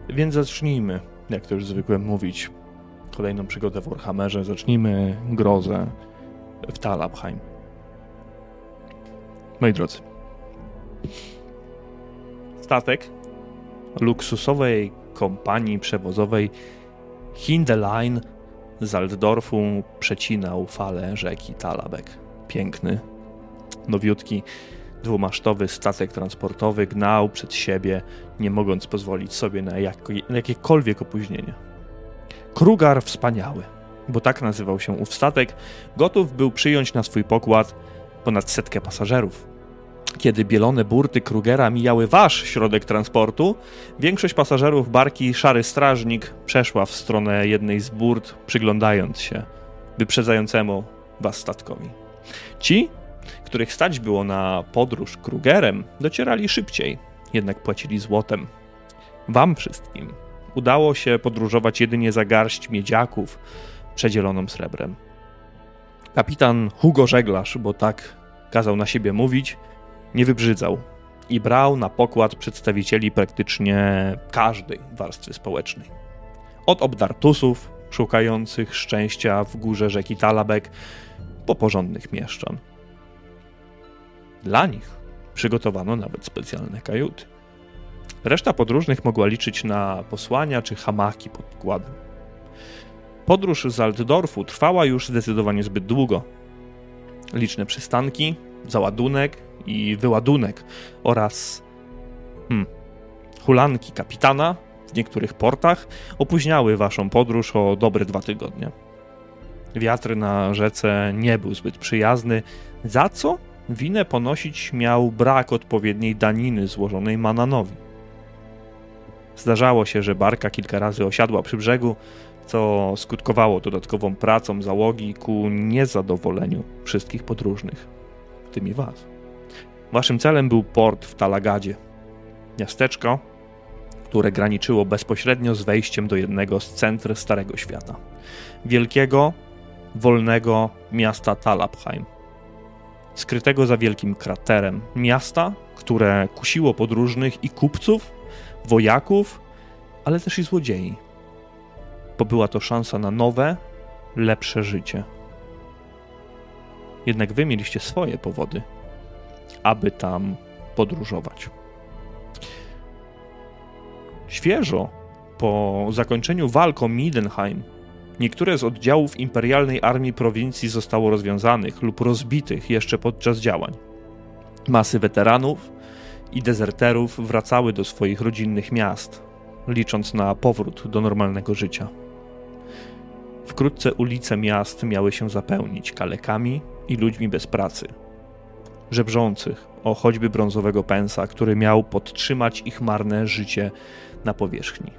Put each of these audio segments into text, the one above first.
Więc zacznijmy, jak to już zwykłem mówić, kolejną przygodę w Warhammerze. Zacznijmy grozę w Talabheim. Moi drodzy, statek luksusowej kompanii przewozowej Hindeline z Altdorfu przecinał falę rzeki Talabek. Piękny, nowiutki, dwumasztowy statek transportowy gnał przed siebie, nie mogąc pozwolić sobie na jakiekolwiek opóźnienie. Krugar wspaniały, bo tak nazywał się ów statek, gotów był przyjąć na swój pokład ponad 100 pasażerów. Kiedy bielone burty Krugera mijały wasz środek transportu, większość pasażerów barki Szary Strażnik przeszła w stronę jednej z burt, przyglądając się wyprzedzającemu was statkowi. Ci, których stać było na podróż Krugerem, docierali szybciej, jednak płacili złotem. Wam wszystkim udało się podróżować jedynie za garść miedziaków przedzieloną srebrem. Kapitan Hugo Żeglarz, bo tak kazał na siebie mówić, nie wybrzydzał i brał na pokład przedstawicieli praktycznie każdej warstwy społecznej. Od obdartusów szukających szczęścia w górze rzeki Talabek po porządnych mieszczan. Dla nich przygotowano nawet specjalne kajuty. Reszta podróżnych mogła liczyć na posłania czy hamaki pod pokładem. Podróż z Altdorfu trwała już zdecydowanie zbyt długo. Liczne przystanki, załadunek i wyładunek oraz hulanki kapitana w niektórych portach opóźniały waszą podróż o dobre 2 tygodnie. Wiatr na rzece nie był zbyt przyjazny, za co winę ponosić miał brak odpowiedniej daniny złożonej Mananowi. Zdarzało się, że barka kilka razy osiadła przy brzegu, co skutkowało dodatkową pracą załogi ku niezadowoleniu wszystkich podróżnych, w tym i was. Waszym celem był port w Talagadzie, miasteczko, które graniczyło bezpośrednio z wejściem do jednego z centr Starego Świata. Wielkiego, wolnego miasta Talabheim, skrytego za wielkim kraterem. Miasta, które kusiło podróżnych i kupców, wojaków, ale też i złodziei. Bo była to szansa na nowe, lepsze życie. Jednak wy mieliście swoje powody, aby tam podróżować. Świeżo po zakończeniu walk o Midenheim niektóre z oddziałów imperialnej armii prowincji zostało rozwiązanych lub rozbitych jeszcze podczas działań. Masy weteranów i dezerterów wracały do swoich rodzinnych miast, licząc na powrót do normalnego życia. Wkrótce ulice miast miały się zapełnić kalekami i ludźmi bez pracy, żebrzących o choćby brązowego pensa, który miał podtrzymać ich marne życie na powierzchni.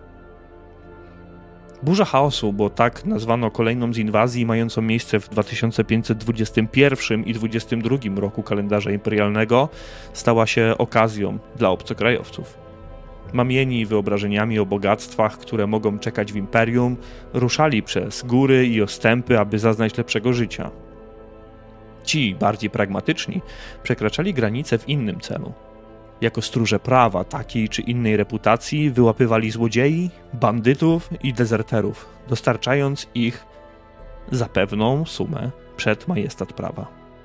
Burza chaosu, bo tak nazwano kolejną z inwazji mającą miejsce w 2521 i 22 roku kalendarza imperialnego, stała się okazją dla obcokrajowców. Mamieni wyobrażeniami o bogactwach, które mogą czekać w imperium, ruszali przez góry i ostępy, aby zaznać lepszego życia. Ci, bardziej pragmatyczni, przekraczali granice w innym celu. Jako stróże prawa takiej czy innej reputacji wyłapywali złodziei, bandytów i dezerterów, dostarczając ich za pewną sumę przed majestat prawa.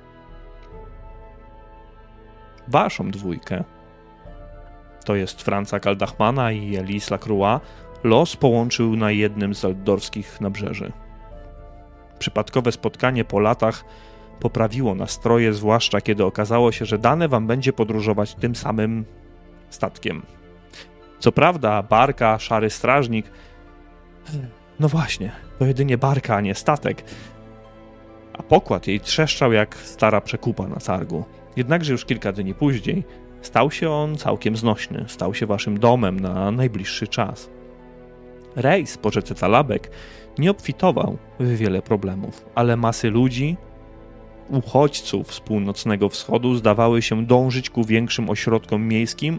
Waszą dwójkę, to jest Franza Kaldachmana i Elise Lacroix, los połączył na jednym z altdorskich nabrzeży. Przypadkowe spotkanie po latach poprawiło nastroje, zwłaszcza kiedy okazało się, że dane wam będzie podróżować tym samym statkiem. Co prawda, barka Szary Strażnik, no właśnie, to jedynie barka, a nie statek, a pokład jej trzeszczał jak stara przekupa na targu. Jednakże już kilka dni później stał się on całkiem znośny, stał się waszym domem na najbliższy czas. Rejs po rzece Talabek nie obfitował w wiele problemów, ale masy ludzi, uchodźców z północnego wschodu zdawały się dążyć ku większym ośrodkom miejskim,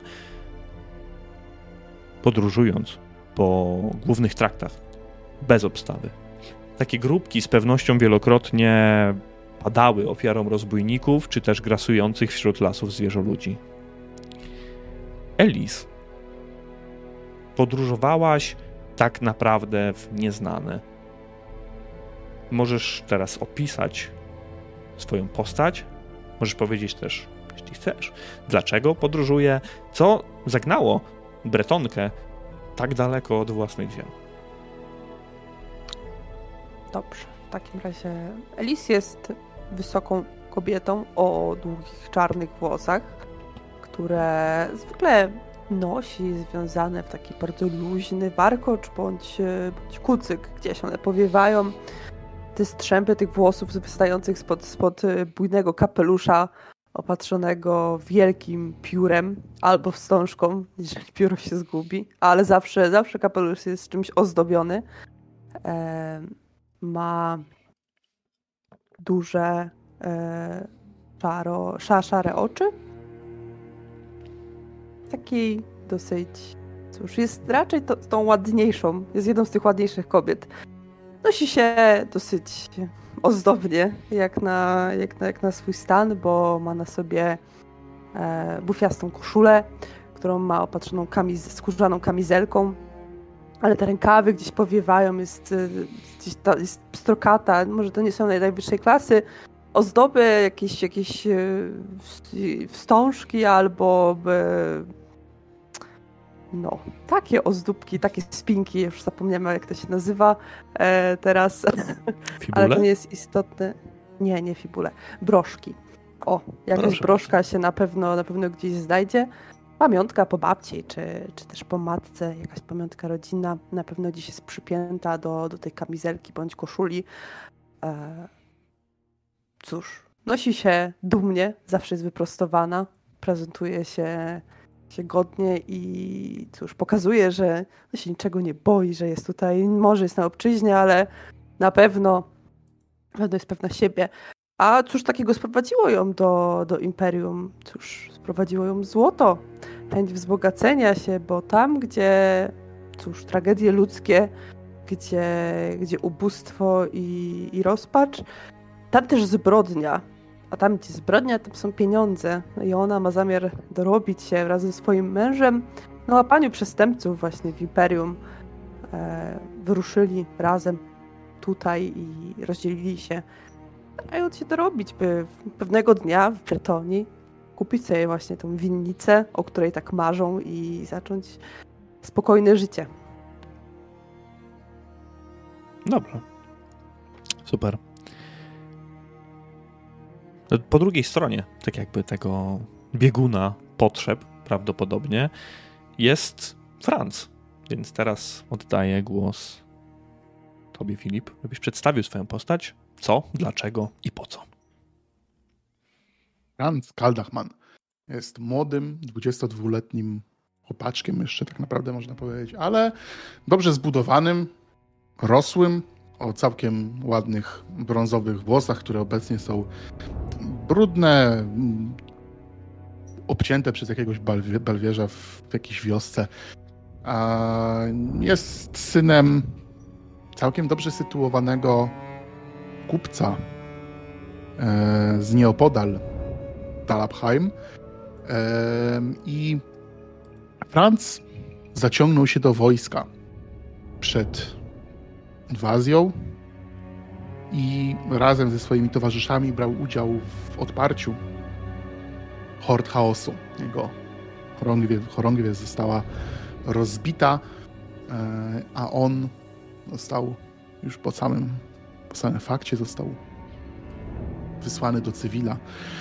podróżując po głównych traktach, bez obstawy. Takie grupki z pewnością wielokrotnie padały ofiarą rozbójników, czy też grasujących wśród lasów zwierzoludzi. Elise podróżowałaś tak naprawdę w nieznane. Możesz teraz opisać swoją postać. Możesz powiedzieć też, jeśli chcesz, dlaczego podróżuje, co zagnało Bretonkę tak daleko od własnych ziem. Dobrze, w takim razie Elis jest wysoką kobietą o długich, czarnych włosach, które zwykle nosi związane w taki bardzo luźny warkocz bądź kucyk. Gdzieś one powiewają. Te strzępy tych włosów wystających spod bujnego kapelusza opatrzonego wielkim piórem albo wstążką, jeżeli pióro się zgubi, ale zawsze kapelusz jest czymś ozdobiony. Ma duże szare oczy. Takiej dosyć, cóż, jest raczej tą ładniejszą, jest jedną z tych ładniejszych kobiet. Nosi się dosyć ozdobnie, jak na swój stan, bo ma na sobie bufiastą koszulę, którą ma opatrzoną skórzaną kamizelką, ale te rękawy gdzieś powiewają, jest pstrokata, może to nie są najwyższej klasy, ozdoby, jakieś wstążki albo no, takie ozdóbki, takie spinki, już zapomniałem, jak to się nazywa teraz, Fibule? Ale to nie jest istotne. Nie fibule, broszki. O, jakaś broszka się na pewno gdzieś znajdzie. Pamiątka po babci, czy też po matce, jakaś pamiątka rodzinna, na pewno gdzieś jest przypięta do tej kamizelki bądź koszuli. Cóż, nosi się dumnie, zawsze jest wyprostowana, prezentuje się godnie i cóż, pokazuje, że się niczego nie boi, że jest tutaj, może jest na obczyźnie, ale na pewno jest pewna siebie. A cóż takiego sprowadziło ją do Imperium? Cóż, sprowadziło ją złoto, chęć wzbogacenia się, bo tam, gdzie, cóż, tragedie ludzkie, gdzie ubóstwo i rozpacz, tam też zbrodnia. A tam, gdzie zbrodnia, tam są pieniądze. I ona ma zamiar dorobić się razem ze swoim mężem na łapaniu przestępców właśnie w Imperium. Wyruszyli razem tutaj i rozdzielili się, starając się dorobić, by pewnego dnia w Bretonii kupić sobie właśnie tą winnicę, o której tak marzą i zacząć spokojne życie. Dobra. Super. Po drugiej stronie, tak jakby tego bieguna potrzeb prawdopodobnie, jest Franz. Więc teraz oddaję głos tobie, Filip, żebyś przedstawił swoją postać, co, dlaczego i po co. Franz Kaldachman jest młodym, 22-letnim chłopaczkiem jeszcze tak naprawdę można powiedzieć, ale dobrze zbudowanym, rosłym, o całkiem ładnych brązowych włosach, które obecnie są brudne, obcięte przez jakiegoś balwierza w jakiejś wiosce. Jest synem całkiem dobrze sytuowanego kupca z nieopodal Talabheim. I Franz zaciągnął się do wojska przed inwazją i razem ze swoimi towarzyszami brał udział w odparciu hord chaosu. Jego chorągiew została rozbita, a on został już po samym fakcie został wysłany do cywila.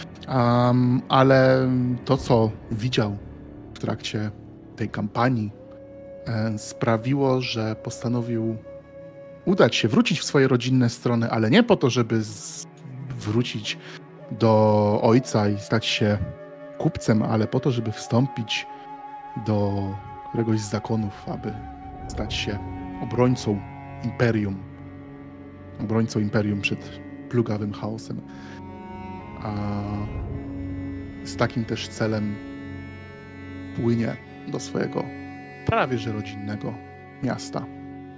Ale to, co widział w trakcie tej kampanii, sprawiło, że postanowił wrócić w swoje rodzinne strony, ale nie po to, żeby wrócić do ojca i stać się kupcem, ale po to, żeby wstąpić do któregoś z zakonów, aby stać się obrońcą imperium przed plugawym chaosem. A z takim też celem płynie do swojego prawie że rodzinnego miasta.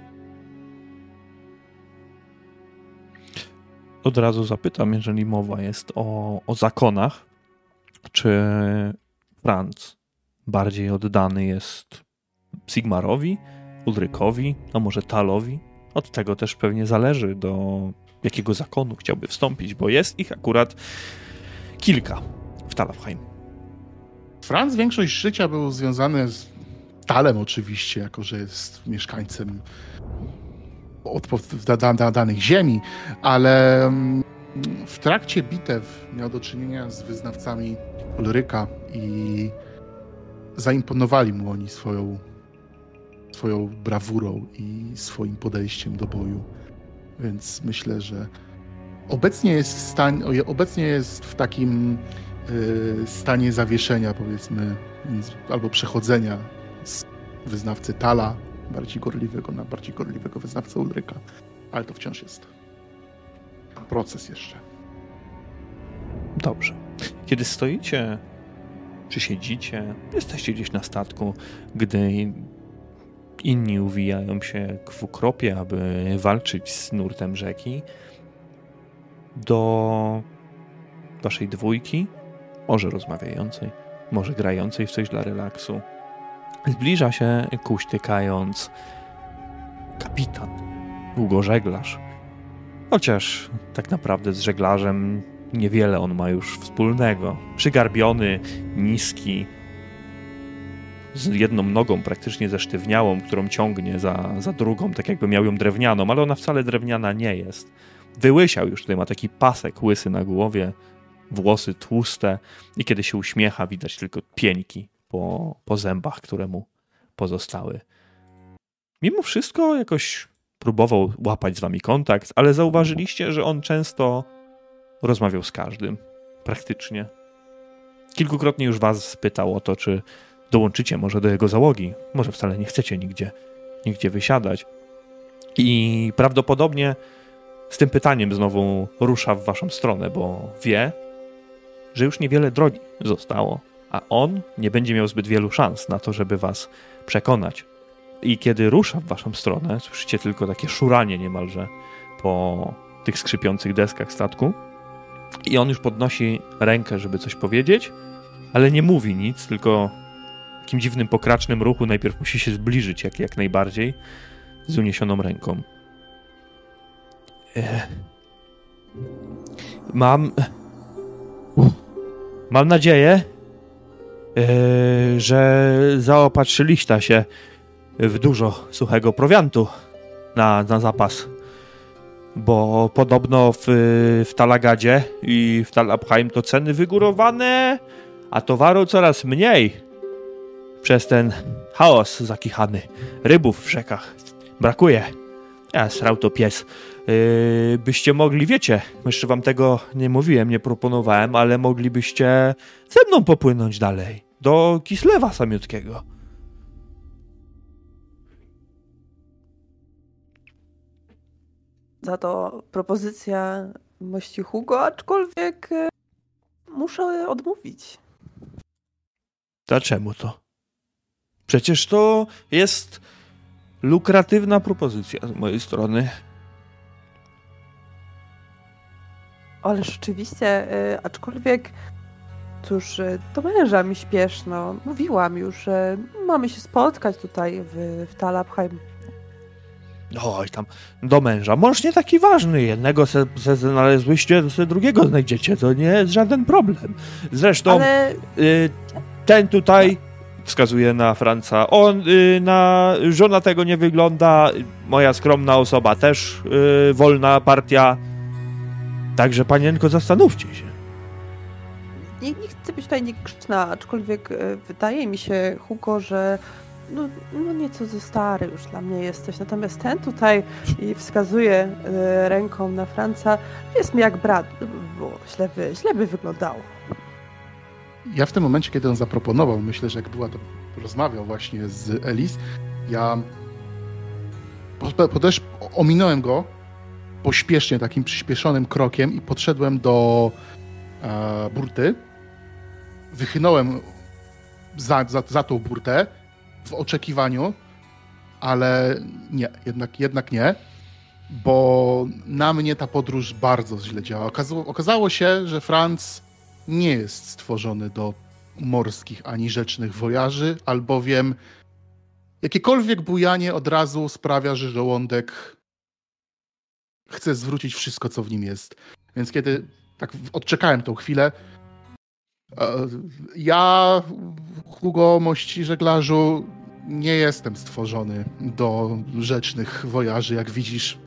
Od razu zapytam, jeżeli mowa jest o zakonach, czy Franz bardziej oddany jest Sigmarowi, Ulrykowi, a może Talowi. Od tego też pewnie zależy, do jakiego zakonu chciałby wstąpić, bo jest ich akurat kilka w Talabheim. Franz większość życia był związany z Talem oczywiście, jako że jest mieszkańcem danych ziemi, ale w trakcie bitew miał do czynienia z wyznawcami Ulryka i zaimponowali mu oni swoją brawurą i swoim podejściem do boju. Więc myślę, że obecnie jest w takim stanie zawieszenia, powiedzmy, albo przechodzenia z wyznawcy Tala, bardziej gorliwego, na bardziej gorliwego wyznawcę Ulryka. Ale to wciąż jest proces jeszcze. Dobrze. Kiedy stoicie, czy siedzicie, jesteście gdzieś na statku, gdy inni uwijają się w ukropie, aby walczyć z nurtem rzeki, do waszej dwójki, może rozmawiającej, może grającej w coś dla relaksu, zbliża się kuśtykając kapitan, długożeglarz. Chociaż tak naprawdę z żeglarzem niewiele on ma już wspólnego. Przygarbiony, niski, z jedną nogą praktycznie zesztywniałą, którą ciągnie za drugą, tak jakby miał ją drewnianą, ale ona wcale drewniana nie jest. Wyłysiał już, tutaj ma taki pasek łysy na głowie, włosy tłuste i kiedy się uśmiecha, widać tylko pieńki po zębach, które mu pozostały. Mimo wszystko jakoś próbował łapać z wami kontakt, ale zauważyliście, że on często rozmawiał z każdym. Praktycznie. Kilkukrotnie już was pytał o to, czy dołączycie może do jego załogi. Może wcale nie chcecie nigdzie wysiadać. I prawdopodobnie z tym pytaniem znowu rusza w waszą stronę, bo wie, że już niewiele drogi zostało, a on nie będzie miał zbyt wielu szans na to, żeby was przekonać. I kiedy rusza w waszą stronę, słyszycie tylko takie szuranie niemalże po tych skrzypiących deskach statku i on już podnosi rękę, żeby coś powiedzieć, ale nie mówi nic, tylko w takim dziwnym, pokracznym ruchu najpierw musi się zbliżyć jak najbardziej z uniesioną ręką. Mam nadzieję, że zaopatrzyliście się w dużo suchego prowiantu na zapas, bo podobno w Talagadzie i w Talabheim to ceny wygórowane, a towaru coraz mniej przez ten chaos zakichany. Rybów w rzekach brakuje. Srał to pies. Byście mogli, wiecie, jeszcze wam tego nie mówiłem, nie proponowałem, ale moglibyście ze mną popłynąć dalej, do Kislewa samiutkiego. Za to propozycja mości Hugo, aczkolwiek muszę odmówić. Dlaczego to? Przecież to jest lukratywna propozycja z mojej strony. Ale rzeczywiście, aczkolwiek, cóż, do męża mi śpieszno. Mówiłam już, że mamy się spotkać tutaj w Talabheim. Oj, tam do męża. Mąż nie taki ważny. Jednego se znaleźliście, to se drugiego znajdziecie. To nie jest żaden problem. Zresztą Ale... ten tutaj, wskazuje na Franca, on na żona tego nie wygląda. Moja skromna osoba też wolna partia. Także, panienko, zastanówcie się. Nie chcę być tutaj niegrzeczna, aczkolwiek wydaje mi się, Hugo, że no nieco za stary już dla mnie jesteś. Natomiast ten tutaj, i wskazuje ręką na Franca, jest mi jak brat. Bo źle by wyglądało. Ja w tym momencie, kiedy on zaproponował, myślę, że jak rozmawiał właśnie z Elis, ja też ominąłem go pośpiesznie, takim przyspieszonym krokiem i podszedłem do burty. Wychynąłem za tą burtę w oczekiwaniu, ale nie, jednak nie, bo na mnie ta podróż bardzo źle działa. Okazało się, że Franz nie jest stworzony do morskich ani rzecznych wojaży, albowiem jakiekolwiek bujanie od razu sprawia, że żołądek chce zwrócić wszystko, co w nim jest. Więc kiedy tak odczekałem tą chwilę, ja, Hugo, mości żeglarzu, nie jestem stworzony do rzecznych wojaży, jak widzisz.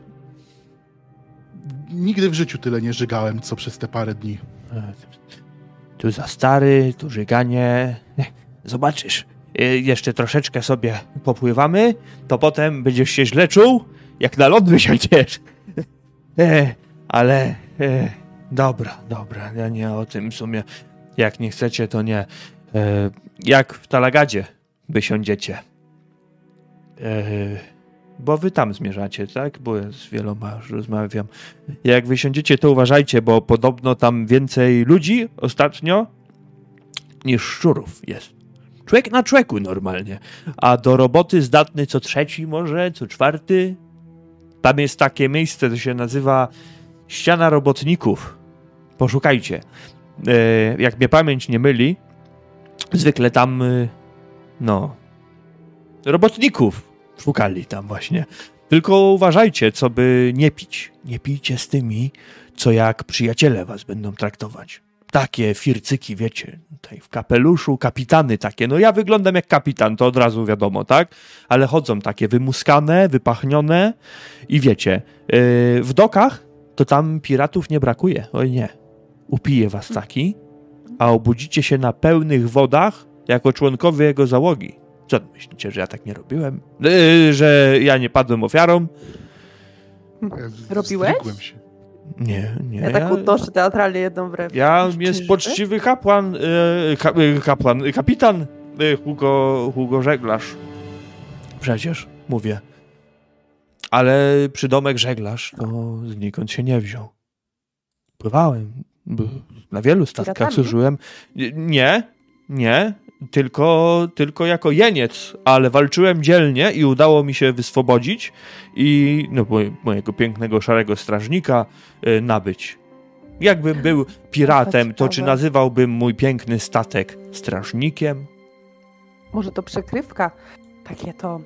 Nigdy w życiu tyle nie żygałem, co przez te parę dni. Tu za stary, tu żyganie. Zobaczysz, jeszcze troszeczkę sobie popływamy, to potem będziesz się źle czuł, jak na ląd wysiądziesz. Ale dobra, ja nie o tym w sumie. Jak nie chcecie, to nie. Jak w Talagadzie wysiądziecie. Bo wy tam zmierzacie, tak? Bo ja z wieloma już rozmawiam. Jak wysiądziecie, to uważajcie, bo podobno tam więcej ludzi ostatnio niż szczurów jest. Człowiek na człowieku normalnie. A do roboty zdatny co trzeci może, co czwarty. Tam jest takie miejsce, to się nazywa Ściana Robotników. Poszukajcie. Jak mnie pamięć nie myli, zwykle tam, robotników szukali tam właśnie. Tylko uważajcie, co by nie pić. Nie pijcie z tymi, co jak przyjaciele was będą traktować. Takie fircyki, wiecie, tutaj w kapeluszu, kapitany takie. No ja wyglądam jak kapitan, to od razu wiadomo, tak? Ale chodzą takie wymuskane, wypachnione i wiecie, w dokach to tam piratów nie brakuje. Oj nie. Upije was taki, a obudzicie się na pełnych wodach jako członkowie jego załogi. Co myślicie, że ja tak nie robiłem? Że ja nie padłem ofiarą? Robiłeś? Się. Nie. Ja tak unoszę teatralnie jedną wręcz. Ja jest poczciwy kapitan Hugo Żeglarz. Przecież, mówię. Ale przydomek żeglarz to znikąd się nie wziął. Pływałem. Na wielu statkach służyłem. Nie. Tylko jako jeniec, ale walczyłem dzielnie i udało mi się wyswobodzić i mojego pięknego szarego strażnika nabyć. Jakbym był piratem, to czy nazywałbym mój piękny statek strażnikiem? Może to przykrywka? Takie to...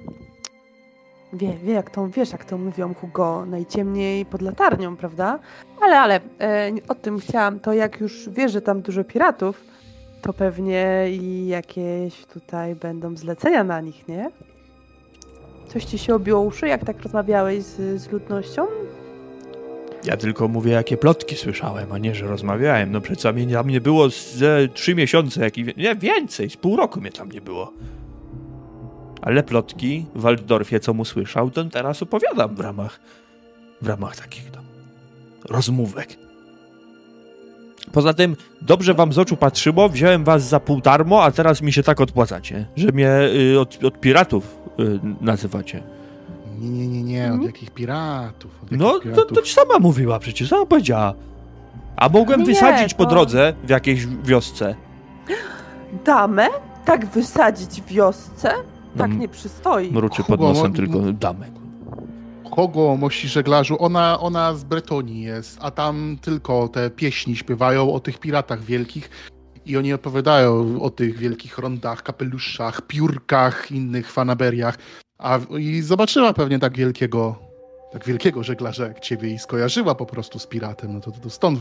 Wiesz jak to mówią, Hugo, najciemniej pod latarnią, prawda? Ale o tym chciałam, to jak już wiesz, że tam dużo piratów, to pewnie i jakieś tutaj będą zlecenia na nich, nie? Coś ci się obiło uszy, jak tak rozmawiałeś z ludnością? Ja tylko mówię, jakie plotki słyszałem, a nie, że rozmawiałem. No przecież tam nie było ze 3 miesiące, nie, więcej, z pół roku mnie tam nie było. Ale plotki w Waldorfie, co mu słyszał, to teraz opowiadam w ramach takich tam rozmówek. Poza tym, dobrze wam z oczu patrzyło, wziąłem was za pół darmo, a teraz mi się tak odpłacacie, że mnie od piratów nazywacie. Nie, od jakich piratów? To ci sama mówiła przecież, sama powiedziała. A mogłem wysadzić po drodze w jakiejś wiosce. Damę? Tak wysadzić w wiosce? Tak nie przystoi. Mruczy pod nosem tylko damę. Kogo, mości żeglarzu? Ona z Bretonii jest, a tam tylko te pieśni śpiewają o tych piratach wielkich i oni opowiadają o tych wielkich rondach, kapeluszach, piórkach, innych fanaberiach. I zobaczyła pewnie tak wielkiego żeglarza jak ciebie i skojarzyła po prostu z piratem. No to stąd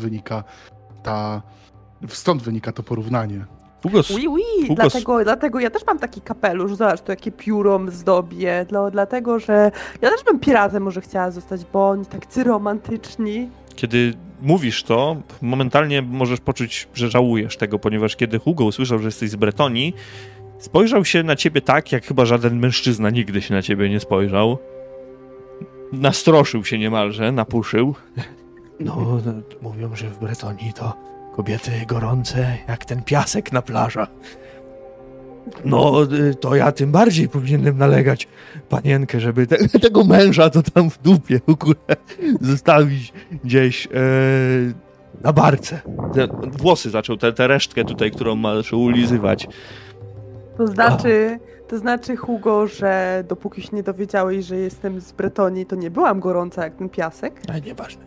wynika to porównanie. Dlatego ja też mam taki kapelusz, zobacz, to jakie pióro zdobię, dlatego, że ja też bym piratem może chciała zostać, bo oni tacy romantyczni. Kiedy mówisz to, momentalnie możesz poczuć, że żałujesz tego, ponieważ kiedy Hugo usłyszał, że jesteś z Bretonii, spojrzał się na ciebie tak, jak chyba żaden mężczyzna nigdy się na ciebie nie spojrzał. Nastroszył się niemalże, napuszył. No, mówią, że w Bretonii to kobiety gorące jak ten piasek na plażach. No, to ja tym bardziej powinienem nalegać panienkę, żeby tego męża to tam w dupie zostawić gdzieś na barce. Włosy zaczął, tę resztkę tutaj, którą masz ulizywać. To znaczy, Hugo, że dopóki się nie dowiedziałeś, że jestem z Bretonii, to nie byłam gorąca jak ten piasek? Ale nieważne.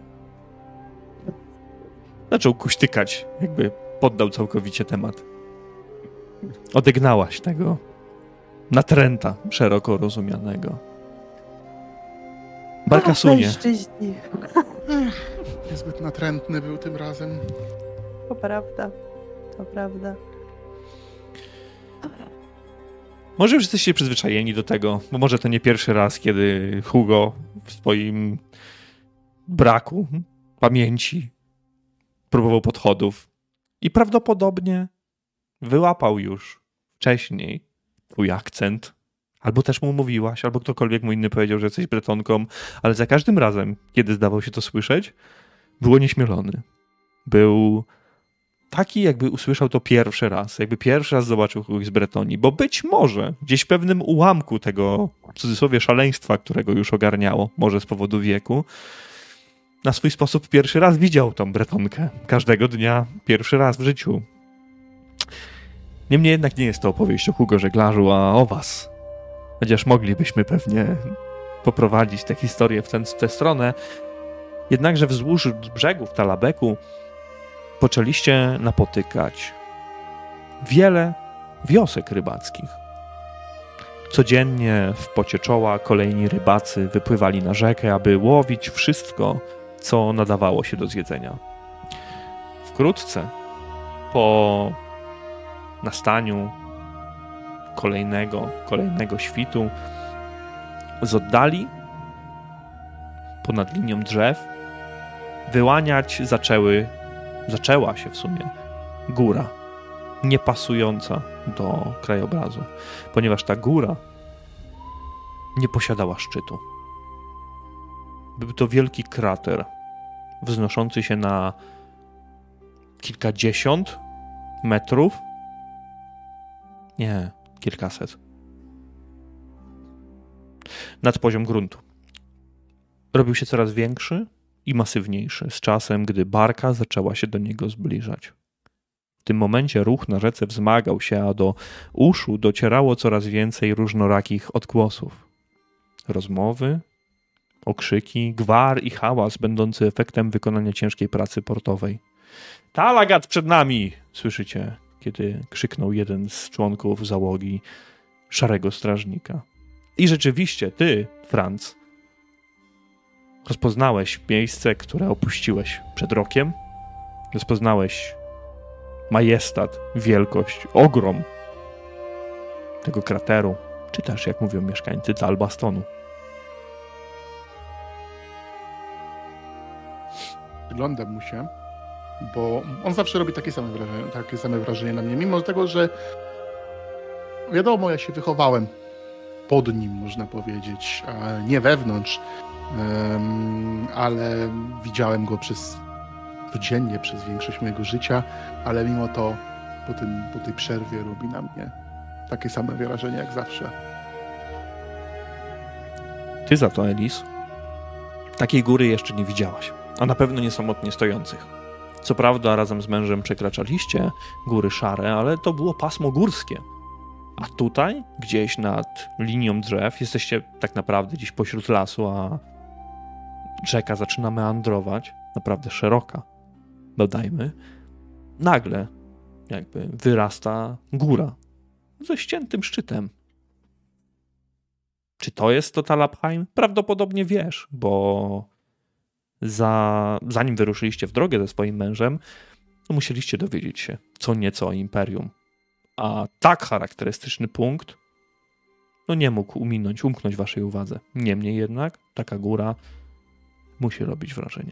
Zaczął kuśtykać, jakby poddał całkowicie temat. Odegnałaś tego natręta, szeroko rozumianego. Barka sunie. Mężczyźni. Niezbyt natrętny był tym razem. To prawda. To prawda. Może już jesteście przyzwyczajeni do tego, bo może to nie pierwszy raz, kiedy Hugo w swoim braku pamięci próbował podchodów i prawdopodobnie wyłapał już wcześniej twój akcent. Albo też mu mówiłaś, albo ktokolwiek mu inny powiedział, że jesteś Bretonką, ale za każdym razem, kiedy zdawał się to słyszeć, był onieśmielony. Był taki, jakby usłyszał to pierwszy raz, jakby pierwszy raz zobaczył kogoś z Bretonii, bo być może gdzieś w pewnym ułamku tego, w cudzysłowie, szaleństwa, którego już ogarniało, może z powodu wieku, na swój sposób pierwszy raz widział tą Bretonkę. Każdego dnia, pierwszy raz w życiu. Niemniej jednak nie jest to opowieść o Hugo Żeglarzu, a o was. Chociaż moglibyśmy pewnie poprowadzić tę historię w tę stronę. Jednakże wzdłuż brzegów Talabeku poczęliście napotykać wiele wiosek rybackich. Codziennie w pocie czoła kolejni rybacy wypływali na rzekę, aby łowić wszystko, co nadawało się do zjedzenia. Wkrótce po nastaniu kolejnego świtu z oddali ponad linią drzew wyłaniać zaczęła się w sumie góra, niepasująca do krajobrazu, ponieważ ta góra nie posiadała szczytu. Był to wielki krater wznoszący się na kilkadziesiąt metrów. Nie, kilkaset. Nad poziom gruntu. Robił się coraz większy i masywniejszy z czasem, gdy barka zaczęła się do niego zbliżać. W tym momencie ruch na rzece wzmagał się, a do uszu docierało coraz więcej różnorakich odgłosów. Rozmowy, okrzyki, gwar i hałas będący efektem wykonania ciężkiej pracy portowej. Talagat przed nami! Słyszycie, kiedy krzyknął jeden z członków załogi Szarego Strażnika. I rzeczywiście ty, Franz, rozpoznałeś miejsce, które opuściłeś przed rokiem. Rozpoznałeś majestat, wielkość, ogrom tego krateru, czy też, jak mówią mieszkańcy, Talbastonu. Przyglądam mu się, bo on zawsze robi takie same wrażenie na mnie, mimo tego, że wiadomo, ja się wychowałem pod nim, można powiedzieć, a nie wewnątrz, ale widziałem go codziennie przez większość mojego życia, ale mimo to po tej przerwie robi na mnie takie same wrażenie jak zawsze. Ty za to, Elis, takiej góry jeszcze nie widziałaś, a na pewno nie samotnie stojących. Co prawda razem z mężem przekraczaliście góry szare, ale to było pasmo górskie. A tutaj, gdzieś nad linią drzew, jesteście tak naprawdę gdzieś pośród lasu, a rzeka zaczyna meandrować, naprawdę szeroka, dodajmy. Nagle jakby wyrasta góra ze ściętym szczytem. Czy to jest to Talabheim? Prawdopodobnie wiesz, bo zanim wyruszyliście w drogę ze swoim mężem, to musieliście dowiedzieć się co nieco o Imperium. A tak charakterystyczny punkt nie mógł umknąć waszej uwadze. Niemniej jednak taka góra musi robić wrażenie.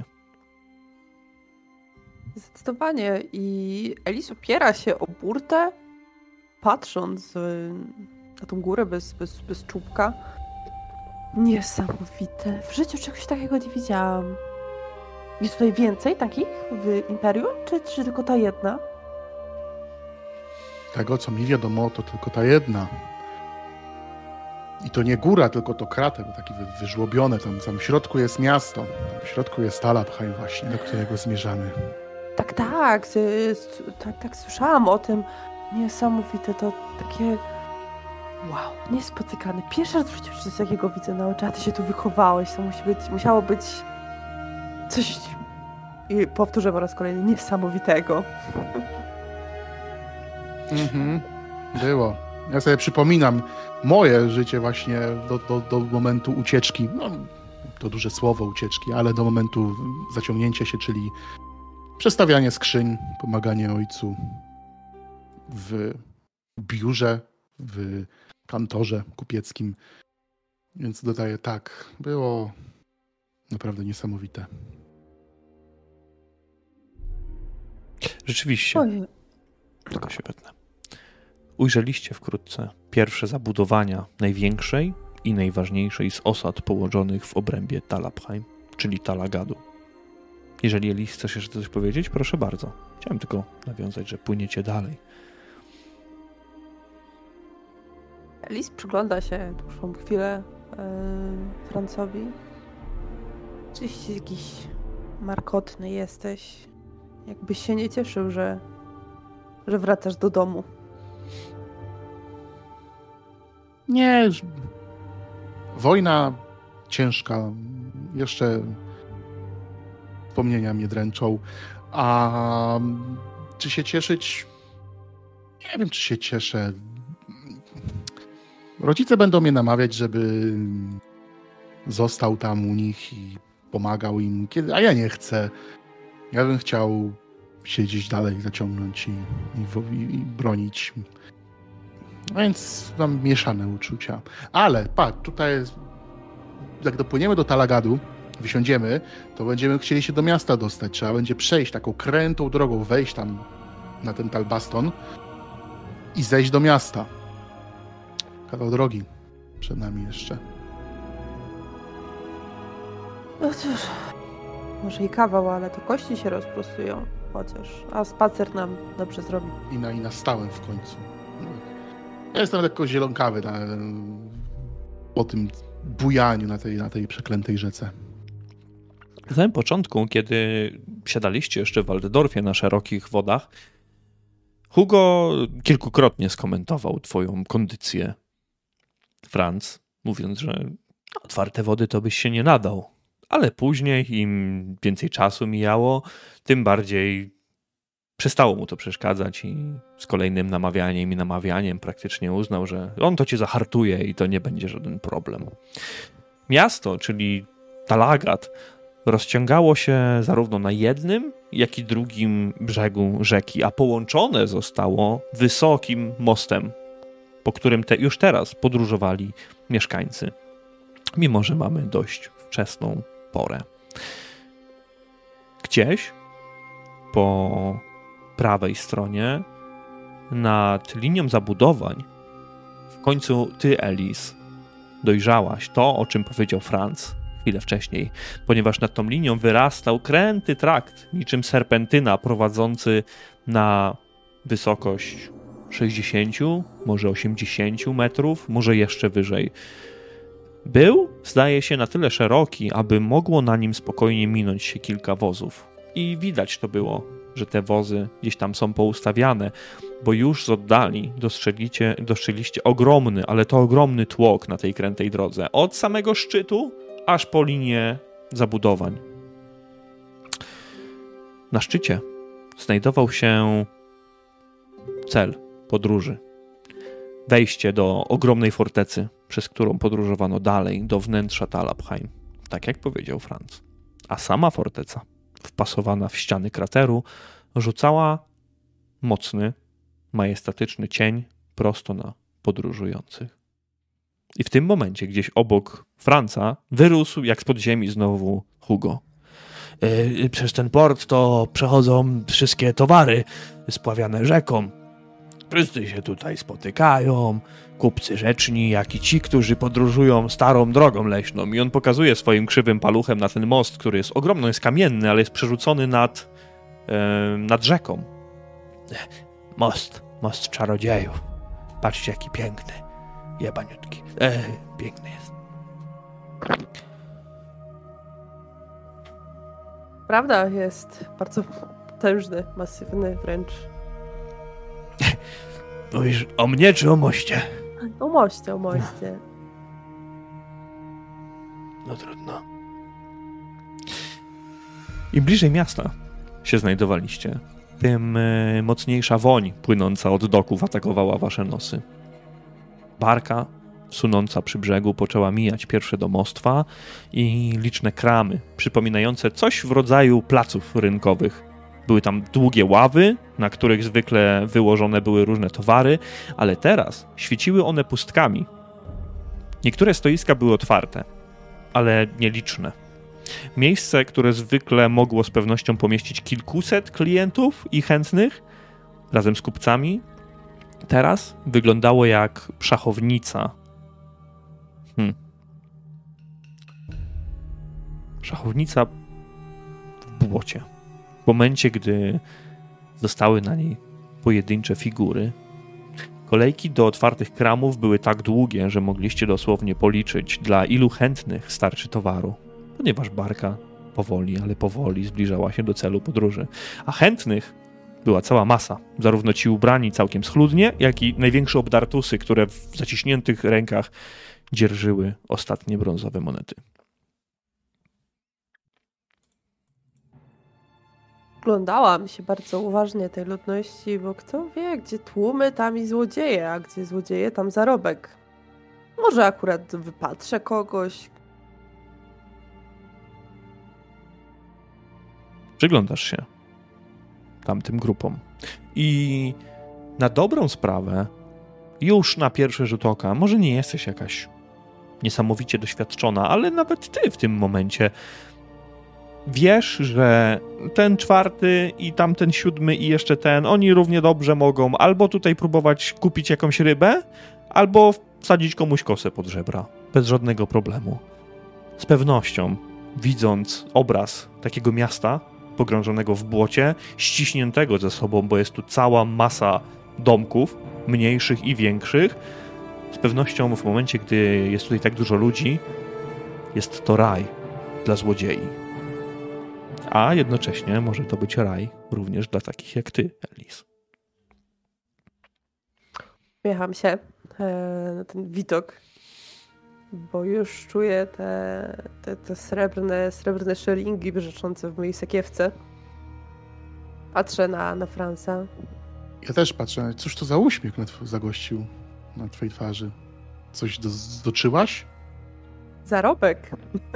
Zdecydowanie. I Elis opiera się o burtę, patrząc na tą górę bez czubka. Niesamowite. W życiu czegoś takiego nie widziałam. Jest tutaj więcej takich w Imperium, czy tylko ta jedna? Tego, co mi wiadomo, to tylko ta jedna. I to nie góra, tylko to krater, taki wyżłobiony. Tam w samym środku jest miasto. Tam w środku jest Talabheim właśnie, do którego zmierzamy. Tak, słyszałam o tym. Niesamowite, to takie... Wow, niespotykane. Pierwszy raz w życiu coś takiego widzę na oczy, a ty się tu wychowałeś. To musiało być coś... I powtórzę po raz kolejny, niesamowitego. Było. Ja sobie przypominam moje życie właśnie do momentu ucieczki. No, to duże słowo ucieczki, ale do momentu zaciągnięcia się, czyli przestawianie skrzyń, pomaganie ojcu w biurze, w kantorze kupieckim. Więc dodaję tak, było naprawdę niesamowite. Rzeczywiście. Tylko się wetnę. Ujrzeliście wkrótce pierwsze zabudowania największej i najważniejszej z osad położonych w obrębie Talabheim, czyli Talagadu. Jeżeli Elis chcesz jeszcze coś powiedzieć, proszę bardzo. Chciałem tylko nawiązać, że płyniecie dalej. Elis przygląda się dłuższą chwilę Francowi. Oczywiście jakiś markotny jesteś. Jakbyś się nie cieszył, że wracasz do domu. Nie. Wojna ciężka. Jeszcze wspomnienia mnie dręczą. A czy się cieszyć? Nie wiem, czy się cieszę. Rodzice będą mnie namawiać, żeby został tam u nich i pomagał im, a ja nie chcę. Ja bym chciał się gdzieś dalej zaciągnąć i bronić. Więc mam mieszane uczucia. Ale patrz, tutaj jest, jak dopłyniemy do Talagadu, wysiądziemy, to będziemy chcieli się do miasta dostać. Trzeba będzie przejść taką krętą drogą, wejść tam na ten Talbaston i zejść do miasta. Kawał drogi przed nami jeszcze. No cóż, może i kawał, ale to kości się rozprostują chociaż, a spacer nam dobrze zrobi. I nastałem w końcu. Ja jestem lekko zielonkawy po tym bujaniu na tej przeklętej rzece. Na samym początku, kiedy siadaliście jeszcze w Waldorfie na szerokich wodach, Hugo kilkukrotnie skomentował twoją kondycję, Franz, mówiąc, że otwarte wody to byś się nie nadał. Ale później, im więcej czasu mijało, tym bardziej przestało mu to przeszkadzać i z kolejnym namawianiem praktycznie uznał, że on to cię zahartuje i to nie będzie żaden problem. Miasto, czyli Talagad, rozciągało się zarówno na jednym, jak i drugim brzegu rzeki, a połączone zostało wysokim mostem, po którym już teraz podróżowali mieszkańcy, mimo że mamy dość wczesną porę. Gdzieś po prawej stronie nad linią zabudowań w końcu ty, Elis, dojrzałaś to, o czym powiedział Franz chwilę wcześniej, ponieważ nad tą linią wyrastał kręty trakt, niczym serpentyna prowadzący na wysokość 60, może 80 metrów, może jeszcze wyżej. Był, zdaje się, na tyle szeroki, aby mogło na nim spokojnie minąć się kilka wozów. I widać to było, że te wozy gdzieś tam są poustawiane, bo już z oddali dostrzegliście ogromny, ale to ogromny tłok na tej krętej drodze. Od samego szczytu aż po linię zabudowań. Na szczycie znajdował się cel podróży. Wejście do ogromnej fortecy, przez którą podróżowano dalej do wnętrza Talabheim, tak jak powiedział Franz. A sama forteca, wpasowana w ściany krateru, rzucała mocny, majestatyczny cień prosto na podróżujących. I w tym momencie gdzieś obok Franza wyrósł jak spod ziemi znowu Hugo. Przez ten port to przechodzą wszystkie towary spławiane rzeką. Wszyscy się tutaj spotykają, kupcy rzeczni, jak i ci, którzy podróżują starą drogą leśną. I on pokazuje swoim krzywym paluchem na ten most, który jest ogromny, jest kamienny, ale jest przerzucony nad rzeką. Most czarodziejów. Patrzcie, jaki piękny. Jebaniutki. Piękny jest. Prawda, jest bardzo potężny, masywny wręcz. Mówisz o mnie czy o moście? O moście. No trudno. Im bliżej miasta się znajdowaliście, tym mocniejsza woń płynąca od doków atakowała wasze nosy. Barka sunąca przy brzegu poczęła mijać pierwsze domostwa i liczne kramy, przypominające coś w rodzaju placów rynkowych. Były tam długie ławy, na których zwykle wyłożone były różne towary, ale teraz świeciły one pustkami. Niektóre stoiska były otwarte, ale nieliczne. Miejsce, które zwykle mogło z pewnością pomieścić kilkuset klientów i chętnych, razem z kupcami, teraz wyglądało jak szachownica. Szachownica w błocie. W momencie, gdy zostały na niej pojedyncze figury, kolejki do otwartych kramów były tak długie, że mogliście dosłownie policzyć, dla ilu chętnych starczy towaru, ponieważ barka powoli, ale powoli zbliżała się do celu podróży. A chętnych była cała masa, zarówno ci ubrani całkiem schludnie, jak i największe obdartusy, które w zaciśniętych rękach dzierżyły ostatnie brązowe monety. Oglądałam się bardzo uważnie tej ludności, bo kto wie, gdzie tłumy, tam i złodzieje, a gdzie złodzieje, tam zarobek. Może akurat wypatrzę kogoś. Przyglądasz się tamtym grupom i na dobrą sprawę, już na pierwszy rzut oka, może nie jesteś jakaś niesamowicie doświadczona, ale nawet ty w tym momencie wiesz, że ten czwarty i tamten siódmy i jeszcze ten, oni równie dobrze mogą albo tutaj próbować kupić jakąś rybę, albo wsadzić komuś kosę pod żebra. Bez żadnego problemu. Z pewnością, widząc obraz takiego miasta pogrążonego w błocie, ściśniętego ze sobą, bo jest tu cała masa domków, mniejszych i większych, z pewnością w momencie, gdy jest tutaj tak dużo ludzi, jest to raj dla złodziei. A jednocześnie może to być raj również dla takich jak ty, Elis. Uśmiecham się na ten widok, bo już czuję te srebrne szylingi brzeszczące w mojej sakiewce. Patrzę na Fransa. Ja też patrzę. Cóż to za uśmiech zagościł na twojej twarzy? Coś zdoczyłaś? Zarobek.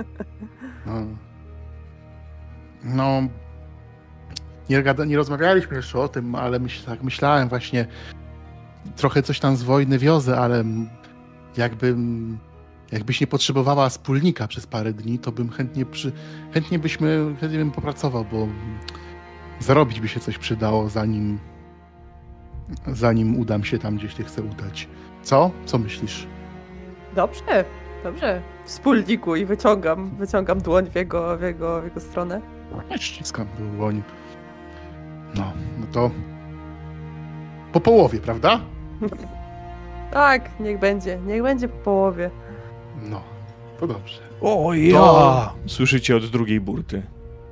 No, nie rozmawialiśmy jeszcze o tym, ale myślałem właśnie, trochę coś tam z wojny wiozę, ale jakbyś nie potrzebowała wspólnika przez parę dni, to bym chętnie bym popracował, bo zarobić by się coś przydało, zanim udam się tam, gdzieś chcę udać. Co? Co myślisz? Dobrze. Wspólniku i wyciągam dłoń w jego stronę. Ja ściskam dłoń. No to po połowie, prawda? Tak, niech będzie po połowie. No, to dobrze. O ja! Słyszycie od drugiej burty.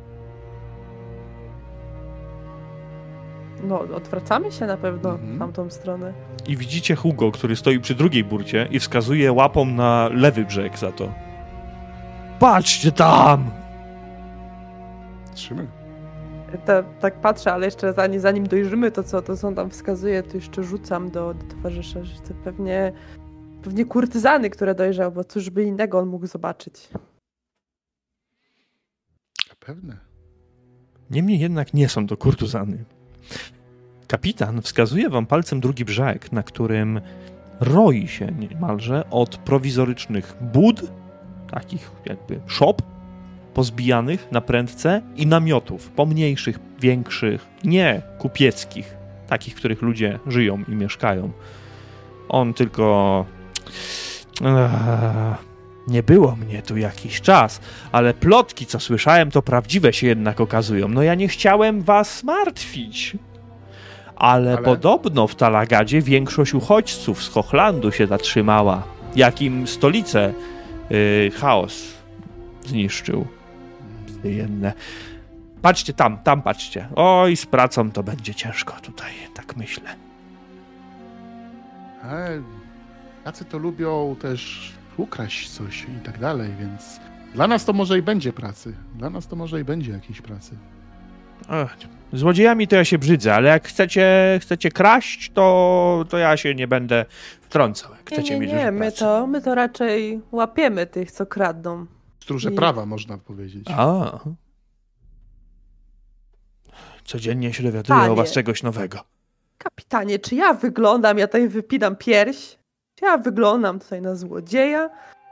No, odwracamy się na pewno w tamtą stronę. I widzicie Hugo, który stoi przy drugiej burcie i wskazuje łapą na lewy brzeg za to. Patrzcie tam! Trzymaj. Tak patrzę, ale jeszcze zanim dojrzymy to, co on tam wskazuje, to jeszcze rzucam do towarzysza, że to pewnie kurtyzany, które dojrzał, bo cóż by innego on mógł zobaczyć. Pewne. Niemniej jednak nie są to kurtyzany. Kapitan wskazuje wam palcem drugi brzeg, na którym roi się niemalże od prowizorycznych bud, takich jakby szop, pozbijanych na prędce i namiotów, pomniejszych, większych, nie kupieckich, takich, w których ludzie żyją i mieszkają. On tylko... nie było mnie tu jakiś czas, ale plotki, co słyszałem, to prawdziwe się jednak okazują. No ja nie chciałem was martwić. Ale podobno w Talagadzie większość uchodźców z Hochlandu się zatrzymała, jakim stolicę chaos zniszczył. Jenne. Patrzcie tam patrzcie. Oj, z pracą to będzie ciężko tutaj, tak myślę. Tacy to lubią też ukraść coś i tak dalej, więc dla nas to może i będzie pracy. Dla nas to może i będzie jakiejś pracy. Złodziejami to ja się brzydzę, ale jak chcecie kraść, to ja się nie będę wtrącał. Jak chcecie mieć my to raczej łapiemy tych, co kradną. Stróże prawa, można powiedzieć. Codziennie się dowiaduję o was czegoś nowego. Kapitanie, czy ja wyglądam, ja tutaj wypinam pierś? Czy ja wyglądam tutaj na złodzieja?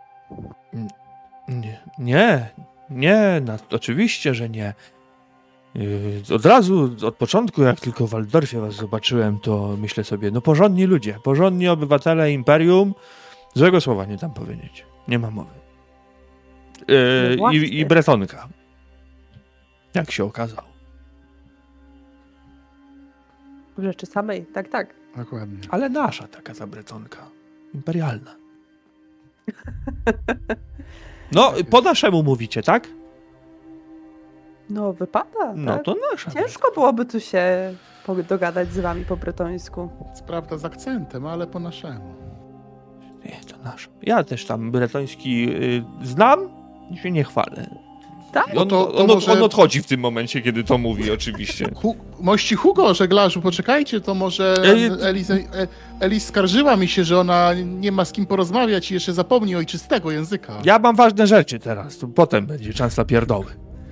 Nie, oczywiście, że nie. Od razu, od początku, jak tylko w Waldorfie was zobaczyłem, to myślę sobie, no porządni ludzie, porządni obywatele Imperium, złego słowa nie dam powiedzieć. Nie ma mowy. I Bretonka. Jak się okazało. W rzeczy samej, tak. Dokładnie. Ale nasza taka ta Bretonka. Imperialna. No, po naszemu mówicie, tak? No, wypada, No, tak? to nasza. Ciężko byłoby tu się dogadać z wami po bretońsku. Co prawda z akcentem, ale po naszemu. Nie, to nasza. Ja też tam bretoński znam i się nie chwalę. Tak? On odchodzi w tym momencie, kiedy to mówi, oczywiście. Mości Hugo, żeglarzu, poczekajcie, to może Elis skarżyła mi się, że ona nie ma z kim porozmawiać i jeszcze zapomni ojczystego języka. Ja mam ważne rzeczy teraz, to potem będzie czas na pierdoły.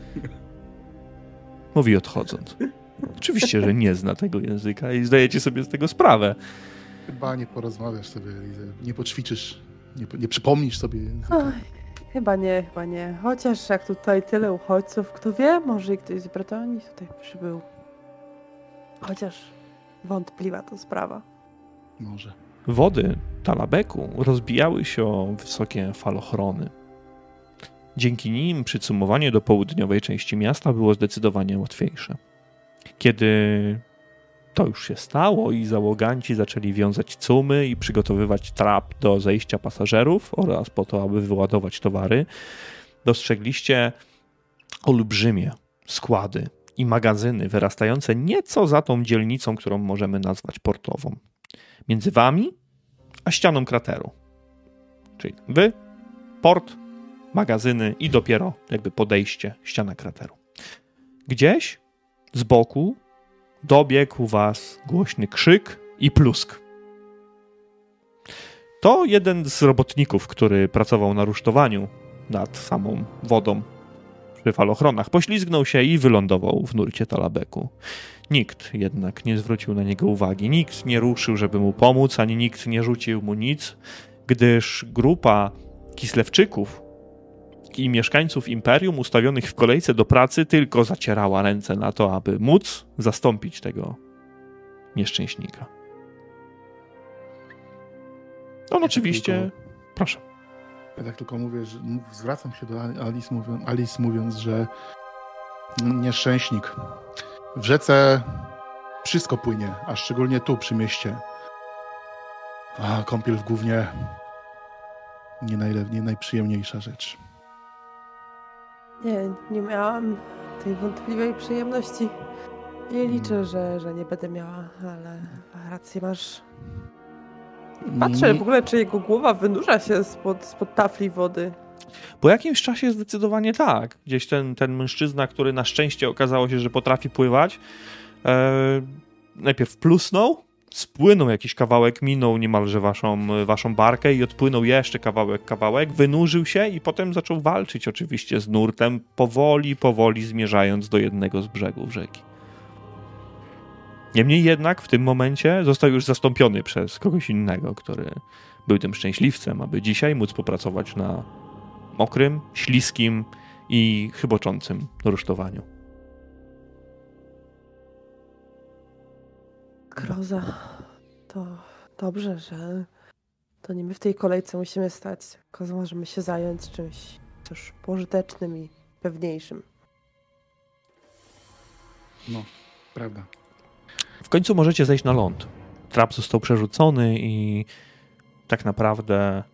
Mówi odchodząc. Oczywiście, że nie zna tego języka i zdajecie sobie z tego sprawę. Chyba nie porozmawiasz sobie, Elizę. Nie poćwiczysz, nie przypomnisz sobie języka. Oj, chyba nie. Chociaż jak tutaj tyle uchodźców, kto wie, może i ktoś z Bretonii tutaj przybył. Chociaż wątpliwa to sprawa. Może. Wody Talabeku rozbijały się o wysokie falochrony. Dzięki nim przycumowanie do południowej części miasta było zdecydowanie łatwiejsze. Kiedy to już się stało i załoganci zaczęli wiązać cumy i przygotowywać trap do zejścia pasażerów oraz po to, aby wyładować towary, dostrzegliście olbrzymie składy i magazyny wyrastające nieco za tą dzielnicą, którą możemy nazwać portową. Między wami a ścianą krateru. Czyli wy, port, magazyny i dopiero jakby podejście, ściana krateru. Gdzieś z boku dobiegł was głośny krzyk i plusk. To jeden z robotników, który pracował na rusztowaniu nad samą wodą przy falochronach, poślizgnął się i wylądował w nurcie Talabeku. Nikt jednak nie zwrócił na niego uwagi, nikt nie ruszył, żeby mu pomóc, ani nikt nie rzucił mu nic, gdyż grupa Kislewczyków i mieszkańców Imperium ustawionych w kolejce do pracy tylko zacierała ręce na to, aby móc zastąpić tego nieszczęśnika. On oczywiście... Proszę. Ja tak tylko mówię, że zwracam się do Alice mówiąc, że nieszczęśnik. W rzece wszystko płynie, a szczególnie tu przy mieście. A kąpiel w gównie nie najprzyjemniejsza rzecz. Nie miałam tej wątpliwej przyjemności. Nie liczę, że nie będę miała, ale rację masz. Patrzę w ogóle, czy jego głowa wynurza się spod tafli wody. Po jakimś czasie zdecydowanie tak. Gdzieś ten mężczyzna, który na szczęście okazało się, że potrafi pływać, najpierw plusnął, spłynął jakiś kawałek, minął niemalże waszą barkę i odpłynął jeszcze kawałek, wynurzył się i potem zaczął walczyć oczywiście z nurtem, powoli zmierzając do jednego z brzegów rzeki. Niemniej jednak w tym momencie został już zastąpiony przez kogoś innego, który był tym szczęśliwcem, aby dzisiaj móc popracować na mokrym, śliskim i chyboczącym rusztowaniu. Groza. To dobrze, że to nie my w tej kolejce musimy stać, tylko możemy się zająć czymś też pożytecznym i pewniejszym. No, prawda. W końcu możecie zejść na ląd. Trap został przerzucony i tak naprawdę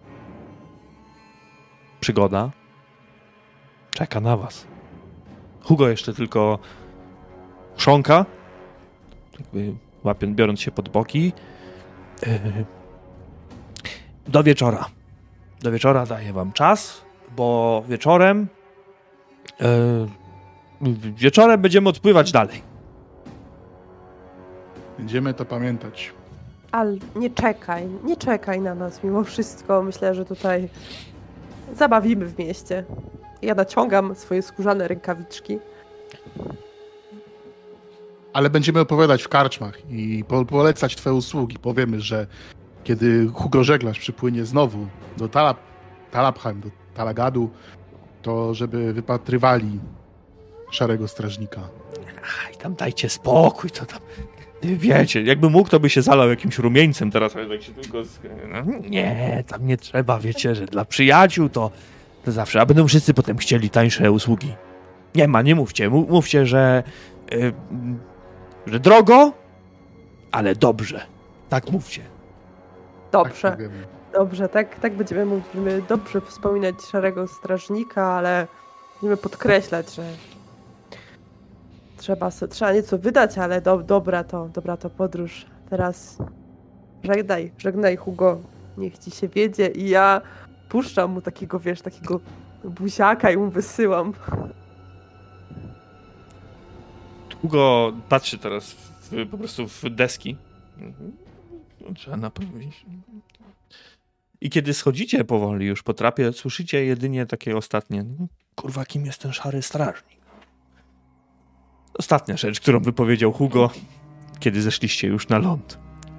przygoda czeka na was. Hugo jeszcze tylko chrząka, jakby biorąc się pod boki. Do wieczora. Do wieczora daję wam czas, bo wieczorem Wieczorem będziemy odpływać dalej. Będziemy to pamiętać. Ale nie czekaj na nas mimo wszystko. Myślę, że tutaj zabawimy w mieście. Ja naciągam swoje skórzane rękawiczki. Ale będziemy opowiadać w karczmach i polecać twoje usługi. Powiemy, że kiedy Hugo Żeglarz przypłynie znowu do Talabheim, do Talagadu, to żeby wypatrywali szarego strażnika. Aj, tam dajcie spokój, to tam... Wiecie, jakby mógł, to by się zalał jakimś rumieńcem teraz, ale tak się tylko... Nie, tam nie trzeba, wiecie, że dla przyjaciół to zawsze, a będą wszyscy potem chcieli tańsze usługi. Nie mówcie, mówcie, że drogo, ale dobrze. Tak mówcie. Dobrze, dobrze, tak będziemy mówić. Będziemy dobrze wspominać szarego strażnika, ale będziemy podkreślać, że trzeba nieco wydać, ale dobra to podróż. Teraz żegnaj Hugo, niech ci się wiedzie i ja puszczam mu takiego buziaka i mu wysyłam. Hugo patrzy teraz po prostu w deski. Trzeba naprawić. I kiedy schodzicie powoli już po trapie, słyszycie jedynie takie ostatnie: kurwa, kim jest ten szary strażnik? Ostatnia rzecz, którą wypowiedział Hugo, kiedy zeszliście już na ląd.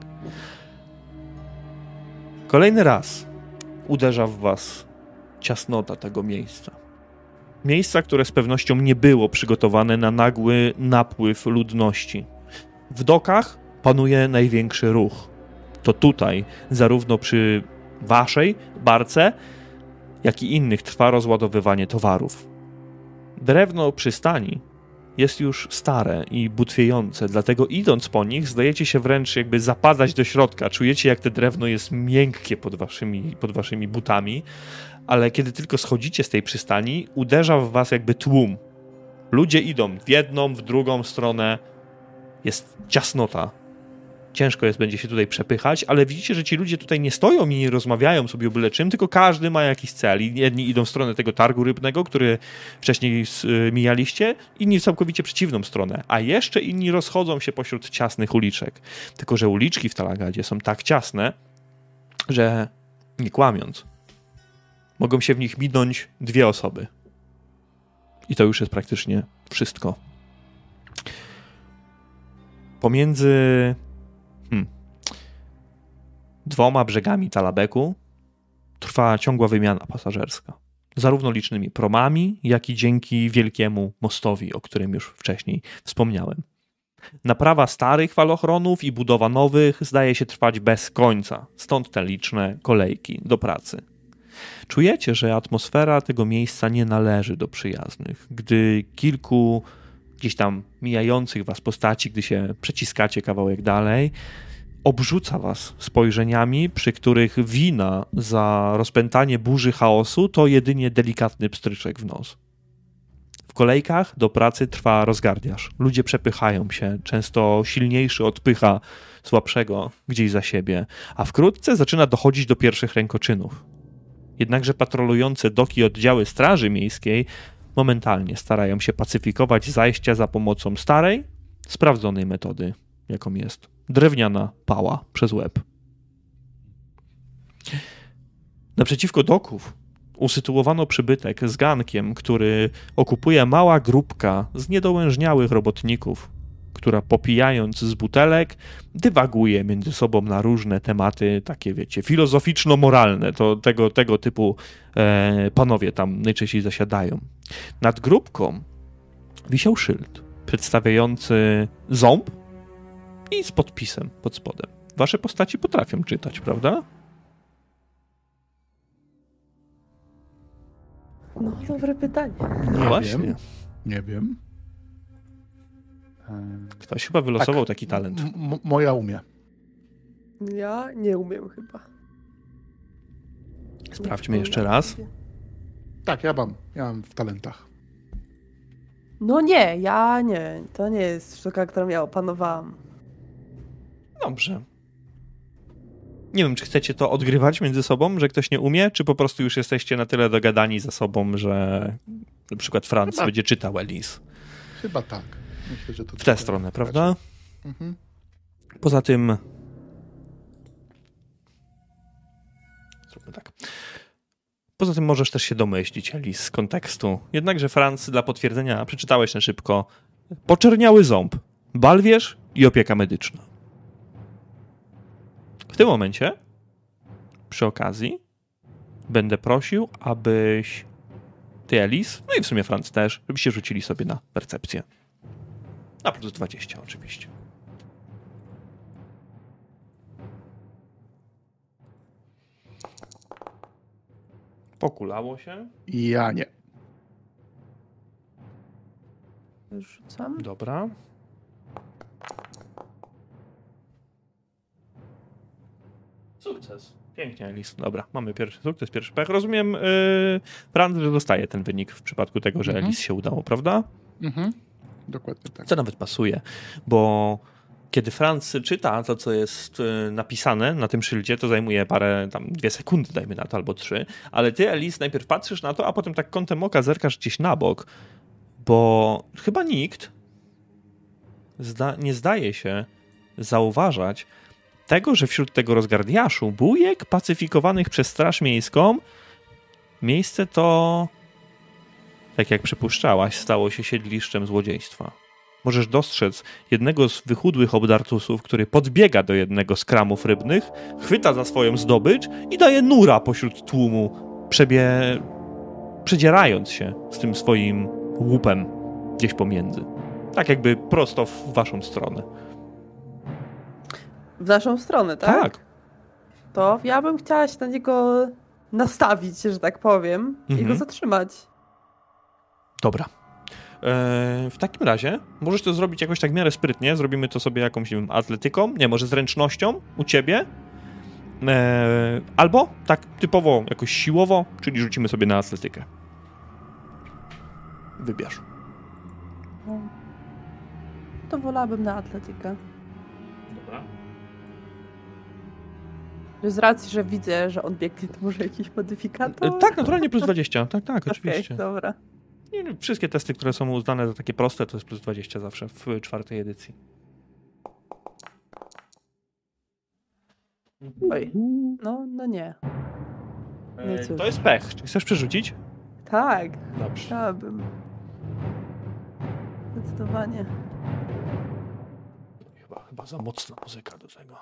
Kolejny raz uderza w was ciasnota tego miejsca. Miejsca, które z pewnością nie było przygotowane na nagły napływ ludności. W dokach panuje największy ruch. To tutaj, zarówno przy waszej barce, jak i innych, trwa rozładowywanie towarów. Drewno przystani jest już stare i butwiejące, dlatego idąc po nich zdajecie się wręcz jakby zapadać do środka. Czujecie, jak te drewno jest miękkie pod waszymi butami, ale kiedy tylko schodzicie z tej przystani, uderza w was jakby tłum. Ludzie idą w jedną, w drugą stronę. Jest ciasnota. Ciężko będzie się tutaj przepychać, ale widzicie, że ci ludzie tutaj nie stoją i nie rozmawiają sobie o byle czym, tylko każdy ma jakiś cel. Jedni idą w stronę tego targu rybnego, który wcześniej mijaliście, inni w całkowicie przeciwną stronę, a jeszcze inni rozchodzą się pośród ciasnych uliczek. Tylko że uliczki w Talagadzie są tak ciasne, że nie kłamiąc, mogą się w nich minąć 2 osoby. I to już jest praktycznie wszystko. Pomiędzy 2 brzegami Talabeku trwa ciągła wymiana pasażerska. Zarówno licznymi promami, jak i dzięki wielkiemu mostowi, o którym już wcześniej wspomniałem. Naprawa starych falochronów i budowa nowych zdaje się trwać bez końca, stąd te liczne kolejki do pracy. Czujecie, że atmosfera tego miejsca nie należy do przyjaznych, gdy kilku gdzieś tam mijających was postaci, gdy się przeciskacie kawałek dalej, obrzuca was spojrzeniami, przy których wina za rozpętanie burzy chaosu to jedynie delikatny pstryczek w nos. W kolejkach do pracy trwa rozgardiaż. Ludzie przepychają się, często silniejszy odpycha słabszego gdzieś za siebie, a wkrótce zaczyna dochodzić do pierwszych rękoczynów. Jednakże patrolujące doki oddziały Straży Miejskiej momentalnie starają się pacyfikować zajścia za pomocą starej, sprawdzonej metody, jaką jest drewniana pała przez łeb. Naprzeciwko doków usytuowano przybytek z gankiem, który okupuje mała grupka zniedołężniałych robotników, która popijając z butelek dywaguje między sobą na różne tematy, takie wiecie, filozoficzno-moralne. To tego typu panowie tam najczęściej zasiadają. Nad grupką wisiał szyld przedstawiający ząb i z podpisem pod spodem. Wasze postaci potrafią czytać, prawda? No, dobre pytanie. Nie wiem. Ktoś chyba wylosował taki talent. Moja umie. Ja nie umiem chyba. Sprawdźmy jeszcze raz. Tak, ja mam w talentach. No nie, ja nie. To nie jest sztuka, którą ja opanowałam. Dobrze. Nie wiem, czy chcecie to odgrywać między sobą, że ktoś nie umie, czy po prostu już jesteście na tyle dogadani ze sobą, że na przykład Franz będzie czytał Elis. Chyba tak. Myślę, że to w tę stronę, prawda? Mhm. Poza tym... Zróbmy tak. Poza tym możesz też się domyślić, Elis, z kontekstu. Jednakże, Franz, dla potwierdzenia, przeczytałeś na szybko: poczerniały ząb, balwierz i opieka medyczna. W tym momencie, przy okazji, będę prosił, abyś ty, Elis, no i w sumie Franz też, żebyście rzucili sobie na percepcję. Na plus 20 oczywiście. Pokulało się. Ja nie. Już rzucam. Dobra. Sukces. Pięknie, Elis. Dobra, mamy pierwszy sukces, pierwszy pech. Rozumiem, Franz, że dostaje ten wynik w przypadku tego, że Elis się udało, prawda? Mhm. Dokładnie tak. Co nawet pasuje, bo kiedy Franz czyta to, co jest napisane na tym szyldzie, to zajmuje parę, tam 2 sekundy, dajmy na to, albo 3, ale ty, Elis, najpierw patrzysz na to, a potem tak kątem oka zerkasz gdzieś na bok, bo chyba nikt nie zdaje się zauważać tego, że wśród tego rozgardiaszu bujek pacyfikowanych przez Straż Miejską miejsce to, tak jak przypuszczałaś, stało się siedliszczem złodziejstwa. Możesz dostrzec jednego z wychudłych obdartusów, który podbiega do jednego z kramów rybnych, chwyta za swoją zdobycz i daje nura pośród tłumu, przedzierając się z tym swoim łupem gdzieś pomiędzy. Tak jakby prosto w waszą stronę. W naszą stronę, tak? Tak. To ja bym chciała się na niego nastawić, że tak powiem, i go zatrzymać. Dobra. W takim razie możesz to zrobić jakoś tak w miarę sprytnie. Zrobimy to sobie jakąś, nie wiem, atletyką, nie, może zręcznością u ciebie. Albo tak typowo jakoś siłowo, czyli rzucimy sobie na atletykę. Wybierz. To wolałabym na atletykę. Dobra. Z racji, że widzę, że on biegnie, to może jakiś modyfikator? Tak, naturalnie plus 20. Tak, oczywiście. Okay, dobra. Nie, wszystkie testy, które są uznane za takie proste, to jest plus 20 zawsze w 4. edycji. Oj, no nie. To jest pech. Czy chcesz przerzucić? Tak. Dobrze. Chciałabym. Zdecydowanie. Chyba za mocna muzyka do tego.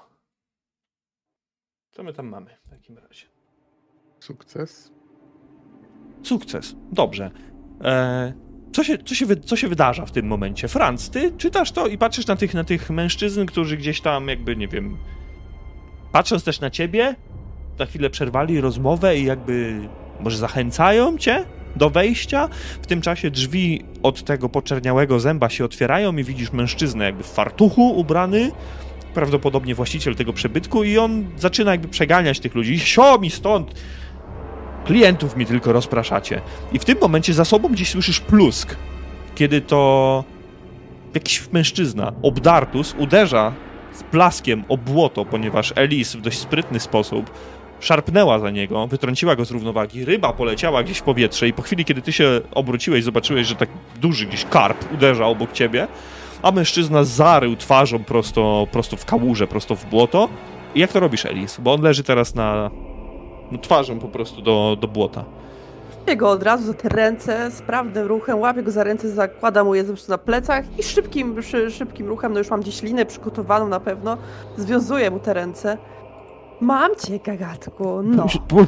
Co my tam mamy w takim razie? Sukces. Sukces. Dobrze. Co się wydarza w tym momencie? Franz, ty czytasz to i patrzysz na tych mężczyzn, którzy gdzieś tam jakby, nie wiem, patrząc też na ciebie, za chwilę przerwali rozmowę i jakby może zachęcają cię do wejścia. W tym czasie drzwi od tego poczerniałego zęba się otwierają i widzisz mężczyznę jakby w fartuchu ubrany, prawdopodobnie właściciel tego przybytku, i on zaczyna jakby przeganiać tych ludzi. Sio mi stąd! Klientów mi tylko rozpraszacie. I w tym momencie za sobą gdzieś słyszysz plusk, kiedy to jakiś mężczyzna, obdartus, uderza z blaskiem o błoto, ponieważ Elis w dość sprytny sposób szarpnęła za niego, wytrąciła go z równowagi, ryba poleciała gdzieś w powietrze i po chwili, kiedy ty się obróciłeś, zobaczyłeś, że tak duży gdzieś karp uderza obok ciebie, a mężczyzna zarył twarzą prosto w kałużę, prosto w błoto. I jak to robisz, Elis? Bo on leży teraz twarzą po prostu do błota. Łapię go od razu za te ręce, sprawnym ruchem, łapię go za ręce, zakładam mu je na plecach i szybkim ruchem, no już mam gdzieś linę przygotowaną na pewno, związuję mu te ręce. Mam cię, gagatku, no.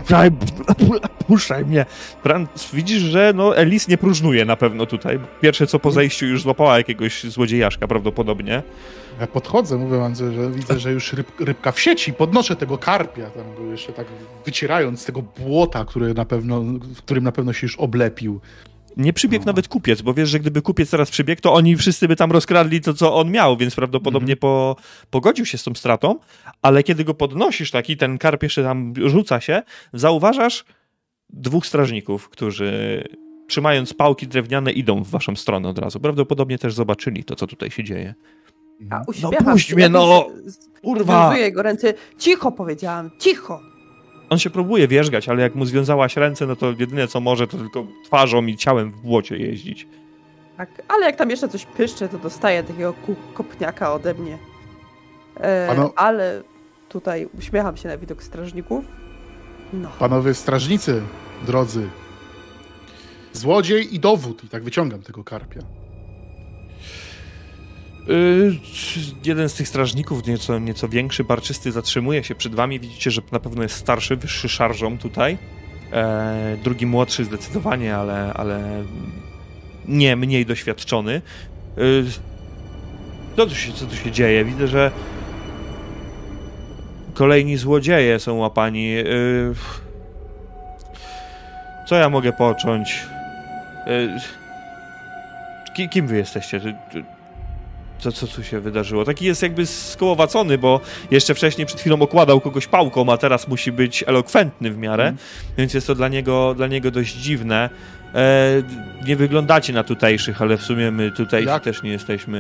Puszczaj mnie. Franz, widzisz, że Elis nie próżnuje na pewno tutaj. Pierwsze co po zejściu już złapała jakiegoś złodziejaszka prawdopodobnie. Ja podchodzę, mówię wam, że widzę, że już rybka w sieci, podnoszę tego karpia, tam go jeszcze tak wycierając z tego błota, którym na pewno się już oblepił. Nie przybiegł nawet kupiec, bo wiesz, że gdyby kupiec teraz przybiegł, to oni wszyscy by tam rozkradli to, co on miał, więc prawdopodobnie pogodził się z tą stratą, ale kiedy go podnosisz taki, ten karp jeszcze tam rzuca się, zauważasz 2 strażników, którzy trzymając pałki drewniane idą w waszą stronę od razu. Prawdopodobnie też zobaczyli to, co tutaj się dzieje. A uśmiecham puść się, mnie, kurwa! Związuję jego ręce. Cicho, powiedziałam, cicho! On się próbuje wierzgać, ale jak mu związałaś ręce, no to jedyne co może, to tylko twarzą i ciałem w błocie jeździć. Tak, ale jak tam jeszcze coś pyszczy, to dostaje takiego kopniaka ode mnie. Ale tutaj uśmiecham się na widok strażników. No. Panowie strażnicy, drodzy. Złodziej i dowód. I tak wyciągam tego karpia. Jeden z tych strażników, nieco większy, barczysty, zatrzymuje się przed wami. Widzicie, że na pewno jest starszy, wyższy szarżą tutaj. Drugi młodszy zdecydowanie, ale nie mniej doświadczony. Co tu się dzieje? Widzę, że kolejni złodzieje są łapani. Co ja mogę począć? Kim wy jesteście? Co tu się wydarzyło? Taki jest jakby skołowacony, bo jeszcze wcześniej przed chwilą okładał kogoś pałką, a teraz musi być elokwentny w miarę, więc jest to dla niego dość dziwne. Nie wyglądacie na tutejszych, ale w sumie my tutejsi też nie jesteśmy.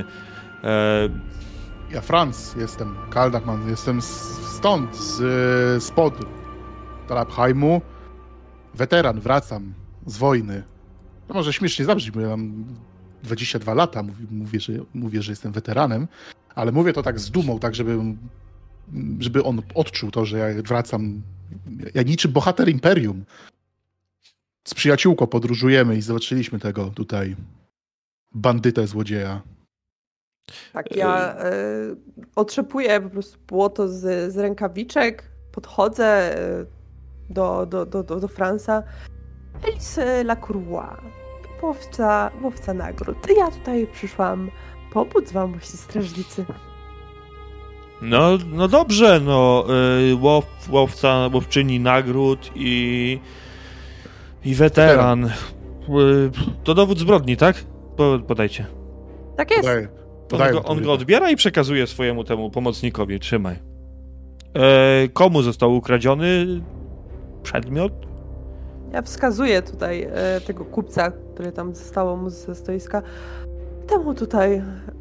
Ja Franz jestem, Kaldachman, jestem stąd, spod Talabheimu. Weteran, wracam z wojny. To może śmiesznie zabrzmi, bo ja mam 22 lata, mówię, że jestem weteranem, ale mówię to tak z dumą, tak żeby on odczuł to, że ja wracam, ja niczym bohater Imperium. Z przyjaciółką podróżujemy i zobaczyliśmy tego tutaj bandytę, złodzieja. Tak, ja otrzepuję po prostu błoto z rękawiczek, podchodzę do Franza. Elise Lacroix, łowca nagród. Ja tutaj przyszłam pomóc wam, właśnie strażnicy. No dobrze, łowczyni nagród i weteran. To dowód zbrodni, tak? Podajcie. Tak jest. On go odbiera i przekazuje swojemu temu pomocnikowi. Trzymaj. Komu został ukradziony przedmiot? Ja wskazuję tutaj tego kupca, który tam zostało mu ze stoiska. Temu tutaj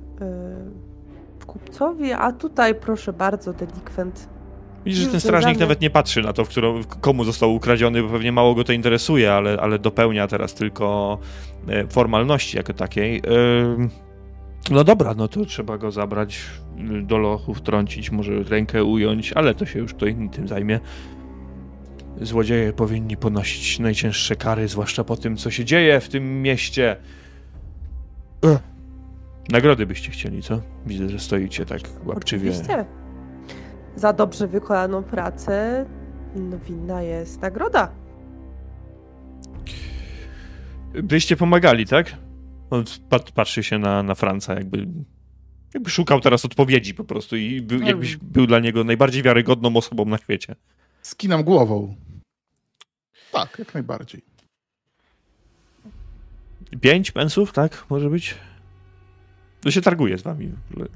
kupcowi, a tutaj proszę bardzo, delikwent. Widzisz, że ten strażnik nawet nie patrzy na to, komu został ukradziony, bo pewnie mało go to interesuje, ale dopełnia teraz tylko formalności jako takiej. No dobra, no to trzeba go zabrać do lochu, wtrącić, może rękę ująć, ale to się już kto inny tym zajmie. Złodzieje powinni ponosić najcięższe kary, zwłaszcza po tym, co się dzieje w tym mieście. Nagrody byście chcieli, co? Widzę, że stoicie tak łapczywie. Oczywiście. Za dobrze wykonaną pracę winna jest nagroda. Byście pomagali, tak? On patrzy się na Franza, jakby szukał teraz odpowiedzi po prostu i jakbyś był dla niego najbardziej wiarygodną osobą na świecie. Skinam głową. Tak, jak najbardziej. 5 pensów, tak? Może być? To się targuje z wami.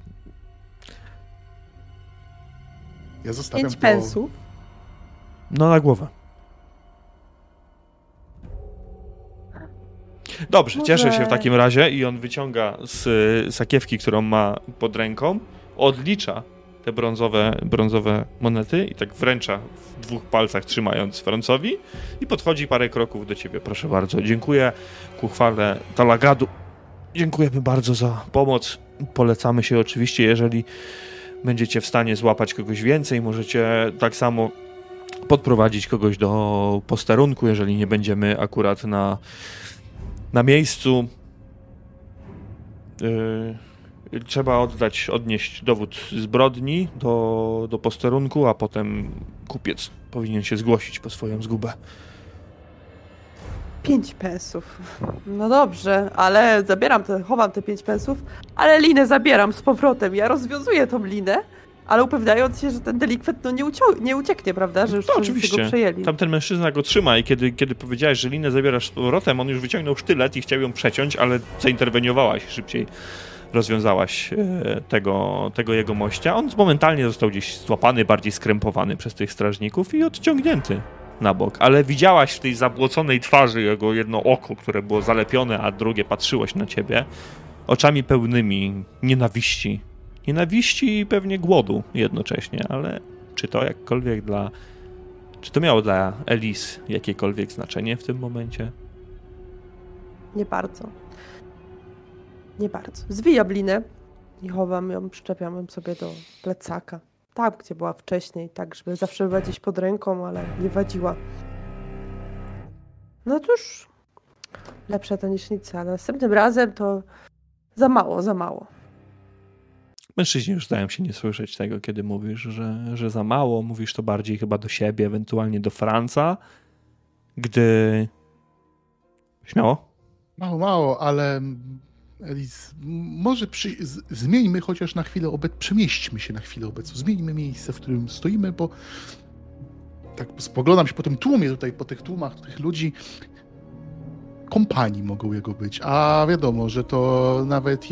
Ja zostawiam 5 pensów? No, na głowę. Dobrze, cieszę się w takim razie i on wyciąga z sakiewki, którą ma pod ręką, odlicza te brązowe monety i tak wręcza w 2 palcach, trzymając Francowi i podchodzi parę kroków do ciebie. Proszę bardzo, dziękuję ku chwale Talagadu. Dziękujemy bardzo za pomoc. Polecamy się oczywiście, jeżeli będziecie w stanie złapać kogoś więcej, możecie tak samo podprowadzić kogoś do posterunku, jeżeli nie będziemy akurat na miejscu. Trzeba odnieść dowód zbrodni do posterunku, a potem kupiec powinien się zgłosić po swoją zgubę. 5 pensów. No dobrze, ale chowam te 5 pensów, ale linę zabieram z powrotem. Ja rozwiązuję tą linę, ale upewniając się, że ten delikwent nie ucieknie, prawda? Że już to oczywiście go przejęli. Tamten mężczyzna go trzyma i kiedy powiedziałeś, że linę zabierasz z powrotem, on już wyciągnął sztylet i chciał ją przeciąć, ale zainterweniowałaś szybciej. Rozwiązałaś tego jego mościa. On momentalnie został gdzieś złapany, bardziej skrępowany przez tych strażników i odciągnięty na bok. Ale widziałaś w tej zabłoconej twarzy jego jedno oko, które było zalepione, a drugie patrzyło się na ciebie oczami pełnymi nienawiści. Nienawiści i pewnie głodu jednocześnie, ale czy to miało dla Elise jakiekolwiek znaczenie w tym momencie? Nie bardzo. Nie bardzo. Zwija blinę i chowam ją, przyczepiam ją sobie do plecaka. Tam, gdzie była wcześniej, tak, żeby zawsze była gdzieś pod ręką, ale nie wadziła. No cóż, lepsze to niż nic, ale następnym razem to za mało. Mężczyźni już zdają się nie słyszeć tego, kiedy mówisz, że za mało. Mówisz to bardziej chyba do siebie, ewentualnie do Franca, gdy... Śmiało? Mało, ale Elis, może zmieńmy chociaż na chwilę przemieśćmy się na chwilę obecną. Zmieńmy miejsce, w którym stoimy, bo tak spoglądam się po tym tłumie tutaj, po tych tłumach, tych ludzi. Kompanii mogą jego być, a wiadomo, że to nawet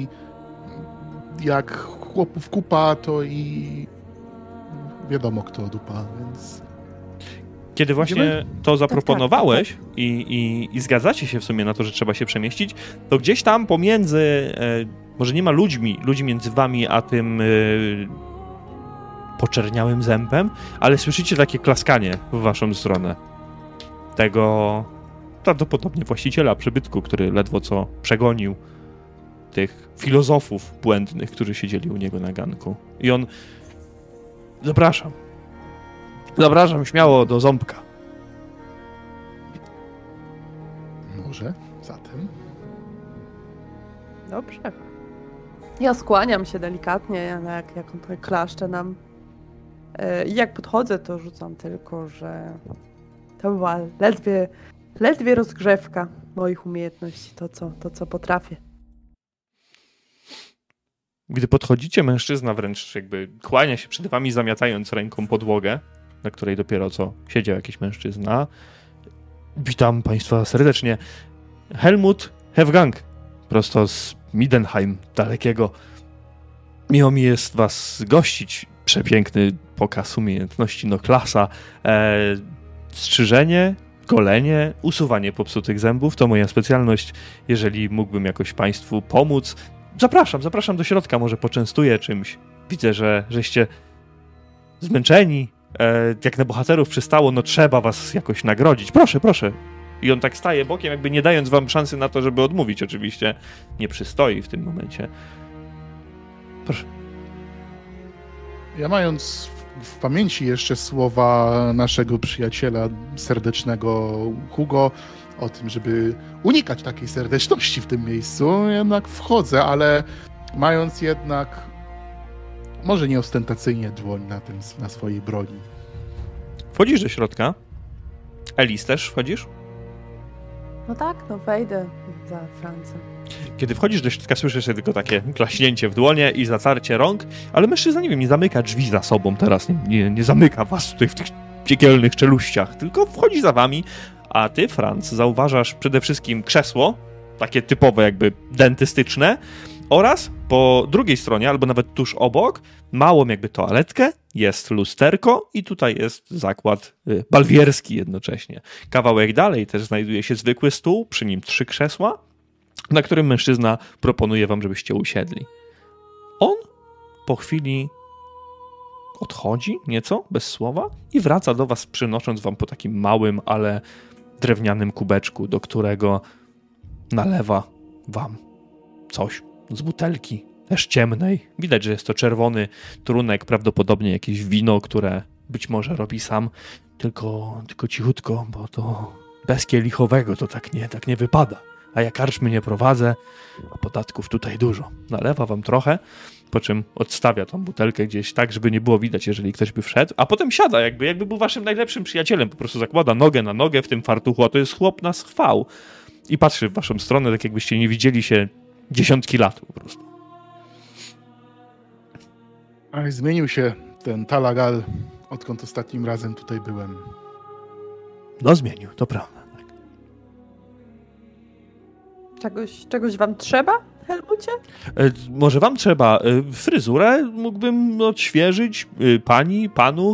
jak chłopów kupa, to i wiadomo kto dupa, więc... Kiedy właśnie to zaproponowałeś i zgadzacie się w sumie na to, że trzeba się przemieścić, to gdzieś tam pomiędzy, może nie ma ludzi między wami a tym poczerniałym zębem, ale słyszycie takie klaskanie w waszą stronę. Tego prawdopodobnie właściciela przybytku, który ledwo co przegonił tych filozofów błędnych, którzy siedzieli u niego na ganku. I on... Zapraszam śmiało do ząbka. Może zatem. Dobrze. Ja skłaniam się delikatnie, ale jak on tutaj klaszcze nam. I jak podchodzę, to rzucam tylko, że to była ledwie rozgrzewka moich umiejętności, to co potrafię. Gdy podchodzicie, mężczyzna wręcz jakby kłania się przed wami, zamiatając ręką podłogę, na której dopiero co siedział jakiś mężczyzna. Witam państwa serdecznie. Helmut Hefgang, prosto z Midenheim, dalekiego. Miło mi jest was gościć. Przepiękny pokaz umiejętności Noklasa. Strzyżenie, golenie, usuwanie popsutych zębów to moja specjalność. Jeżeli mógłbym jakoś państwu pomóc, zapraszam do środka, może poczęstuję czymś. Widzę, żeście zmęczeni. Jak na bohaterów przystało, no trzeba was jakoś nagrodzić. Proszę. I on tak staje bokiem, jakby nie dając wam szansy na to, żeby odmówić. Oczywiście nie przystoi w tym momencie. Proszę. Ja mając w pamięci jeszcze słowa naszego przyjaciela serdecznego Hugo o tym, żeby unikać takiej serdeczności w tym miejscu, jednak wchodzę, ale mając jednak może nie ostentacyjnie dłoń na swojej broni. Wchodzisz do środka. Elis, też wchodzisz? No tak, wejdę za Francem. Kiedy wchodzisz do środka, słyszysz tylko takie klaśnięcie w dłonie i zatarcie rąk, ale mężczyzna, nie zamyka drzwi za sobą teraz, nie zamyka was tutaj w tych piekielnych czeluściach, tylko wchodzi za wami, a ty, Franz, zauważasz przede wszystkim krzesło, takie typowe jakby dentystyczne, oraz po drugiej stronie, albo nawet tuż obok, małą jakby toaletkę, jest lusterko i tutaj jest zakład balwierski jednocześnie. Kawałek dalej też znajduje się zwykły stół, przy nim 3 krzesła, na którym mężczyzna proponuje wam, żebyście usiedli. On po chwili odchodzi nieco, bez słowa, i wraca do was, przynosząc wam po takim małym, ale drewnianym kubeczku, do którego nalewa wam coś z butelki, też ciemnej. Widać, że jest to czerwony trunek, prawdopodobnie jakieś wino, które być może robi sam, tylko cichutko, bo to bez kielichowego to tak nie wypada. A ja karczmy nie prowadzę, a podatków tutaj dużo. Nalewa wam trochę, po czym odstawia tą butelkę gdzieś tak, żeby nie było widać, jeżeli ktoś by wszedł, a potem siada, jakby był waszym najlepszym przyjacielem. Po prostu zakłada nogę na nogę w tym fartuchu, a to jest chłop na schwał. I patrzy w waszą stronę, tak jakbyście nie widzieli się dziesiątki lat po prostu. Ach, zmienił się ten Talagal, odkąd ostatnim razem tutaj byłem. No zmienił, to prawda. Czegoś wam trzeba, Helmucie? Może wam trzeba fryzurę, mógłbym odświeżyć, panu,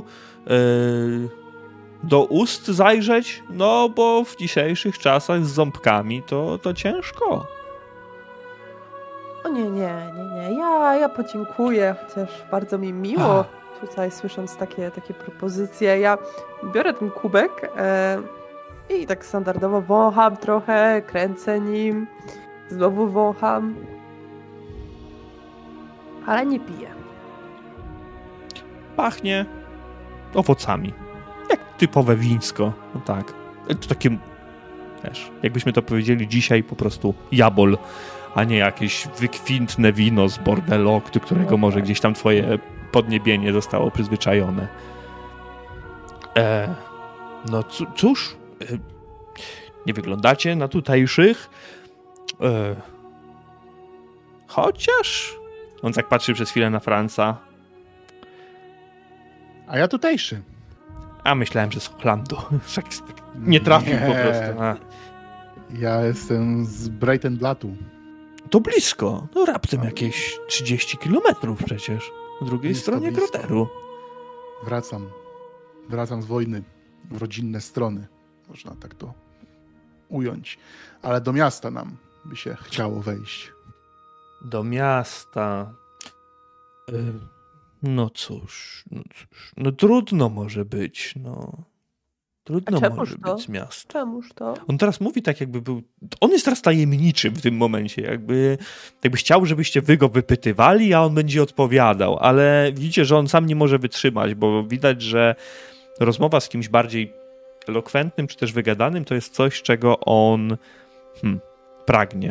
do ust zajrzeć, no bo w dzisiejszych czasach z ząbkami to ciężko. O nie. Ja podziękuję, chociaż bardzo mi miło tutaj słysząc takie propozycje. Ja biorę ten kubek i tak standardowo wącham trochę, kręcę nim, znowu wącham Ale nie piję. Pachnie owocami. Jak typowe wińsko. No tak. To takie, wiesz, jakbyśmy to powiedzieli dzisiaj, po prostu jabol, a nie jakieś wykwintne wino z bordelu, do którego może gdzieś tam twoje podniebienie zostało przyzwyczajone. No cóż, nie wyglądacie na tutejszych. Chociaż... On tak patrzy przez chwilę na Franca. A ja tutejszy. A myślałem, że z Holandu. Nie trafił po prostu. Ja jestem z Breitenblatu. To blisko. No raptem jakieś 30 kilometrów przecież. Po drugiej stronie Groteru. Wracam z wojny. W rodzinne strony. Można tak to ująć. Ale do miasta nam by się chciało wejść. Do miasta. No cóż. No trudno może być, no. Trudno może być z miasta. Czemuż to? On teraz mówi tak, jakby był... On jest teraz tajemniczy w tym momencie. Jakby chciał, żebyście wy go wypytywali, a on będzie odpowiadał. Ale widzicie, że on sam nie może wytrzymać, bo widać, że rozmowa z kimś bardziej elokwentnym, czy też wygadanym, to jest coś, czego on pragnie.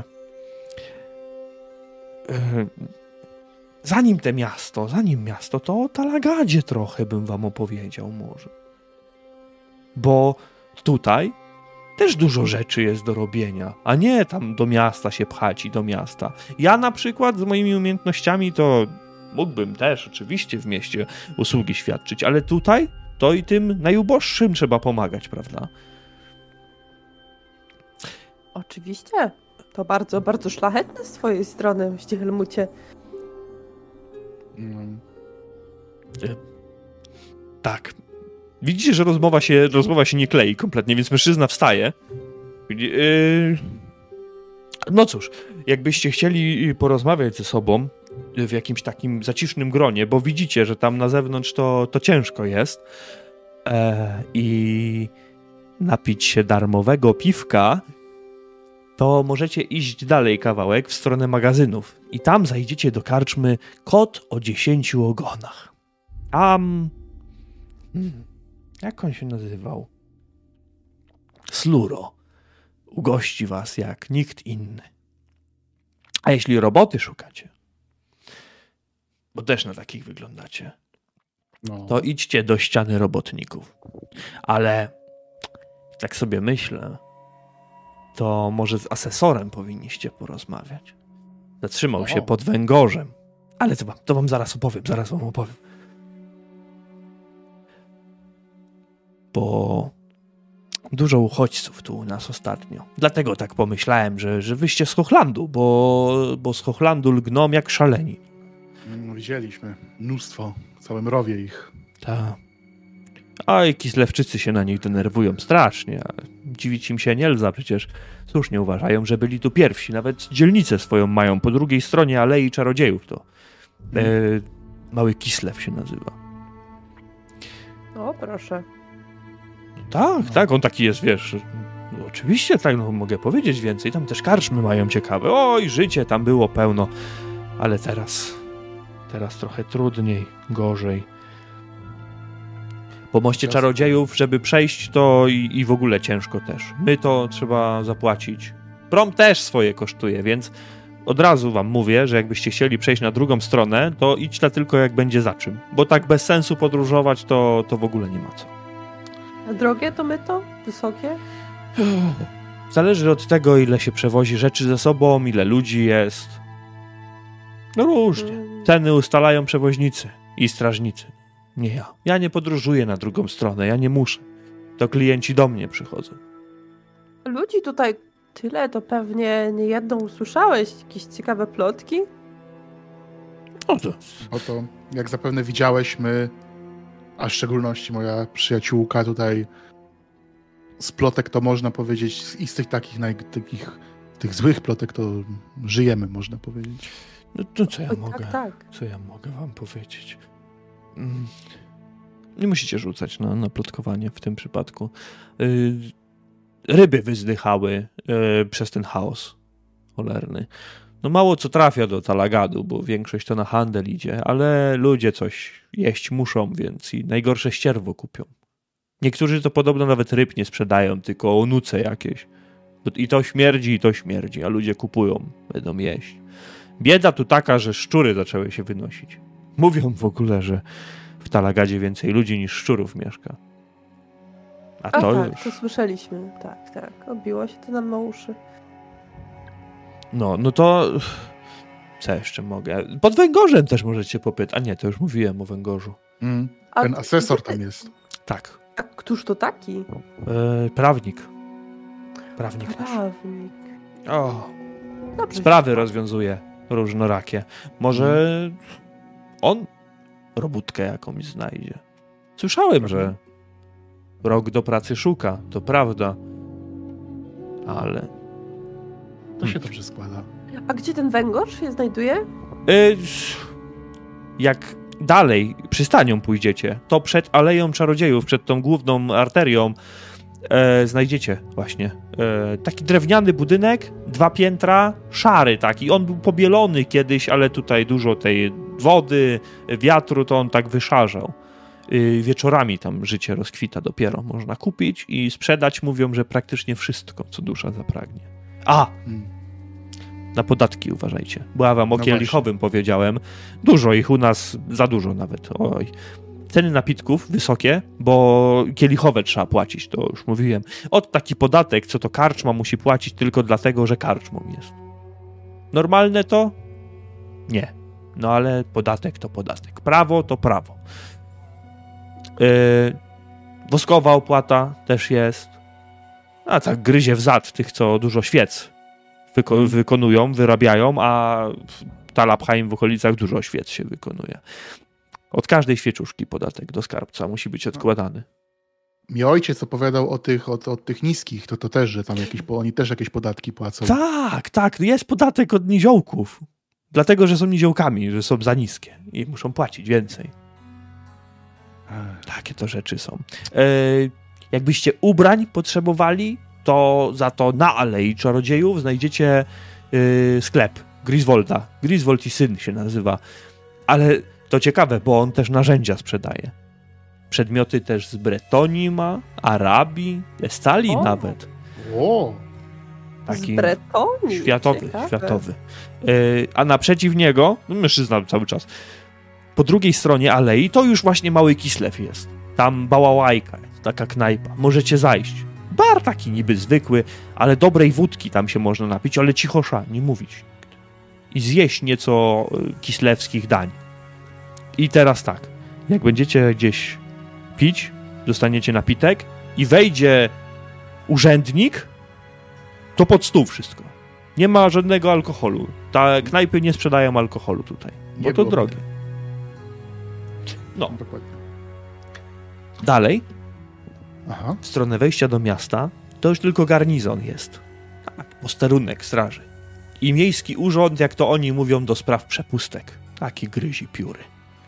Zanim miasto, to o Talagadzie trochę bym wam opowiedział może. Bo tutaj też dużo rzeczy jest do robienia, a nie tam do miasta się pchać i do miasta. Ja na przykład z moimi umiejętnościami to mógłbym też oczywiście w mieście usługi świadczyć, ale tutaj to i tym najuboższym trzeba pomagać, prawda? Oczywiście. To bardzo, bardzo szlachetne z twojej strony, Helmucie. Tak. Widzicie, że rozmowa się nie klei kompletnie, więc mężczyzna wstaje. No cóż, jakbyście chcieli porozmawiać ze sobą w jakimś takim zacisznym gronie, bo widzicie, że tam na zewnątrz to ciężko jest i napić się darmowego piwka, to możecie iść dalej kawałek w stronę magazynów i tam zajdziecie do karczmy Kot o 10 ogonach. Jak on się nazywał? Sluro. Ugości was jak nikt inny. A jeśli roboty szukacie, bo też na takich wyglądacie, to idźcie do ściany robotników. Ale tak sobie myślę, to może z asesorem powinniście porozmawiać. Zatrzymał się pod węgorzem. Ale to wam zaraz opowiem. Bo dużo uchodźców tu u nas ostatnio. Dlatego tak pomyślałem, że wyście z Hochlandu, bo z Hochlandu lgną jak szaleni. Widzieliśmy mnóstwo, w całym rowie ich. Tak. A i Kislewczycy się na nich denerwują strasznie. Dziwić im się nie lza, przecież słusznie uważają, że byli tu pierwsi. Nawet dzielnicę swoją mają po drugiej stronie Alei Czarodziejów. To Mały Kislew się nazywa. O, proszę. Tak, on taki jest, wiesz. No, oczywiście, tak, mogę powiedzieć więcej. Tam też karczmy mają ciekawe. Oj, życie tam było pełno. Ale teraz trochę trudniej, gorzej. Po moście Czarodziejów, żeby przejść, to i w ogóle ciężko też. My to trzeba zapłacić. Prom też swoje kosztuje, więc od razu wam mówię, że jakbyście chcieli przejść na drugą stronę, to idźcie tylko jak będzie za czym. Bo tak bez sensu podróżować, to w ogóle nie ma co. A drogie to myto? Wysokie? Zależy od tego, ile się przewozi rzeczy ze sobą, ile ludzi jest. No różnie. Ceny ustalają przewoźnicy i strażnicy. Nie ja. Ja nie podróżuję na drugą stronę, ja nie muszę. To klienci do mnie przychodzą. Ludzi tutaj tyle, to pewnie niejedną usłyszałeś. Jakieś ciekawe plotki? Oto, jak zapewne widziałeś, my, a w szczególności moja przyjaciółka tutaj z plotek to można powiedzieć i z tych takich tych złych plotek to żyjemy, można powiedzieć. No to co ja mogę? Tak. Co ja mogę wam powiedzieć? Nie musicie rzucać na plotkowanie w tym przypadku. Ryby wyzdychały przez ten chaos cholerny. No mało co trafia do Talagadu, bo większość to na handel idzie, ale ludzie coś jeść muszą, więc i najgorsze ścierwo kupią. Niektórzy to podobno nawet ryb nie sprzedają, tylko onuce jakieś. I to śmierdzi, a ludzie kupują, będą jeść. Bieda tu taka, że szczury zaczęły się wynosić. Mówią w ogóle, że w Talagadzie więcej ludzi niż szczurów mieszka. A to tak, już... to słyszeliśmy. Tak. Obiło się to nam na uszy. No to... Co jeszcze mogę? Pod Węgorzem też możecie popytać. A nie, to już mówiłem o Węgorzu. Ten asesor tam jest. Tak. A któż to taki? Prawnik. Prawnik też. Prawnik. O, Dobrze. sprawy rozwiązuje różnorakie. Może on robótkę jakąś znajdzie. Słyszałem, że rok do pracy szuka, to prawda. Ale... To się dobrze składa. A gdzie ten węgorz się znajduje? Jak dalej przystanią pójdziecie, to przed Aleją Czarodziejów, przed tą główną arterią znajdziecie właśnie taki drewniany budynek, 2 piętra, szary taki. On był pobielony kiedyś, ale tutaj dużo tej wody, wiatru, to on tak wyszarzał. Wieczorami tam życie rozkwita dopiero. Można kupić i sprzedać. Mówią, że praktycznie wszystko, co dusza zapragnie. Na podatki uważajcie. Była wam o kielichowym powiedziałem. Dużo ich u nas, za dużo nawet. Oj. Ceny napitków wysokie, bo kielichowe trzeba płacić, to już mówiłem. Taki podatek, co to karczma musi płacić tylko dlatego, że karczmą jest. Normalne to? Nie. No ale podatek to podatek. Prawo to prawo. Woskowa opłata też jest. A tak gryzie w zad tych, co dużo świec wykonują, wyrabiają, a w Talabheim w okolicach dużo świec się wykonuje. Od każdej świeczuszki podatek do skarbca musi być odkładany. Mi ojciec opowiadał o tych niskich, to też, że tam oni też jakieś podatki płacą. Tak, jest podatek od niziołków. Dlatego, że są niziołkami, że są za niskie i muszą płacić więcej. Takie to rzeczy są. Jakbyście ubrań potrzebowali, to za to na Alei Czarodziejów znajdziecie sklep Griswolda. Griswold i syn się nazywa. Ale to ciekawe, bo on też narzędzia sprzedaje. Przedmioty też z Bretonii ma, Arabii, Estalii nawet. Taki z Bretonii? Światowy. A naprzeciw niego, mężczyzna cały czas, po drugiej stronie alei to już właśnie Mały Kislew jest. Tam Bałałajka jest, taka knajpa. Możecie zajść. Bar taki niby zwykły, ale dobrej wódki tam się można napić, ale cichosza, nie mówić. I zjeść nieco kislewskich dań. I teraz tak, jak będziecie gdzieś pić, dostaniecie napitek i wejdzie urzędnik, to pod stół wszystko. Nie ma żadnego alkoholu. Knajpy nie sprzedają alkoholu tutaj, bo to drogie. No. Dokładnie. Dalej, w stronę wejścia do miasta, to już tylko garnizon jest. Posterunek straży. I miejski urząd, jak to oni mówią, do spraw przepustek. Taki gryzi pióry.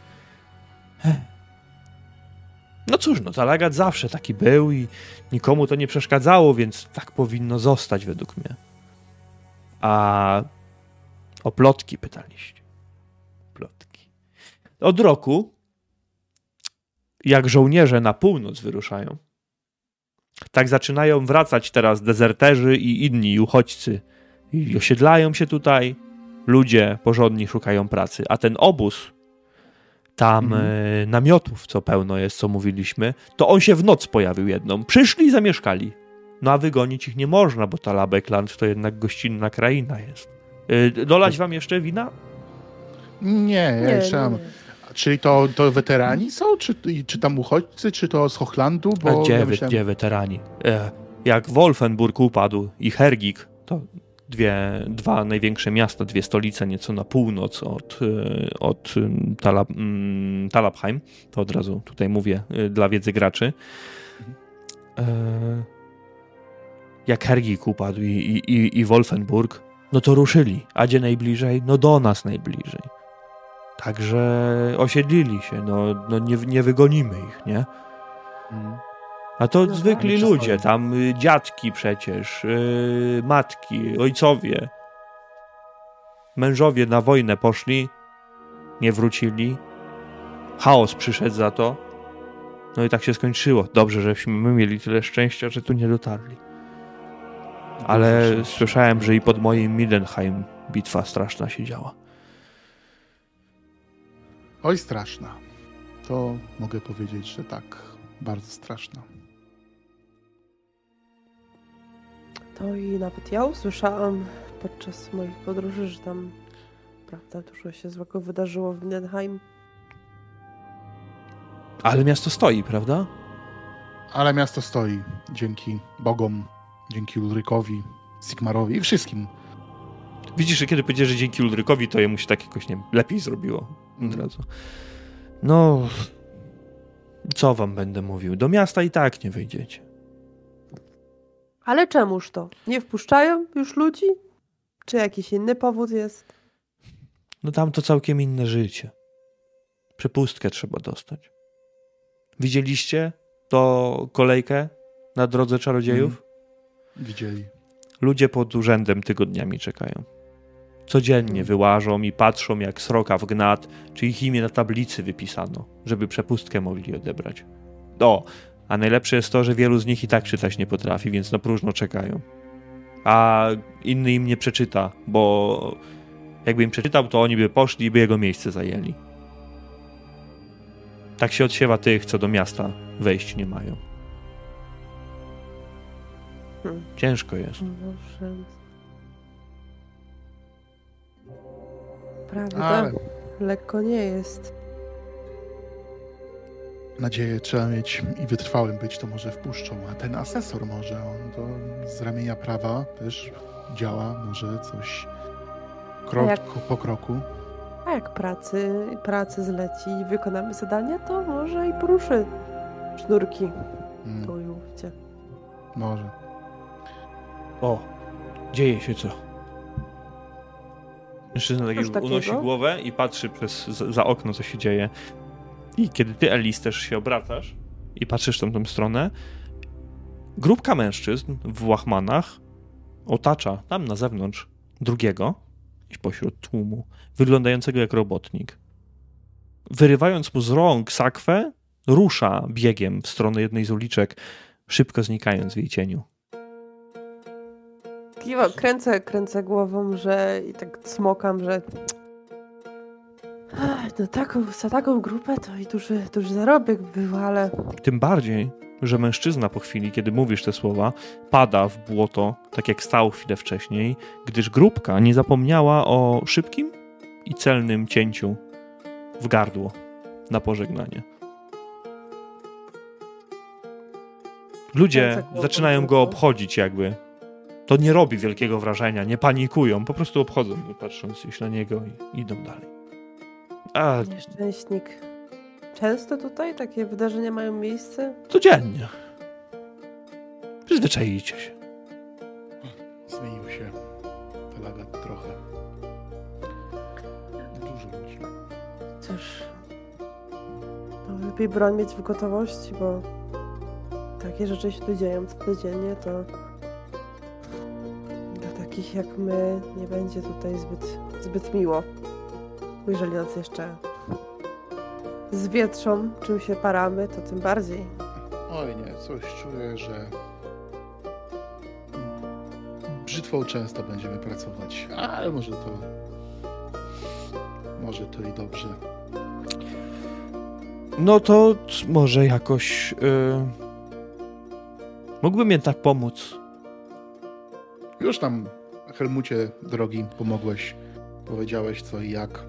No cóż, Talagad zawsze taki był i nikomu to nie przeszkadzało, więc tak powinno zostać według mnie. A o plotki pytaliście. Plotki. Od roku, jak żołnierze na północ wyruszają, tak zaczynają wracać teraz dezerterzy i inni uchodźcy. I osiedlają się tutaj, ludzie porządni szukają pracy. A ten obóz, tam namiotów, co pełno jest, co mówiliśmy, to on się w noc pojawił jedną. Przyszli i zamieszkali. No a wygonić ich nie można, bo Talabekland to jednak gościnna kraina jest. Dolać wam jeszcze wina? Nie, jeszcze mam. Czyli to weterani są? Czy tam uchodźcy? Czy to z Hochlandu? Bo Gdzie weterani? Jak Wolfenburg upadł i Hergik, to dwa największe miasta, 2 stolice nieco na północ od Talabheim. To od razu tutaj mówię dla wiedzy graczy. Jak Hergik upadł i Wolfenburg, no to ruszyli. A gdzie najbliżej? No do nas najbliżej. Także osiedlili się. No nie wygonimy ich, nie? A to zwykli ludzie, tam dziadki przecież, matki, ojcowie. Mężowie na wojnę poszli, nie wrócili. Chaos przyszedł za to. No i tak się skończyło. Dobrze, żeśmy my mieli tyle szczęścia, że tu nie dotarli. Ale słyszałem, że i pod moim Midenheim bitwa straszna się działa. Oj, straszna. To mogę powiedzieć, że tak, bardzo straszna. To i nawet ja usłyszałam podczas moich podróży, że tam, prawda, dużo się złego wydarzyło w Midenheim. Ale miasto stoi, prawda? Ale miasto stoi dzięki bogom, dzięki Ulrykowi, Sigmarowi i wszystkim. Widzisz, że kiedy powiedziesz, że dzięki Ulrykowi, to jemu się tak jakoś, nie wiem, lepiej zrobiło od razu. No, co wam będę mówił? Do miasta i tak nie wyjdziecie. Ale czemuż to? Nie wpuszczają już ludzi? Czy jakiś inny powód jest? No tam to całkiem inne życie. Przepustkę trzeba dostać. Widzieliście to kolejkę na drodze czarodziejów? Widzieli. Ludzie pod urzędem tygodniami czekają. Codziennie wyłażą i patrzą jak sroka w gnat, czy ich imię na tablicy wypisano, żeby przepustkę mogli odebrać. A najlepsze jest to, że wielu z nich i tak czytać nie potrafi, więc na próżno czekają. A inny im nie przeczyta, bo jakby im przeczytał, to oni by poszli i by jego miejsce zajęli. Tak się odsiewa tych, co do miasta wejść nie mają. Ciężko jest. Może... Prawda? Ale Lekko nie jest. nadzieję trzeba mieć i wytrwałym być, to może wpuszczą. A ten asesor może, on to z ramienia prawa też działa, może coś krok po kroku. A jak pracy zleci i wykonamy zadania, to może i poruszy sznurki. Tu i ówdzie. Może. Dzieje się co? Mężczyzna takiego unosi głowę i patrzy za okno, co się dzieje. I kiedy ty, Elis, też się obracasz i patrzysz w tamtą stronę, grupka mężczyzn w łachmanach otacza tam na zewnątrz drugiego, gdzieś pośród tłumu, wyglądającego jak robotnik. Wyrywając mu z rąk sakwę, rusza biegiem w stronę jednej z uliczek, szybko znikając w jej cieniu. Kręcę głową, że i tak smokam, że no za taką grupę to i duży zarobek był, ale... Tym bardziej, że mężczyzna po chwili, kiedy mówisz te słowa, pada w błoto, tak jak stał chwilę wcześniej, gdyż grupka nie zapomniała o szybkim i celnym cięciu w gardło na pożegnanie. Ludzie zaczynają go obchodzić jakby. To nie robi wielkiego wrażenia, nie panikują, po prostu obchodzą go, patrząc się na niego i idą dalej. Nieszczęśnik. Często tutaj takie wydarzenia mają miejsce? Codziennie. Przyzwyczajcie się. Zmienił się Talagat trochę. Dużo ludzi. Cóż, no lepiej broń mieć w gotowości, bo takie rzeczy się tu dzieją codziennie, to dla takich jak my nie będzie tutaj zbyt miło. Jeżeli nas jeszcze zwietrzą, czym się paramy, to tym bardziej. Oj nie, coś czuję, że brzytwą często będziemy pracować, ale może to i dobrze. No to może jakoś mógłbym jednak pomóc. Już tam, Helmucie drogi, pomogłeś, powiedziałeś co i jak.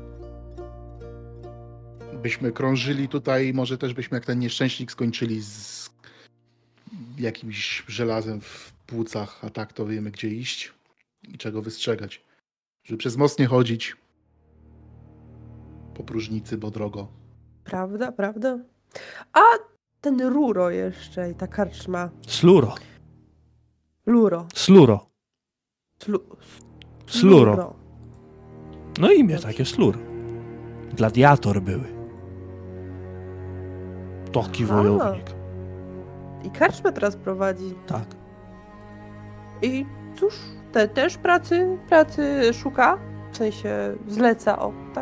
Byśmy krążyli tutaj, może też byśmy jak ten nieszczęśnik skończyli z jakimś żelazem w płucach, a tak to wiemy gdzie iść i czego wystrzegać. Żeby przez most nie chodzić po próżnicy, bo drogo. Prawda, prawda. A ten Ruro jeszcze i ta karczma. Sluro. Luro. Sluro. Sluro. Luro. No imię takie Slur. Gladiator były. Taki wojownik. I karczmę teraz prowadzi. Tak. I cóż, też pracy szuka? sensie zleca, o, tak?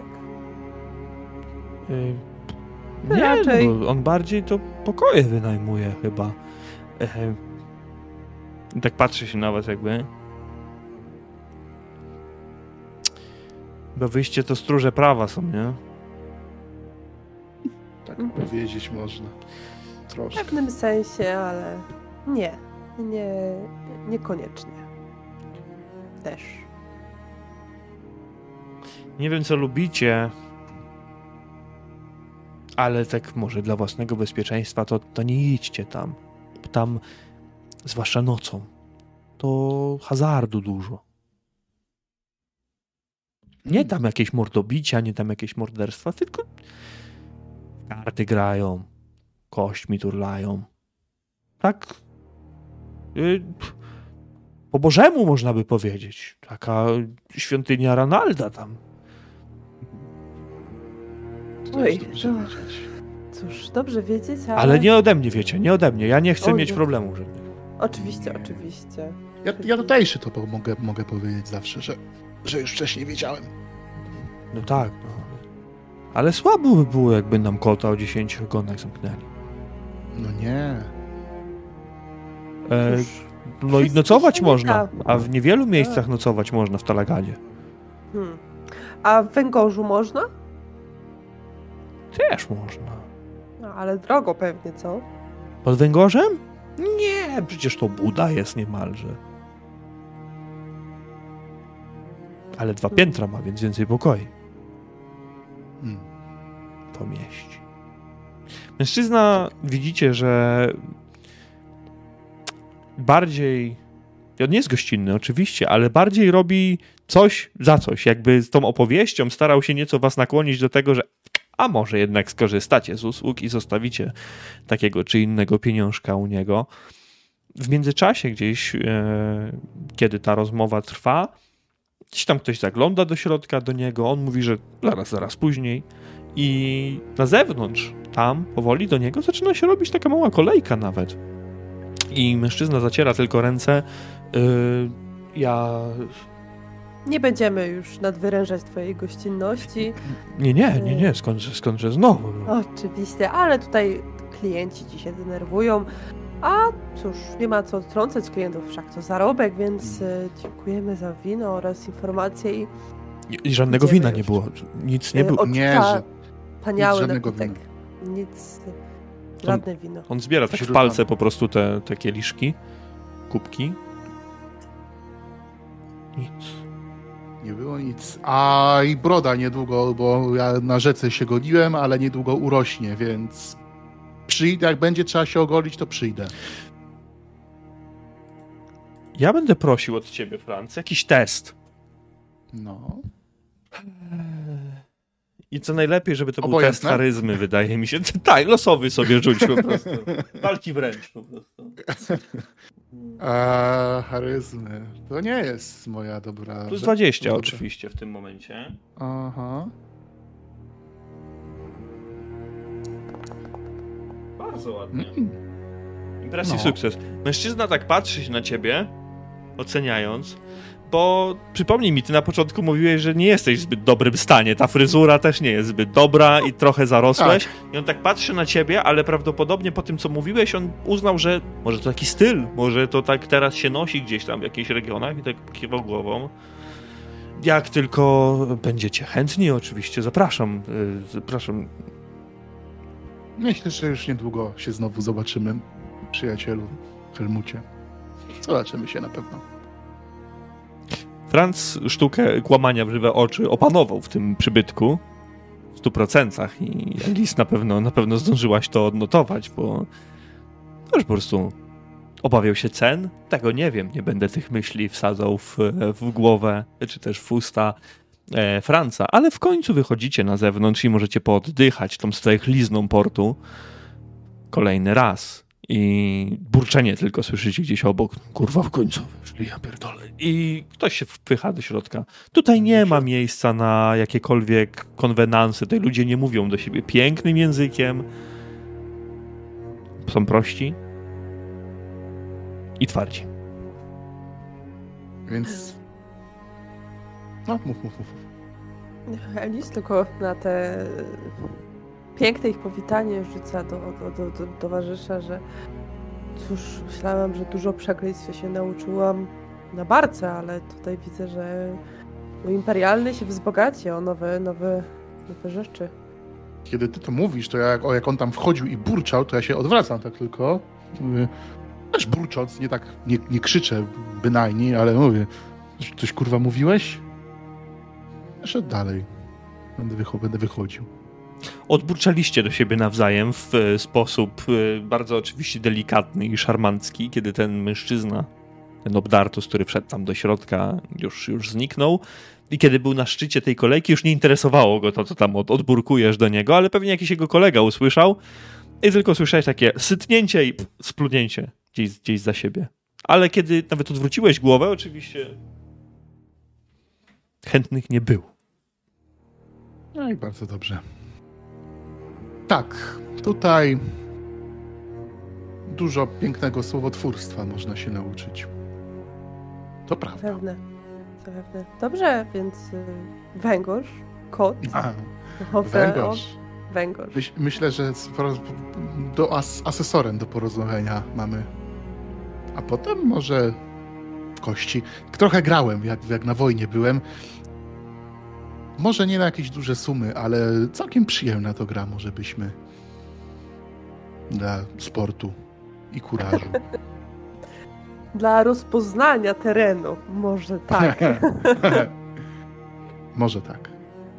Nie, Raczej. no, on bardziej to pokoje wynajmuje chyba. Tak patrzy się na was jakby. Bo wyjście to stróże prawa są, nie? Tak powiedzieć można. W Troszkę. pewnym sensie, ale niekoniecznie. Też. Nie wiem, co lubicie, ale tak może dla własnego bezpieczeństwa to nie idźcie tam. Tam, zwłaszcza nocą, to hazardu dużo. Nie tam jakieś mordobicia, nie tam jakieś morderstwa, tylko karty grają, kośćmi turlają. Tak po bożemu można by powiedzieć. Taka świątynia Ranalda tam. Oj, Dobrze to, wiedzieć. cóż, dobrze wiedzieć, ale... Ale nie ode mnie, wiecie, nie ode mnie. Ja nie chcę Oj, mieć nie. problemów żadnych. Oczywiście, oczywiście. Ja tutejszy to mogę powiedzieć zawsze, że już wcześniej wiedziałem. No tak, no. Ale słabo by było, jakby nam kota o 10 ogonach zamknęli. No nie. Cóż, No i wszystko nocować się można, da. a w niewielu miejscach nocować można w Talagadzie. A w Węgorzu można? Też można. No, ale drogo pewnie, co? Pod Węgorzem? Nie, przecież to Buda jest niemalże. Ale 2 piętra ma, więc więcej pokoi pomieści. Mężczyzna, widzicie, że bardziej, on nie jest gościnny oczywiście, ale bardziej robi coś za coś, jakby z tą opowieścią starał się nieco was nakłonić do tego, że a może jednak skorzystacie z usług i zostawicie takiego czy innego pieniążka u niego. W międzyczasie gdzieś, kiedy ta rozmowa trwa, gdzieś tam ktoś zagląda do środka do niego, on mówi, że zaraz później i na zewnątrz, tam powoli do niego zaczyna się robić taka mała kolejka nawet. I mężczyzna zaciera tylko ręce. Ja... Nie będziemy już nadwyrężać twojej gościnności. Nie, skądże znowu. Oczywiście, ale tutaj klienci ci się denerwują. A cóż, nie ma co trącać klientów, wszak to zarobek, więc dziękujemy za wino oraz informacje i I żadnego Idziemy wina już. nie było. Nic nie było. Nie, że paniały żadnego napitek. Nic, żadne wino. On zbiera tak w Źródła. palce po prostu te kieliszki, kubki. Nic. nie było nic. A i broda niedługo, bo ja na rzece się goliłem, ale niedługo urośnie, więc przyjdę, jak będzie trzeba się ogolić, to przyjdę. Ja będę prosił od ciebie, Franc, jakiś test. No. I co najlepiej, żeby to był Obojętne? test charyzmy, wydaje mi się. Tak, losowy sobie rzuć po prostu. Walki wręcz po prostu. A charyzmy. To nie jest moja dobra... Plus 20 dobra. oczywiście w tym momencie. Aha. Bardzo ładnie. Mm. Impresji No. sukces. Mężczyzna tak patrzy się na ciebie, oceniając, bo przypomnij mi, ty na początku mówiłeś, że nie jesteś w zbyt dobrym stanie. Ta fryzura też nie jest zbyt dobra i trochę zarosłeś. I on tak patrzy na ciebie, ale prawdopodobnie po tym, co mówiłeś, on uznał, że może to taki styl, może to tak teraz się nosi gdzieś tam w jakichś regionach i tak kiwał głową. Jak tylko będziecie chętni, oczywiście zapraszam. Zapraszam. Myślę, że już niedługo się znowu zobaczymy, przyjacielu Helmucie. Zobaczymy się na pewno. Franc sztukę kłamania w żywe oczy opanował w tym przybytku w 100% i Elis na pewno zdążyłaś to odnotować, bo już po prostu obawiał się cen. Tego nie wiem, nie będę tych myśli wsadzał w głowę, czy też w usta Franca, ale w końcu wychodzicie na zewnątrz i możecie pooddychać tą stechlizną portu kolejny raz. I burczenie tylko słyszycie gdzieś obok. Kurwa, w końcu wyszli, ja pierdolę. I ktoś się wpycha do środka. Tutaj nie ma miejsca na jakiekolwiek konwenansy. Tutaj ludzie nie mówią do siebie pięknym językiem. Są prości i twardzi. Więc No, mów. Elis tylko na te piękne ich powitanie rzuca do towarzysza, że cóż, myślałam, że dużo przekleństw się nauczyłam na barce, ale tutaj widzę, że imperialny się wzbogaci o nowe rzeczy. Kiedy ty to mówisz, to jak on tam wchodził i burczał, to ja się odwracam tak tylko. Mówię, też burcząc, nie krzyczę bynajmniej, ale mówię, coś kurwa mówiłeś? Ja szedł dalej. Będę wychodził. Odburczaliście do siebie nawzajem w sposób bardzo oczywiście delikatny i szarmancki, kiedy ten mężczyzna, ten obdartus, który wszedł tam do środka, już zniknął. I kiedy był na szczycie tej kolejki, już nie interesowało go to, co tam odburkujesz do niego, ale pewnie jakiś jego kolega usłyszał i tylko słyszałeś takie sytnięcie i splunięcie gdzieś za siebie. Ale kiedy nawet odwróciłeś głowę, oczywiście chętnych nie było. No i bardzo dobrze. Tak, tutaj dużo pięknego słowotwórstwa można się nauczyć. To prawda. Pewne. Dobrze, więc węgorz, kot. Węgorz. Myślę, że asesorem do porozmawiania mamy. A potem może kości. Trochę grałem, jak na wojnie byłem. Może nie na jakieś duże sumy, ale całkiem przyjemna to gra może byśmy dla sportu i kurażu. Dla rozpoznania terenu. Może tak. Może tak.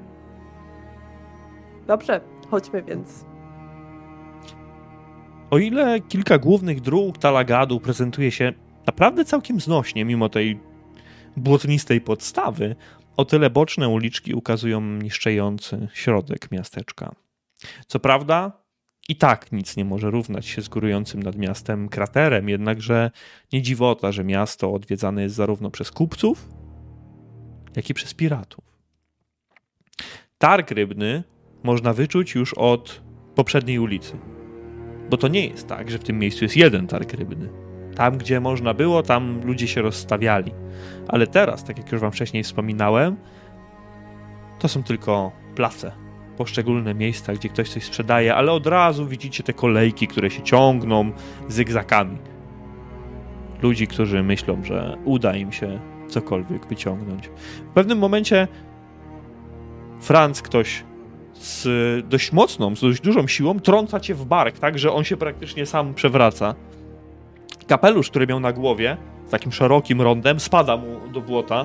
Dobrze, chodźmy więc. O ile kilka głównych dróg Talagadu prezentuje się naprawdę całkiem znośnie, mimo tej błotnistej podstawy, o tyle boczne uliczki ukazują niszczejący środek miasteczka. Co prawda, i tak nic nie może równać się z górującym nad miastem kraterem, jednakże nie dziwota, że miasto odwiedzane jest zarówno przez kupców, jak i przez piratów. Targ rybny można wyczuć już od poprzedniej ulicy. Bo to nie jest tak, że w tym miejscu jest jeden targ rybny. Tam, gdzie można było, tam ludzie się rozstawiali. Ale teraz, tak jak już wam wcześniej wspominałem, to są tylko place, poszczególne miejsca, gdzie ktoś coś sprzedaje, ale od razu widzicie te kolejki, które się ciągną zygzakami. Ludzi, którzy myślą, że uda im się cokolwiek wyciągnąć. W pewnym momencie Franz, ktoś z dość mocną, z dość dużą siłą trąca cię w bark, tak, że on się praktycznie sam przewraca. Kapelusz, który miał na głowie, z takim szerokim rondem, spada mu do błota.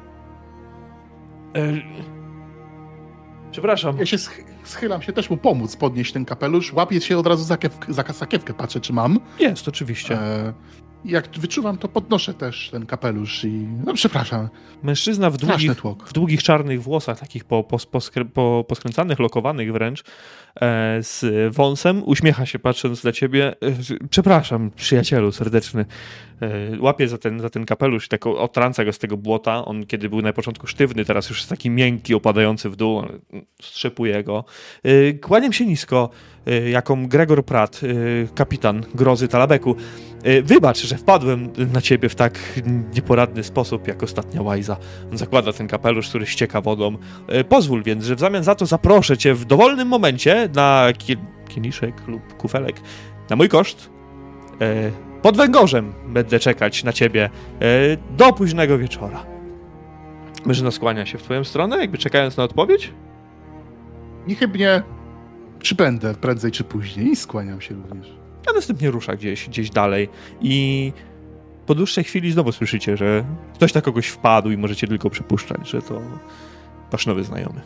Przepraszam. Ja się schylam się też mu pomóc podnieść ten kapelusz. Łapię się od razu za sakiewkę, patrzę czy mam. Jest, oczywiście. Jak wyczuwam, to podnoszę też ten kapelusz i... No przepraszam. Mężczyzna w długich czarnych włosach, takich poskręcanych, lokowanych wręcz, z wąsem, uśmiecha się patrząc na ciebie. Przepraszam, przyjacielu serdeczny. Łapie za ten kapelusz i tak otrąca go z tego błota. On kiedy był na początku sztywny, teraz już jest taki miękki, opadający w dół. Strzepuje go. Kłaniam się nisko, jaką Gregor Pratt, kapitan grozy Talabeku. Wybacz, że wpadłem na ciebie w tak nieporadny sposób, jak ostatnia łajza. On zakłada ten kapelusz, który ścieka wodą. Pozwól więc, że w zamian za to zaproszę cię w dowolnym momencie na kieliszek lub kufelek na mój koszt. Pod węgorzem będę czekać na ciebie do późnego wieczora. Mężczyzna skłania się w twoją stronę, jakby czekając na odpowiedź? Niechybnie przybędę prędzej czy później i skłaniam się również. A następnie rusza gdzieś dalej i po dłuższej chwili znowu słyszycie, że ktoś na kogoś wpadł i możecie tylko przypuszczać, że to wasz nowy znajomy.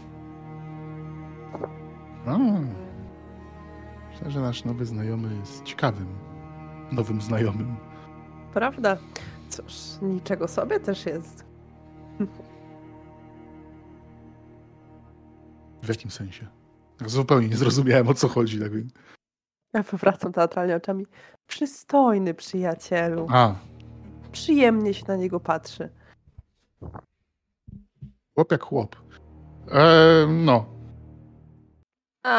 Myślę, że nasz nowy znajomy jest ciekawym nowym znajomym. Prawda? Cóż, niczego sobie też jest. W jakim sensie? Zupełnie nie zrozumiałem, o co chodzi. Tak więc. Ja powracam teatralnie oczami. Przystojny przyjacielu. Przyjemnie się na niego patrzy. Chłop jak chłop. No.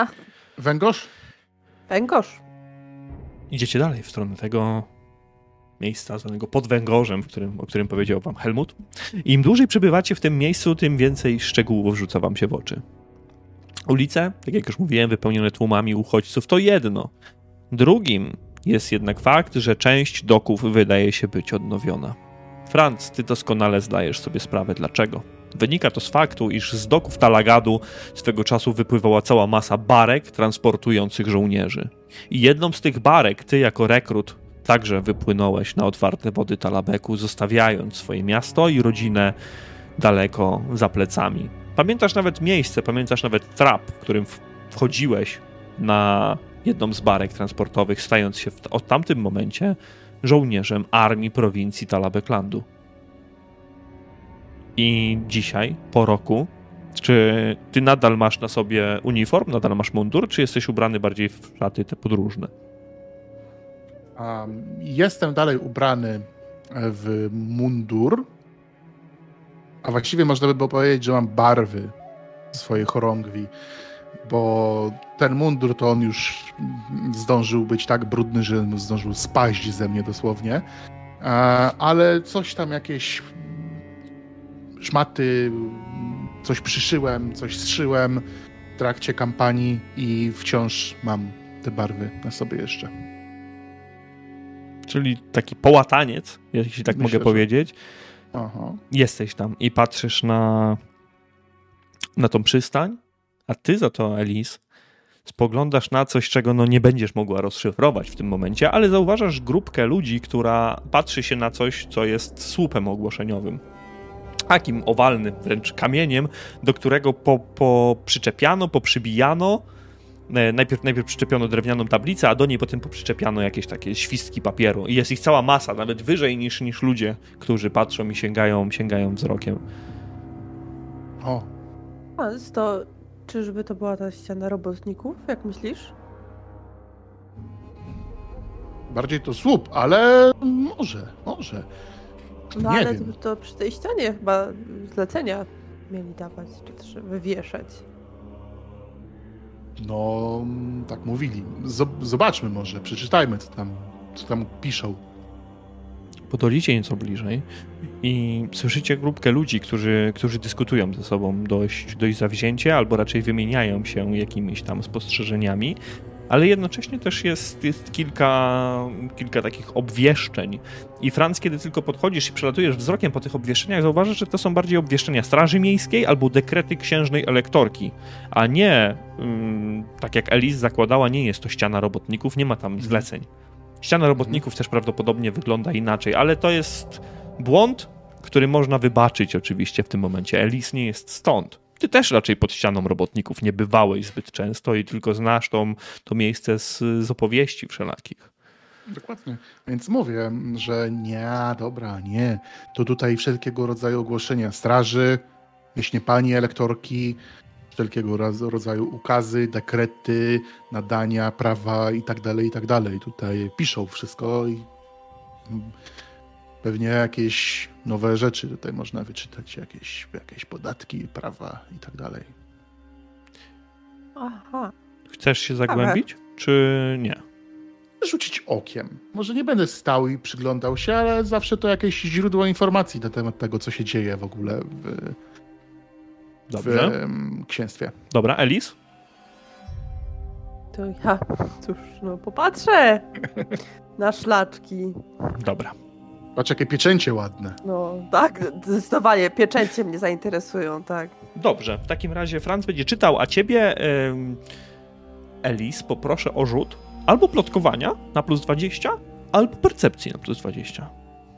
Węgorz? Idziecie dalej w stronę tego miejsca zwanego Podwęgorzem, o którym powiedział wam Helmut. Im dłużej przebywacie w tym miejscu, tym więcej szczegółów rzuca wam się w oczy. Ulice, tak jak już mówiłem, wypełnione tłumami uchodźców, to jedno. Drugim jest jednak fakt, że część doków wydaje się być odnowiona. Franz, ty doskonale zdajesz sobie sprawę dlaczego. Wynika to z faktu, iż z doków Talagadu swego czasu wypływała cała masa barek transportujących żołnierzy. I jedną z tych barek ty jako rekrut także wypłynąłeś na otwarte wody Talabeku, zostawiając swoje miasto i rodzinę daleko za plecami. Pamiętasz nawet miejsce, pamiętasz nawet trap, w którym wchodziłeś na jedną z barek transportowych, stając się w tamtym momencie żołnierzem armii prowincji Talabeklandu. I dzisiaj, po roku, czy ty nadal masz na sobie uniform, nadal masz mundur, czy jesteś ubrany bardziej w szaty te podróżne? Jestem dalej ubrany w mundur, a właściwie można by było powiedzieć, że mam barwy swojej chorągwi, bo ten mundur to on już zdążył być tak brudny, że zdążył spaść ze mnie dosłownie, ale coś tam, jakieś szmaty, coś przyszyłem, coś zszyłem w trakcie kampanii i wciąż mam te barwy na sobie jeszcze. Czyli taki połataniec, jeśli tak Myślę, mogę powiedzieć. Aha. Jesteś tam i patrzysz na tą przystań, a ty za to, Elis, spoglądasz na coś, czego nie będziesz mogła rozszyfrować w tym momencie, ale zauważasz grupkę ludzi, która patrzy się na coś, co jest słupem ogłoszeniowym. Takim owalnym wręcz kamieniem, do którego poprzyczepiano, poprzybijano. Najpierw przyczepiono drewnianą tablicę, a do niej potem poprzyczepiano jakieś takie świstki papieru. I jest ich cała masa, nawet wyżej niż ludzie, którzy patrzą i sięgają wzrokiem. O. A to czyżby to była ta ściana robotników, jak myślisz? Bardziej to słup, ale może. No Nie ale wiem. to przy tej ścianie chyba zlecenia mieli dawać, czy też wywieszać. No, tak mówili. Zobaczmy może, przeczytajmy, co tam piszą. Podchodzicie nieco bliżej i słyszycie grupkę ludzi, którzy dyskutują ze sobą dość zawzięcie, albo raczej wymieniają się jakimiś tam spostrzeżeniami, ale jednocześnie też jest kilka takich obwieszczeń. I Franz, kiedy tylko podchodzisz i przelatujesz wzrokiem po tych obwieszczeniach, zauważysz, że to są bardziej obwieszczenia Straży Miejskiej albo dekrety księżnej elektorki, a nie, tak jak Elis zakładała, nie jest to ściana robotników, nie ma tam zleceń. Ściana robotników też prawdopodobnie wygląda inaczej, ale to jest błąd, który można wybaczyć oczywiście w tym momencie. Elis nie jest stąd. Ty też raczej pod ścianą robotników nie bywałeś zbyt często i tylko znasz to miejsce z opowieści wszelakich. Dokładnie. Więc mówię, że nie. To tutaj wszelkiego rodzaju ogłoszenia straży, jeśli pani elektorki, wszelkiego rodzaju ukazy, dekrety, nadania, prawa i tak dalej. Tutaj piszą wszystko i pewnie jakieś nowe rzeczy tutaj można wyczytać, jakieś podatki, prawa i tak dalej. Aha. Chcesz się zagłębić, czy nie? Rzucić okiem. Może nie będę stał i przyglądał się, ale zawsze to jakieś źródło informacji na temat tego, co się dzieje w ogóle w księstwie. Dobra, Elis? To ja, cóż, popatrzę na szlaczki. Dobra. Patrz, jakie pieczęcie ładne. No tak, zdecydowanie, pieczęcie mnie zainteresują, tak. Dobrze, w takim razie Franz będzie czytał, a ciebie, Elis, poproszę o rzut albo plotkowania na plus 20, albo percepcji na plus 20.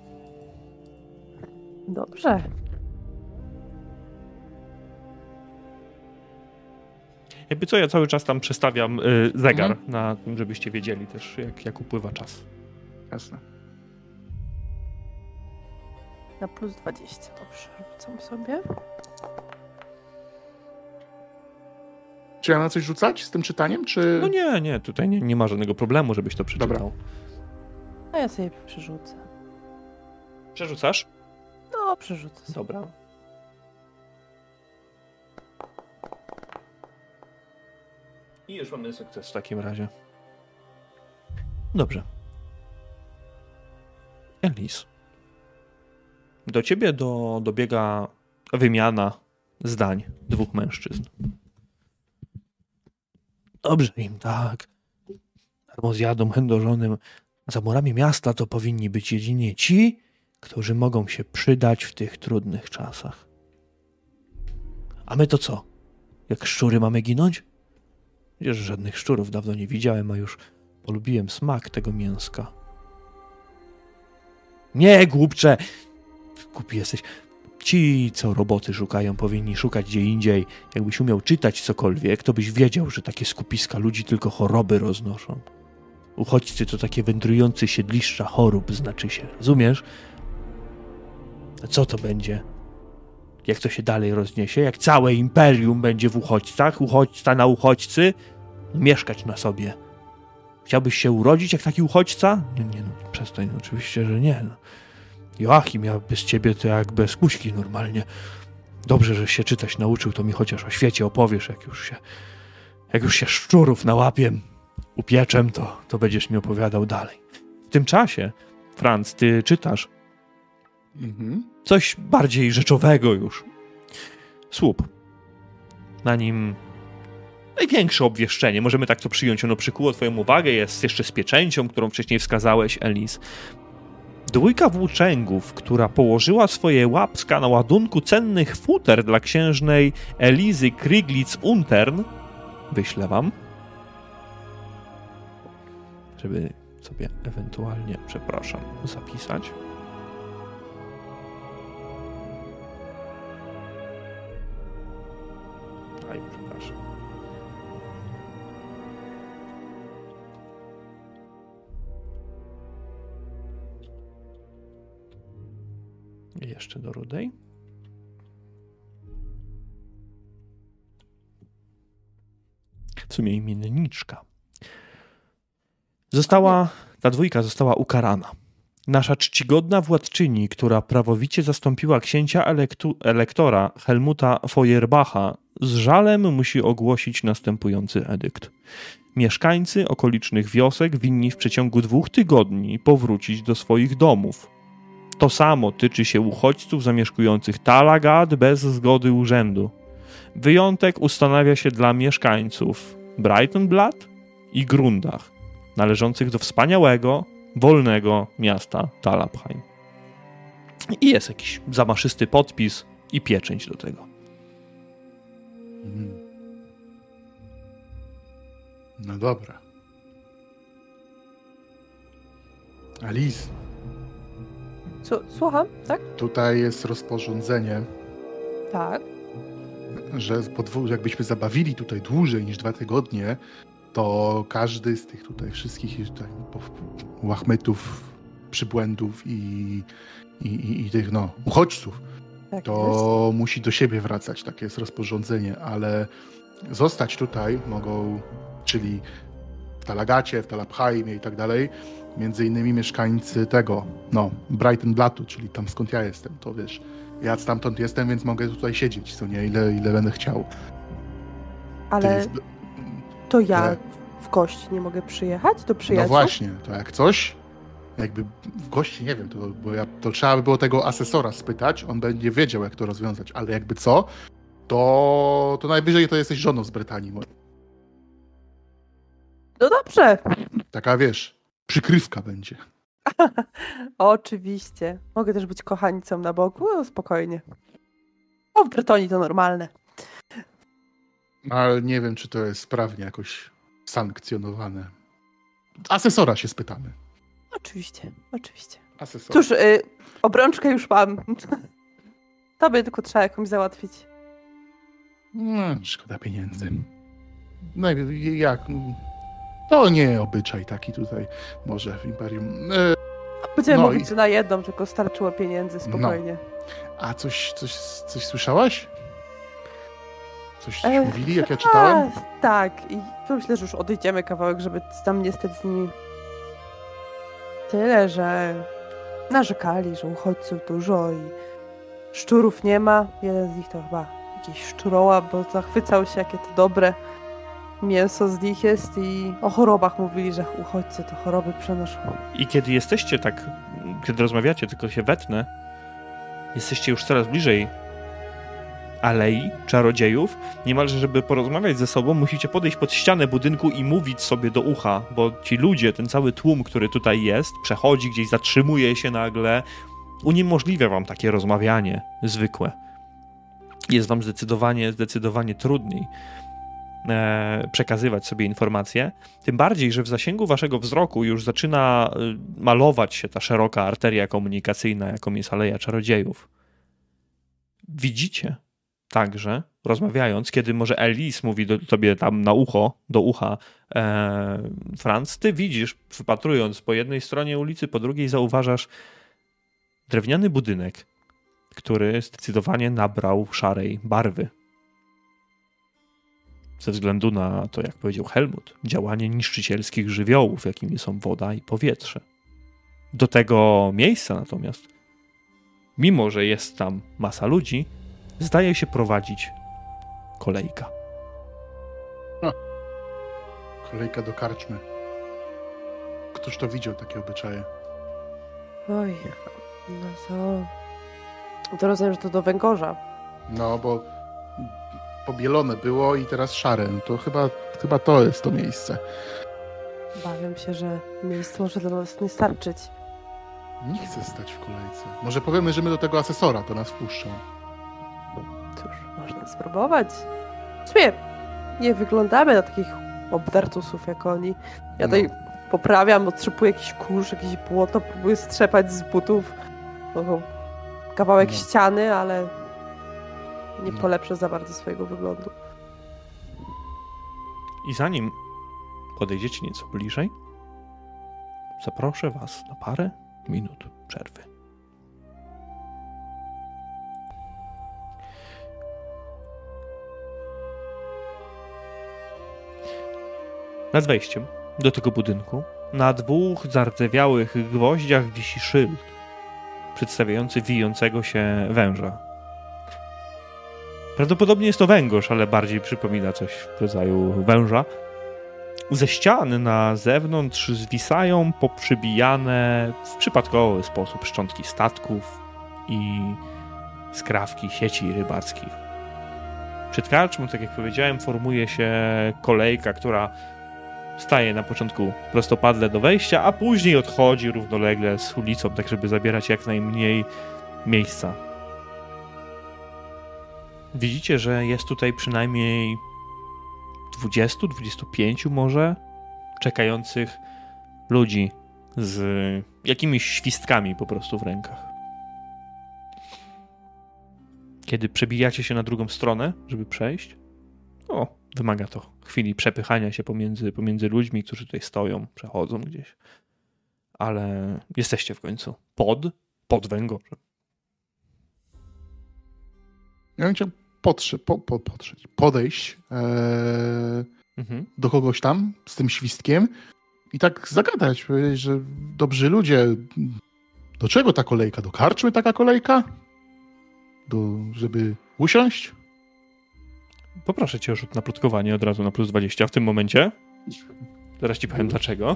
Dobrze. Jakby co, ja cały czas tam przestawiam zegar na tym, żebyście wiedzieli też, jak upływa czas. Jasne. Na plus 20, dobrze, rzucam sobie. Czy ja na coś rzucać z tym czytaniem, czy... No nie, tutaj nie ma żadnego problemu, żebyś to przeczytał. Dobra. A ja sobie przerzucę. Przerzucasz? No, przerzucę sobie. Dobra. I już mamy sukces w takim razie. Dobrze. Elis. Do ciebie dobiega wymiana zdań dwóch mężczyzn. Dobrze im tak. Armozjadom, chędożonym. Za murami miasta to powinni być jedynie ci, którzy mogą się przydać w tych trudnych czasach. A my to co? Jak szczury mamy ginąć? Wiesz, żadnych szczurów dawno nie widziałem, a już polubiłem smak tego mięska. Nie, głupcze! Głupi jesteś. Ci, co roboty szukają, powinni szukać gdzie indziej. Jakbyś umiał czytać cokolwiek, to byś wiedział, że takie skupiska ludzi tylko choroby roznoszą. Uchodźcy to takie wędrujące siedliszcza chorób, znaczy się. Rozumiesz? A co to będzie? Jak to się dalej rozniesie? Jak całe imperium będzie w uchodźcach? Uchodźca na uchodźcy? No, mieszkać na sobie. Chciałbyś się urodzić jak taki uchodźca? Nie, no przestań, oczywiście, że nie. No. Joachim, ja bez ciebie to jak bez kuśki normalnie. Dobrze, że się czytać nauczył, to mi chociaż o świecie opowiesz, jak już się szczurów nałapiem, upieczem, to będziesz mi opowiadał dalej. W tym czasie, Franz, ty czytasz coś bardziej rzeczowego już. Słup. Na nim największe obwieszczenie, możemy tak to przyjąć, ono przykuło twoją uwagę, jest jeszcze z pieczęcią, którą wcześniej wskazałeś, Elis. Dwójka włóczęgów, która położyła swoje łapska na ładunku cennych futer dla księżnej Elizy Kriglitz-Untern, wyślę wam, żeby sobie ewentualnie, przepraszam, zapisać. Aj, przepraszam. Jeszcze do rudej. W sumie imienniczka. Ta dwójka została ukarana. Nasza czcigodna władczyni, która prawowicie zastąpiła księcia elektora Helmuta Feuerbacha, z żalem musi ogłosić następujący edykt. Mieszkańcy okolicznych wiosek winni w przeciągu 2 tygodni powrócić do swoich domów. To samo tyczy się uchodźców zamieszkujących Talagad bez zgody urzędu. Wyjątek ustanawia się dla mieszkańców Breitenblatt i Grundach, należących do wspaniałego, wolnego miasta Talabheim. I jest jakiś zamaszysty podpis i pieczęć do tego. No dobra. Alice. Słucham, tak? Tutaj jest rozporządzenie, Tak. że jakbyśmy zabawili tutaj dłużej niż 2 tygodnie, to każdy z tych tutaj wszystkich tutaj łachmytów, przybłędów i tych uchodźców, Tak to jest. musi do siebie wracać. Takie jest rozporządzenie, ale zostać tutaj mogą, czyli w Talagacie, w Talabheimie i tak dalej, między innymi mieszkańcy tego, Breitenblattu, czyli tam skąd ja jestem, to wiesz, ja stamtąd jestem, więc mogę tutaj siedzieć, co nie, ile będę chciał. Ale to ja w gości nie mogę przyjechać do przyjaciół? No właśnie, to jak coś, jakby w gości, nie wiem, to trzeba by było tego asesora spytać, on będzie wiedział, jak to rozwiązać, ale jakby co, to najwyżej to jesteś żoną z Brytanii. No dobrze. Taka, wiesz, przykrywka będzie. Oczywiście. Mogę też być kochanicą na boku, spokojnie. W Brytonii to normalne. Ale nie wiem, czy to jest sprawnie jakoś sankcjonowane. Asesora się spytamy. Oczywiście. Asesora. Cóż, obrączkę już mam. Tobie tylko trzeba jakąś załatwić. Szkoda pieniędzy. No jak... To nie obyczaj taki tutaj może w Imperium. Będziemy mówić, że na jedną tylko starczyło pieniędzy, spokojnie. A coś słyszałaś? Coś mówili, jak ja czytałem? Tak, i myślę, że już odejdziemy kawałek, żeby tam nie stać z nimi. Tyle, że narzekali, że uchodźców dużo i szczurów nie ma. Jeden z nich to chyba jakiś szczurołap, bo zachwycał się, jakie to dobre. mięso z nich jest i o chorobach mówili, że uchodźcy to choroby przenoszą. I kiedy jesteście kiedy rozmawiacie, tylko się wetnę, jesteście już coraz bliżej alei czarodziejów. Niemalże, żeby porozmawiać ze sobą, musicie podejść pod ścianę budynku i mówić sobie do ucha, bo ci ludzie, ten cały tłum, który tutaj jest, przechodzi gdzieś, zatrzymuje się nagle, uniemożliwia wam takie rozmawianie zwykłe. Jest wam zdecydowanie trudniej przekazywać sobie informacje, tym bardziej, że w zasięgu waszego wzroku już zaczyna malować się ta szeroka arteria komunikacyjna, jaką jest Aleja Czarodziejów. Widzicie także, rozmawiając, kiedy może Elise mówi do tobie tam do ucha, Franz, ty widzisz, wypatrując po jednej stronie ulicy, po drugiej zauważasz drewniany budynek, który zdecydowanie nabrał szarej barwy. Ze względu na to, jak powiedział Helmut, działanie niszczycielskich żywiołów, jakimi są woda i powietrze. Do tego miejsca natomiast, mimo że jest tam masa ludzi, zdaje się prowadzić kolejka. Kolejka do karczmy. Któż to widział takie obyczaje? Oj, no to rozumiem, że to do węgorza. No, bo pobielone było i teraz szare. No to chyba to jest to miejsce. Bawiam się, że miejsce może do nas nie starczyć. Nie chcę stać w kolejce. Może powiemy, że my do tego asesora, to nas wpuszczą. Cóż, można spróbować. W sumie nie wyglądamy na takich obdartusów jak oni. Ja tutaj poprawiam, otrzypuję jakiś kurz, jakieś błoto, próbuję strzepać z butów. Kawałek ściany, ale nie polepszę za bardzo swojego wyglądu. I zanim podejdziecie nieco bliżej, zaproszę was na parę minut przerwy. Nad wejściem do tego budynku na 2 zardzewiałych gwoździach wisi szyld przedstawiający wijącego się węża. Prawdopodobnie jest to węgorz, ale bardziej przypomina coś w rodzaju węża. Ze ścian na zewnątrz zwisają poprzybijane w przypadkowy sposób szczątki statków i skrawki sieci rybackich. Przed karczmą, tak jak powiedziałem, formuje się kolejka, która staje na początku prostopadle do wejścia, a później odchodzi równolegle z ulicą, tak żeby zabierać jak najmniej miejsca. Widzicie, że jest tutaj przynajmniej 20-25 może czekających ludzi z jakimiś świstkami po prostu w rękach. Kiedy przebijacie się na drugą stronę, żeby przejść, wymaga to chwili przepychania się pomiędzy ludźmi, którzy tutaj stoją, przechodzą gdzieś. Ale jesteście w końcu pod węgorzem. Ja bym chciał podejść do kogoś tam z tym świstkiem i tak zagadać, powiedzieć, że dobrzy ludzie, do czego ta kolejka? Do karczmy taka kolejka? Żeby usiąść? Poproszę cię o rzut na plotkowanie od razu na +20 w tym momencie. Zaraz ci powiem dlaczego.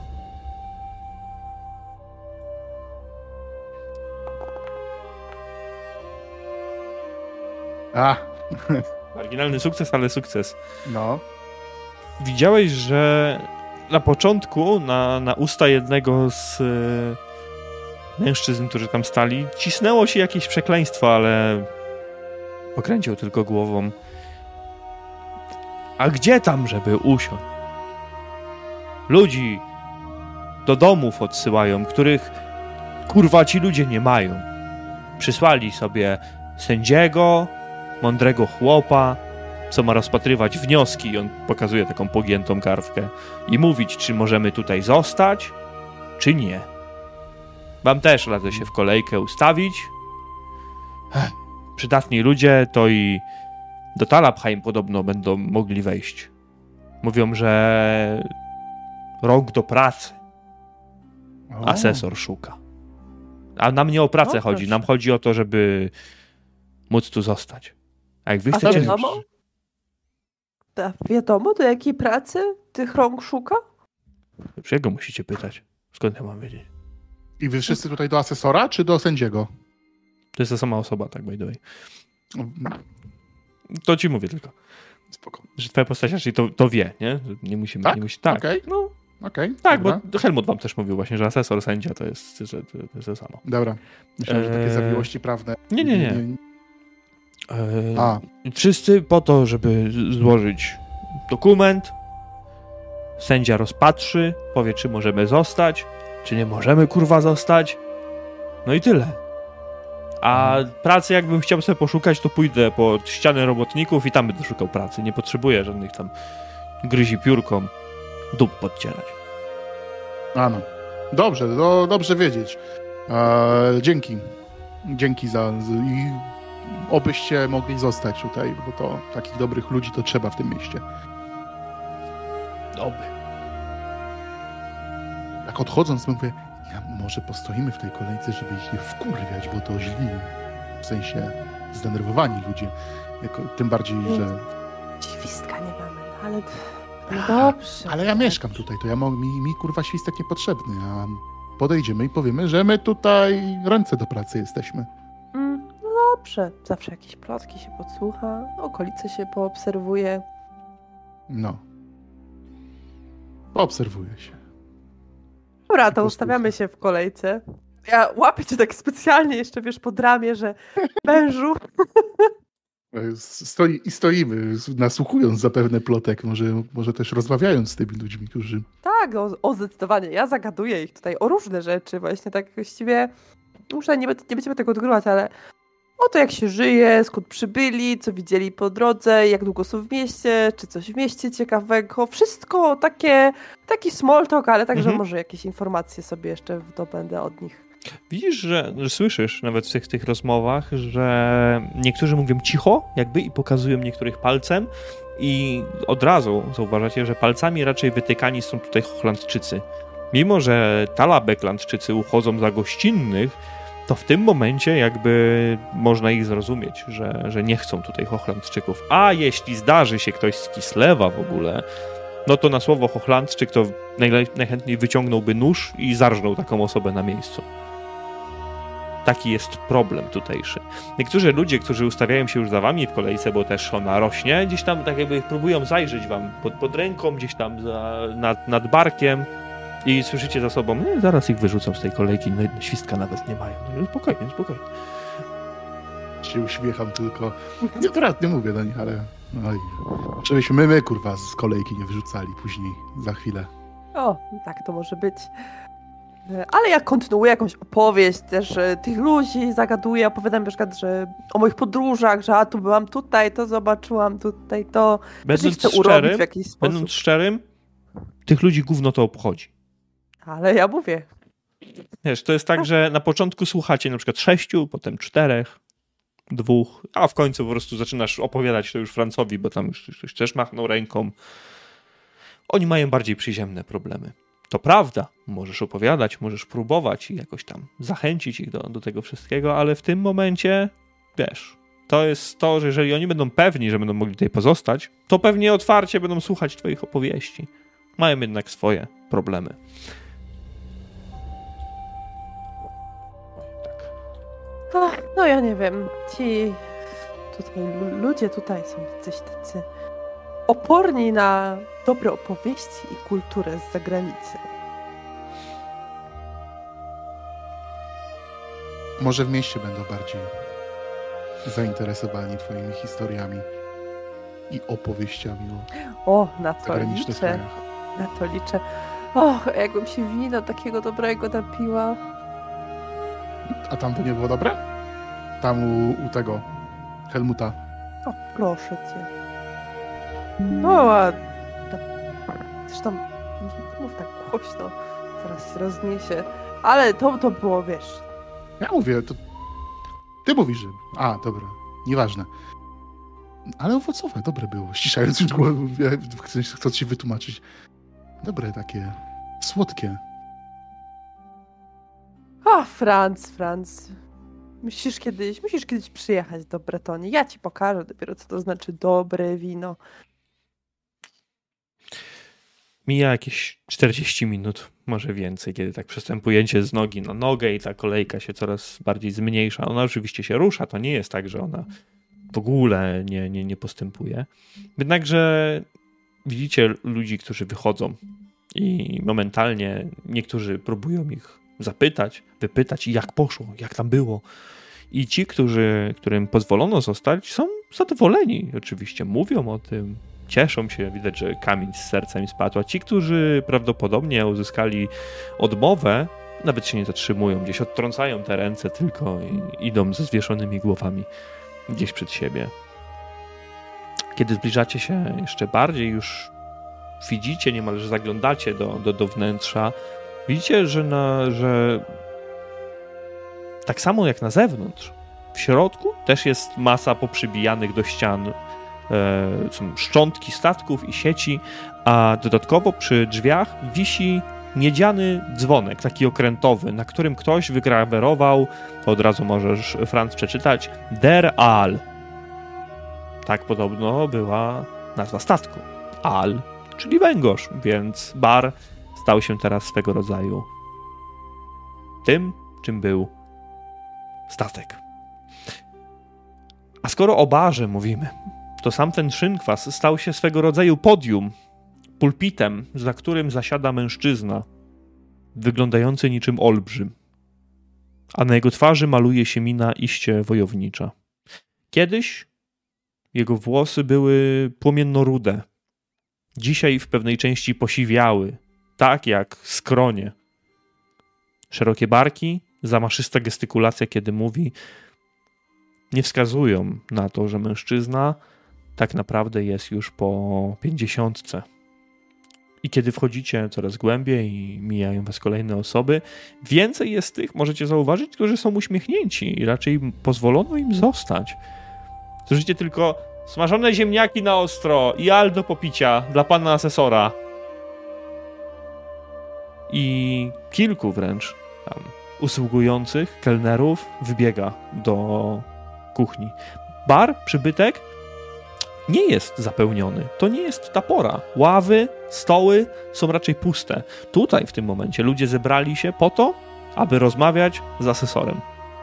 Marginalny sukces, ale sukces. No. Widziałeś, że na początku na usta jednego z mężczyzn, którzy tam stali, cisnęło się jakieś przekleństwo, ale pokręcił tylko głową. A gdzie tam, żeby usiąść? Ludzi do domów odsyłają, których kurwa ci ludzie nie mają. Przysłali sobie sędziego, mądrego chłopa, co ma rozpatrywać wnioski, i on pokazuje taką pogiętą kartkę, i mówić, czy możemy tutaj zostać, czy nie. Wam też radzę się w kolejkę ustawić. Przydatni ludzie to i do Talabheim podobno będą mogli wejść. Mówią, że rąk do pracy asesor szuka. A nam nie o pracę chodzi, nam chodzi o to, żeby móc tu zostać. A jak wy chcecie... A wiadomo, do jakiej pracy tych rąk szuka? Już jego musicie pytać. Skąd ja mam wiedzieć? I wy wszyscy tutaj do asesora, czy do sędziego? To jest ta sama osoba, tak, by the way. To ci mówię tylko. Spoko. Że twoja postać raczej to wie, nie? Nie musimy... Tak? Nie musi, tak. Okej. No, Okej. tak, dobra. bo Helmut wam też mówił właśnie, że asesor, sędzia to jest, że to jest to samo. Dobra. Myślałem, że takie zawiłości prawne. Nie. Wszyscy po to, żeby złożyć dokument, sędzia rozpatrzy, powie, czy możemy zostać, czy nie możemy, kurwa, zostać. No i tyle. A pracy, jakbym chciał sobie poszukać, to pójdę po ścianę robotników i tam będę szukał pracy. Nie potrzebuję żadnych tam gryzi piórką dup podcierać. No. Dobrze, dobrze wiedzieć. Dzięki. Dzięki i obyście mogli zostać tutaj, bo to takich dobrych ludzi to trzeba w tym mieście. Oby. Jak odchodząc, mówię, może postoimy w tej kolejce, żeby ich nie wkurwiać, bo to źli. W sensie zdenerwowani ludzie. Tym bardziej, że... Świstka nie mamy, ale... No dobrze. Ale ja mieszkam tutaj, to mi kurwa świstek niepotrzebny, a podejdziemy i powiemy, że my tutaj ręce do pracy jesteśmy. No dobrze. Zawsze jakieś plotki się podsłucha, okolice się poobserwuje. No. Poobserwuję się. Dobra, to ustawiamy się w kolejce. Ja łapię cię tak specjalnie jeszcze, wiesz, po dramie, że mężu. Stoimy, nasłuchując zapewne plotek, może też rozmawiając z tymi ludźmi, którzy... Tak, zdecydowanie. Ja zagaduję ich tutaj o różne rzeczy, właśnie tak właściwie. Muszę, nie będziemy tego odgrywać, ale o to, jak się żyje, skąd przybyli, co widzieli po drodze, jak długo są w mieście, czy coś w mieście ciekawego. Wszystko taki small talk, ale także może jakieś informacje sobie jeszcze zdobędę od nich. Widzisz, że słyszysz nawet w tych rozmowach, że niektórzy mówią cicho jakby i pokazują niektórych palcem i od razu zauważacie, że palcami raczej wytykani są tutaj Holandczycy. Mimo że Talabeklandczycy uchodzą za gościnnych, to w tym momencie jakby można ich zrozumieć, że nie chcą tutaj Holandczyków. A jeśli zdarzy się ktoś z Kislewa w ogóle, no to na słowo Holandczyk to najchętniej wyciągnąłby nóż i zarżnął taką osobę na miejscu. Taki jest problem tutejszy. Niektórzy ludzie, którzy ustawiają się już za wami w kolejce, bo też ona rośnie, gdzieś tam tak jakby próbują zajrzeć wam pod ręką, gdzieś tam nad barkiem i słyszycie za sobą, zaraz ich wyrzucam z tej kolejki, no świstka nawet nie mają. No, spokojnie. Się uśmiecham tylko. Nie mówię do nich, ale... Oj, żebyśmy my kurwa z kolejki nie wyrzucali później, za chwilę. O, tak to może być. Ale ja kontynuuję jakąś opowieść też tych ludzi, zagaduję, opowiadam na przykład, że o moich podróżach, że tu byłam tutaj, to zobaczyłam tutaj, to chcę urobić w jakiś sposób. Będąc szczerym, tych ludzi gówno to obchodzi. Ale ja mówię. Wiesz, to jest tak, że na początku słuchacie na przykład 6, potem 4, 2, a w końcu po prostu zaczynasz opowiadać to już Francowi, bo tam już ktoś też machnął ręką. Oni mają bardziej przyziemne problemy. To prawda, możesz opowiadać, możesz próbować i jakoś tam zachęcić ich do tego wszystkiego, ale w tym momencie, wiesz, to jest to, że jeżeli oni będą pewni, że będą mogli tutaj pozostać, to pewnie otwarcie będą słuchać twoich opowieści. Mają jednak swoje problemy. No ja nie wiem, ci tutaj ludzie tutaj są jacyś tacy oporni na dobre opowieści i kulturę z zagranicy. Może w mieście będą bardziej zainteresowani twoimi historiami i opowieściami o na to zagranicznych liczę. krajach. Na to liczę. Och, jakbym się wina takiego dobrego napiła. A tam to nie było dobre? Tam u tego Helmuta. O, proszę cię. No, a zresztą nie mów tak głośno, zaraz się rozniesie. Ale to było, wiesz... Ja mówię, to ty mówisz, że... A, dobra, nieważne. Ale owocowe, dobre było. Ściszając już głowę, chcę ci wytłumaczyć. Dobre takie, słodkie. O, Franz. Musisz kiedyś przyjechać do Bretonii. Ja ci pokażę dopiero, co to znaczy dobre wino. Mija jakieś 40 minut, może więcej, kiedy tak przestępujecie z nogi na nogę i ta kolejka się coraz bardziej zmniejsza. Ona oczywiście się rusza, to nie jest tak, że ona w ogóle nie postępuje. Jednakże widzicie ludzi, którzy wychodzą i momentalnie niektórzy próbują ich zapytać, wypytać, jak poszło, jak tam było. I ci, którym pozwolono zostać, są zadowoleni. Oczywiście mówią o tym, cieszą się, widać, że kamień z serca im spadł. A ci, którzy prawdopodobnie uzyskali odmowę, nawet się nie zatrzymują, gdzieś odtrącają te ręce tylko i idą ze zwieszonymi głowami gdzieś przed siebie. Kiedy zbliżacie się jeszcze bardziej, już widzicie, niemalże zaglądacie do wnętrza, widzicie, że tak samo jak na zewnątrz, w środku też jest masa poprzybijanych do ścian są szczątki statków i sieci, a dodatkowo przy drzwiach wisi miedziany dzwonek, taki okrętowy, na którym ktoś wygrawerował, to od razu możesz, Franz, przeczytać, Der Aal. Tak podobno była nazwa statku. Aal, czyli węgorz, więc bar stał się teraz swego rodzaju tym, czym był statek. A skoro o barze mówimy, to sam ten szynkwas stał się swego rodzaju podium, pulpitem, za którym zasiada mężczyzna, wyglądający niczym olbrzym, a na jego twarzy maluje się mina iście wojownicza. Kiedyś jego włosy były płomienno-rude, dzisiaj w pewnej części posiwiały, tak jak skronie. Szerokie barki, zamaszysta gestykulacja, kiedy mówi, nie wskazują na to, że mężczyzna tak naprawdę jest już po 50. I kiedy wchodzicie coraz głębiej i mijają was kolejne osoby, więcej jest tych, możecie zauważyć, którzy są uśmiechnięci i raczej pozwolono im zostać. Słyszycie tylko smażone ziemniaki na ostro i al do popicia dla pana asesora. I kilku wręcz tam usługujących, kelnerów wybiega do kuchni. Bar, przybytek nie jest zapełniony. To nie jest ta pora. Ławy, stoły są raczej puste. Tutaj w tym momencie ludzie zebrali się po to, aby rozmawiać z asesorem.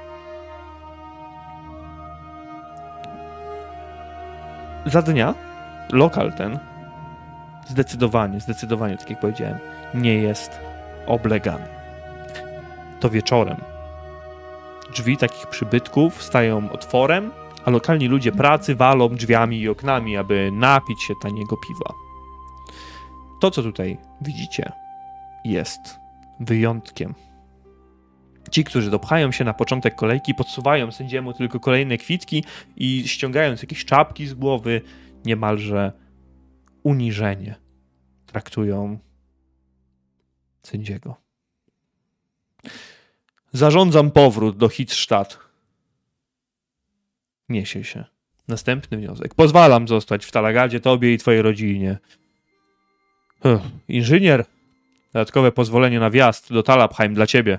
Za dnia lokal ten zdecydowanie, tak jak powiedziałem, nie jest oblegany. To wieczorem drzwi takich przybytków stają otworem, a lokalni ludzie pracy walą drzwiami i oknami, aby napić się taniego piwa. To, co tutaj widzicie, jest wyjątkiem. Ci, którzy dopchają się na początek kolejki, podsuwają sędziemu tylko kolejne kwitki i ściągając jakieś czapki z głowy, niemalże uniżenie traktują sędziego. Zarządzam powrót do Hitzstadt. Niesie się. Następny wniosek. Pozwalam zostać w Talagadzie tobie i twojej rodzinie. Inżynier. Dodatkowe pozwolenie na wjazd do Talabheim dla ciebie.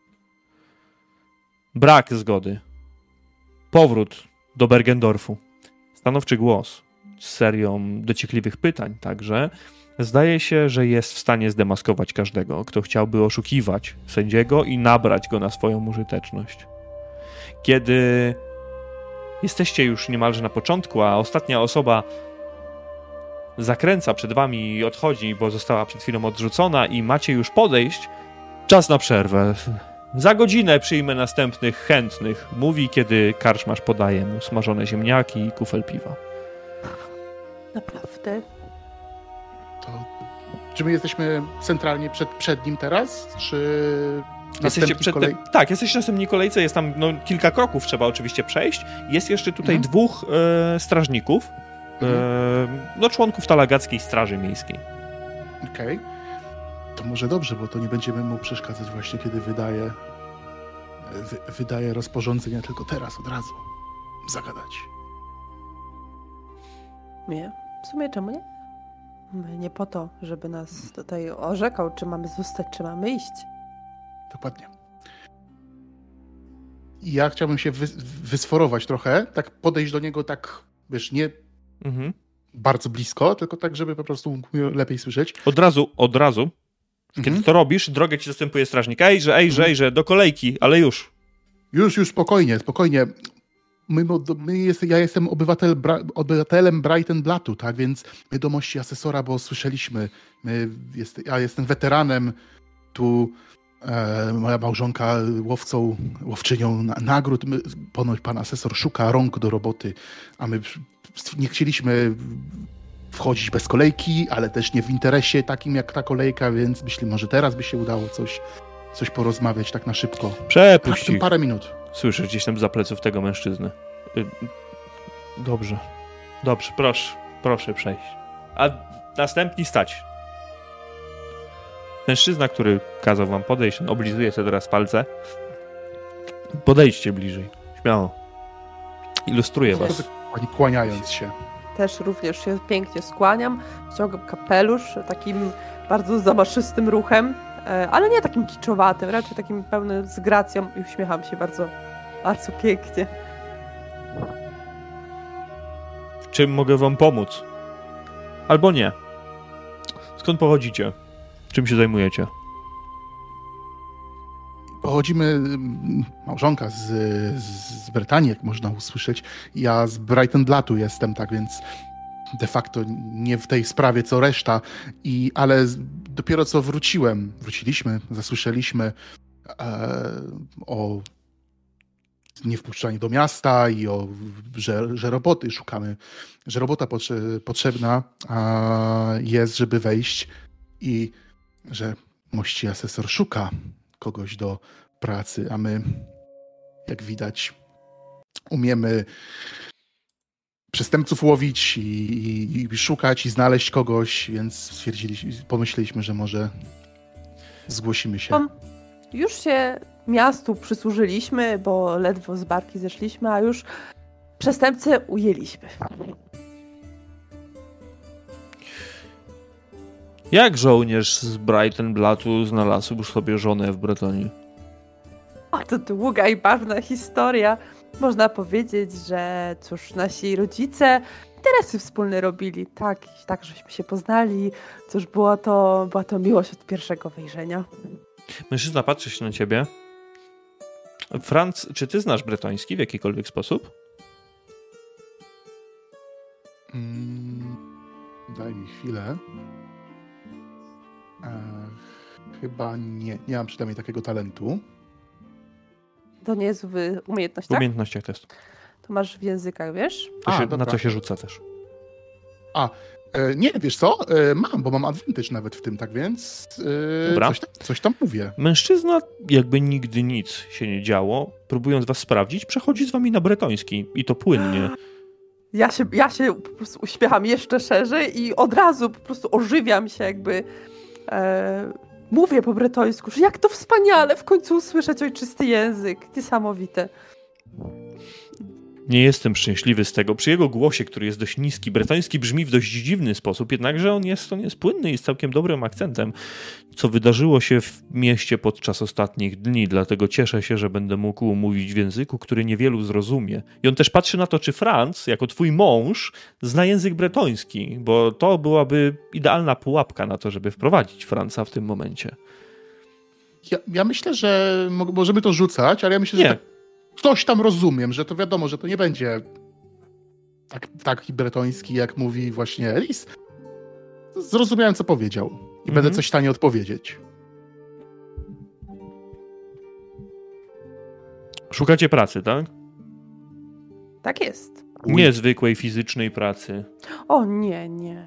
Brak zgody. Powrót do Bergendorfu. Stanowczy głos z serią dociekliwych pytań także. Zdaje się, że jest w stanie zdemaskować każdego, kto chciałby oszukiwać sędziego i nabrać go na swoją użyteczność. Kiedy jesteście już niemalże na początku, a ostatnia osoba zakręca przed wami i odchodzi, bo została przed chwilą odrzucona i macie już podejść, czas na przerwę. Za godzinę przyjmę następnych chętnych, mówi, kiedy karczmarz podaje mu smażone ziemniaki i kufel piwa. Naprawdę? To czy my jesteśmy centralnie przed nim teraz, czy jesteście przed kolej? Tak, jesteście na następnej kolejce, jest tam kilka kroków trzeba oczywiście przejść. Jest jeszcze tutaj dwóch strażników, członków Talagackiej Straży Miejskiej. Okej. To może dobrze, bo to nie będziemy mu przeszkadzać właśnie, kiedy wydaje rozporządzenia, tylko teraz, od razu zagadać. Nie. W sumie czemu nie? My nie po to, żeby nas tutaj orzekał, czy mamy zostać, czy mamy iść. Dokładnie. Ja chciałbym się wysforować trochę, tak podejść do niego tak, wiesz, bardzo blisko, tylko tak, żeby po prostu mógł lepiej słyszeć. Od razu. Kiedy to robisz, drogę ci zastępuje strażnik. Ejże, do kolejki, ale już. Już, spokojnie. Ja jestem obywatelem Brighton-Blatu, tak, więc wiadomości asesora, bo słyszeliśmy, ja jestem weteranem, tu moja małżonka łowczynią nagród, ponoć pan asesor szuka rąk do roboty, a my nie chcieliśmy wchodzić bez kolejki, ale też nie w interesie takim jak ta kolejka, więc myślę, może teraz by się udało coś porozmawiać tak na szybko. Przepuść ich. Parę minut. Słyszysz gdzieś tam za pleców tego mężczyzny. Dobrze, proszę przejść. A następni stać. Mężczyzna, który kazał wam podejść, on oblizuje sobie teraz palce. Podejdźcie bliżej, śmiało. Ilustruję was. Oni kłaniając się. Też również się pięknie skłaniam, ściągam kapelusz takim bardzo zamaszystym ruchem, ale nie takim kiczowatym, raczej takim pełnym z gracją i uśmiecham się bardzo, bardzo pięknie. Czym mogę wam pomóc? Albo nie. Skąd pochodzicie? Czym się zajmujecie? Pochodzimy, małżonka z Brytanii, jak można usłyszeć. Ja z Brighton-Blatu jestem, tak więc de facto nie w tej sprawie co reszta, ale dopiero co wróciliśmy, zasłyszeliśmy o niewpuszczaniu do miasta i że roboty szukamy, że robota potrzebna jest, żeby wejść i że mości asesor szuka kogoś do pracy, a my, jak widać, umiemy przestępców łowić i szukać i znaleźć kogoś, więc pomyśleliśmy, że może zgłosimy się. Już się miastu przysłużyliśmy, bo ledwo z barki zeszliśmy, a już przestępcę ujęliśmy. Jak żołnierz z Brighton-Blatu znalazł sobie żonę w Bretonii? O, to długa i barwna historia. Można powiedzieć, że cóż, nasi rodzice interesy wspólne robili, tak, żeśmy się poznali. Cóż, była to miłość od pierwszego wejrzenia. Mężczyzna patrzy się na ciebie. Franz, czy ty znasz bretoński w jakikolwiek sposób? Daj mi chwilę. Chyba nie mam przynajmniej takiego talentu. To nie jest w umiejętnościach? W umiejętnościach to jest. To masz w językach, wiesz? Na co się rzuca też. Nie, wiesz co? Bo mam advantage nawet w tym, tak więc coś tam mówię. Mężczyzna, jakby nigdy nic się nie działo, próbując was sprawdzić, przechodzi z wami na bretoński i to płynnie. Ja się po prostu uśmiecham jeszcze szerzej i od razu po prostu ożywiam się jakby... mówię po bretońsku, że jak to wspaniale w końcu usłyszeć ojczysty język. Niesamowite. Nie jestem szczęśliwy z tego. Przy jego głosie, który jest dość niski, bretoński brzmi w dość dziwny sposób, jednakże on jest płynny i z całkiem dobrym akcentem, co wydarzyło się w mieście podczas ostatnich dni, dlatego cieszę się, że będę mógł mówić w języku, który niewielu zrozumie. I on też patrzy na to, czy Franz, jako twój mąż, zna język bretoński, bo to byłaby idealna pułapka na to, żeby wprowadzić Franza w tym momencie. Ja myślę, że możemy to rzucać, ale ja myślę, że coś tam rozumiem, że to wiadomo, że to nie będzie taki bretoński, jak mówi właśnie Elis. Zrozumiałem, co powiedział i będę coś w stanie odpowiedzieć. Szukacie pracy, tak? Tak jest. Niezwykłej fizycznej pracy. O nie.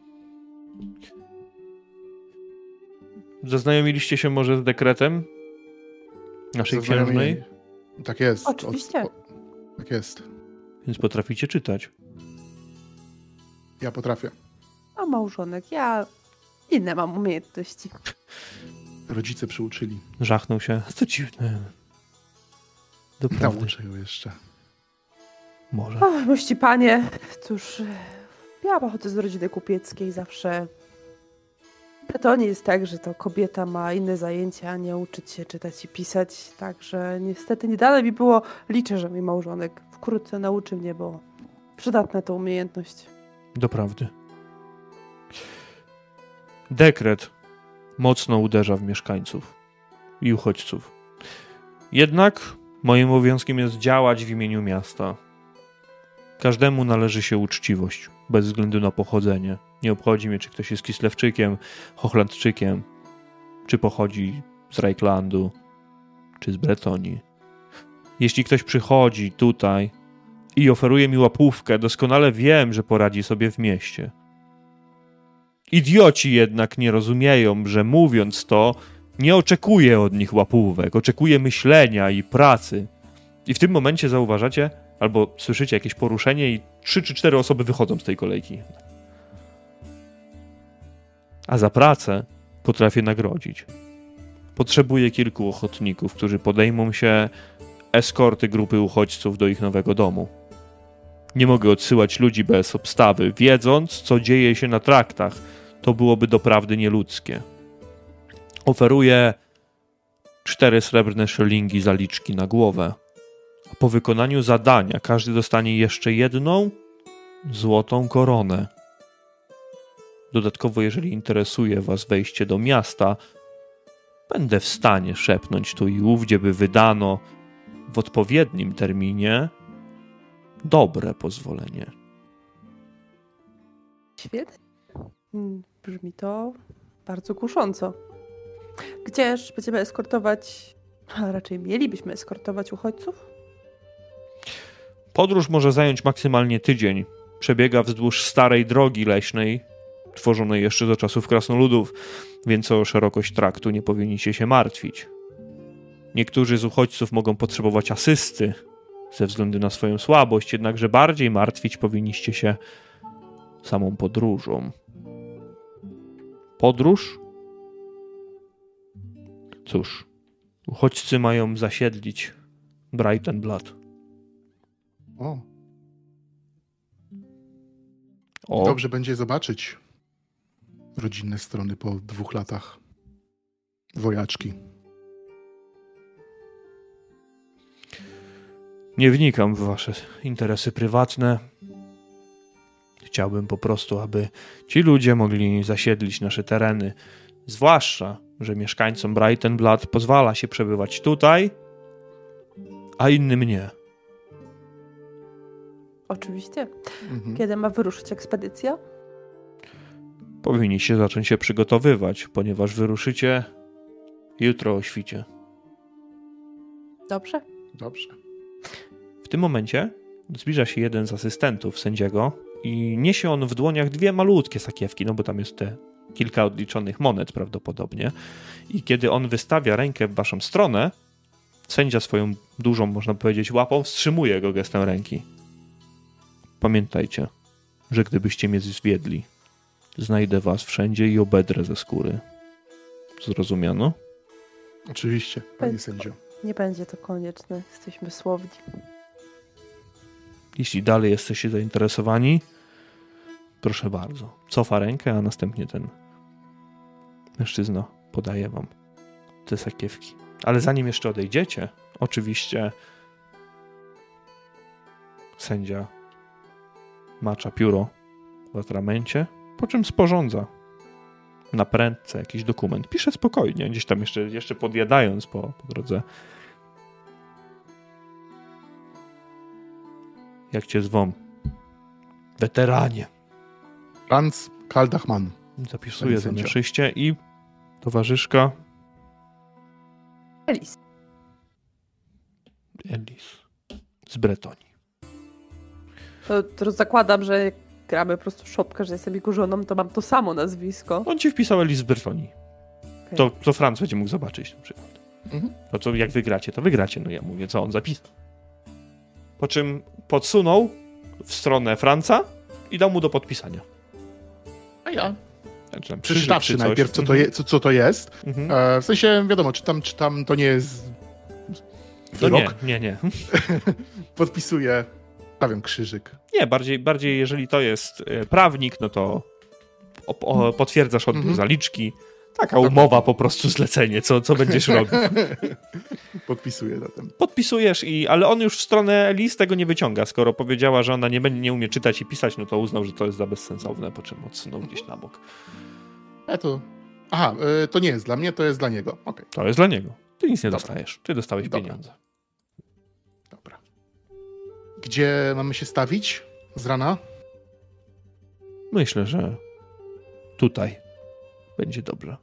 Zaznajomiliście się może z dekretem naszej księżnej? Tak jest. Oczywiście. Tak jest. Więc potraficie czytać. Ja potrafię. A małżonek, ja inne mam umiejętności. Rodzice przyuczyli. Żachnął się. Co dziwne. Doprawdy. Nauczę ją jeszcze. Może. Mości panie, cóż, ja pochodzę z rodziny kupieckiej, zawsze to nie jest tak, że to kobieta ma inne zajęcia, a nie uczyć się czytać i pisać, także niestety nie dane mi było, liczę, że mój małżonek wkrótce nauczy mnie, bo przydatna to umiejętność. Doprawdy. Dekret mocno uderza w mieszkańców i uchodźców. Jednak moim obowiązkiem jest działać w imieniu miasta. Każdemu należy się uczciwość, bez względu na pochodzenie. Nie obchodzi mnie, czy ktoś jest Kislewczykiem, Hochlandczykiem, czy pochodzi z Reichlandu, czy z Bretonii. Jeśli ktoś przychodzi tutaj i oferuje mi łapówkę, doskonale wiem, że poradzi sobie w mieście. Idioci jednak nie rozumieją, że mówiąc to, nie oczekuję od nich łapówek, oczekuję myślenia i pracy. I w tym momencie zauważacie, albo słyszycie jakieś poruszenie i 3 czy 4 osoby wychodzą z tej kolejki. A za pracę potrafię nagrodzić. Potrzebuję kilku ochotników, którzy podejmą się eskorty grupy uchodźców do ich nowego domu. Nie mogę odsyłać ludzi bez obstawy, wiedząc, co dzieje się na traktach. To byłoby doprawdy nieludzkie. Oferuję 4 srebrne szylingi zaliczki na głowę. A po wykonaniu zadania każdy dostanie jeszcze 1 złotą koronę. Dodatkowo, jeżeli interesuje was wejście do miasta, będę w stanie szepnąć tu i ówdzie, by wydano w odpowiednim terminie dobre pozwolenie. Świetnie. Brzmi to bardzo kusząco. Gdzież będziemy eskortować, a raczej mielibyśmy eskortować uchodźców? Podróż może zająć maksymalnie tydzień. Przebiega wzdłuż starej drogi leśnej, tworzonej jeszcze do czasów krasnoludów, więc o szerokość traktu nie powinniście się martwić. Niektórzy z uchodźców mogą potrzebować asysty ze względu na swoją słabość, jednakże bardziej martwić powinniście się samą podróżą. Podróż? Cóż, uchodźcy mają zasiedlić Breitenblatt. Dobrze będzie zobaczyć rodzinne strony po 2 latach wojaczki. Nie wnikam w wasze interesy prywatne. Chciałbym po prostu, aby ci ludzie mogli zasiedlić nasze tereny. Zwłaszcza, że mieszkańcom Breitenblatt pozwala się przebywać tutaj, a innym nie. Oczywiście. Kiedy ma wyruszyć ekspedycja? Powinniście zacząć się przygotowywać, ponieważ wyruszycie jutro o świcie. Dobrze. W tym momencie zbliża się jeden z asystentów sędziego i niesie on w dłoniach 2 malutkie sakiewki, no bo tam jest te kilka odliczonych monet prawdopodobnie. I kiedy on wystawia rękę w waszą stronę, sędzia swoją dużą, można powiedzieć, łapą wstrzymuje go gestem ręki. Pamiętajcie, że gdybyście mnie zwiedli, znajdę was wszędzie i obedrę ze skóry. Zrozumiano? Oczywiście, panie sędzio. Nie będzie to konieczne. Jesteśmy słowni. Jeśli dalej jesteście zainteresowani, proszę bardzo. Cofa rękę, a następnie ten mężczyzna podaje wam te sakiewki. Ale zanim jeszcze odejdziecie, oczywiście sędzia macza pióro w atramencie, po czym sporządza na prędce jakiś dokument. Pisze spokojnie, gdzieś tam jeszcze podjadając po drodze. Jak cię zwą? Weteranie. Franz Kaldachmann. Zapisuję zamyszyście i towarzyszka Elis. z Bretonii. To zakładam, że jak gramy po prostu szopkę, że jestem jego żoną, to mam to samo nazwisko. On ci wpisał Elis z Bretonii. Okay. To Franz będzie mógł zobaczyć na przykład. No to jak wygracie, to wygracie. No ja mówię, co on zapisał. Po czym podsunął w stronę Franca i dał mu do podpisania. A ja? Znaczy, przeczytawszy najpierw, co to jest. W sensie, wiadomo, czy tam to nie jest wyrok. No nie. Podpisuję, stawiam krzyżyk. Nie, bardziej jeżeli to jest prawnik, no to potwierdzasz odbiór zaliczki, Taka umowa po prostu, zlecenie, co będziesz robił. Podpisuję zatem. Podpisujesz, ale on już w stronę Liz tego nie wyciąga. Skoro powiedziała, że ona nie umie czytać i pisać, no to uznał, że to jest za bezsensowne, po czym odsunął gdzieś na bok. To nie jest dla mnie, to jest dla niego. Okay. To jest dla niego. Ty nic nie dostajesz. Ty dostałeś pieniądze. Dobra. Gdzie mamy się stawić z rana? Myślę, że tutaj będzie dobrze.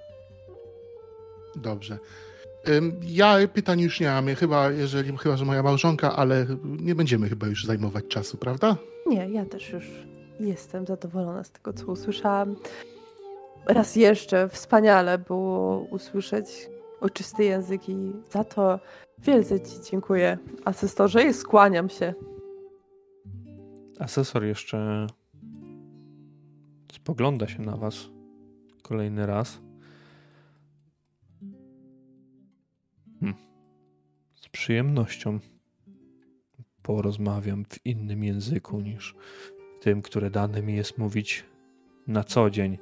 Dobrze. Ja pytań już nie mam, chyba, że moja małżonka, ale nie będziemy chyba już zajmować czasu, prawda? Nie, ja też już jestem zadowolona z tego, co usłyszałam. Raz jeszcze wspaniale było usłyszeć ojczysty język i za to wielce ci dziękuję, asestorze, i skłaniam się. Asesor jeszcze spogląda się na was kolejny raz. Z przyjemnością porozmawiam w innym języku niż tym, które dane mi jest mówić na co dzień.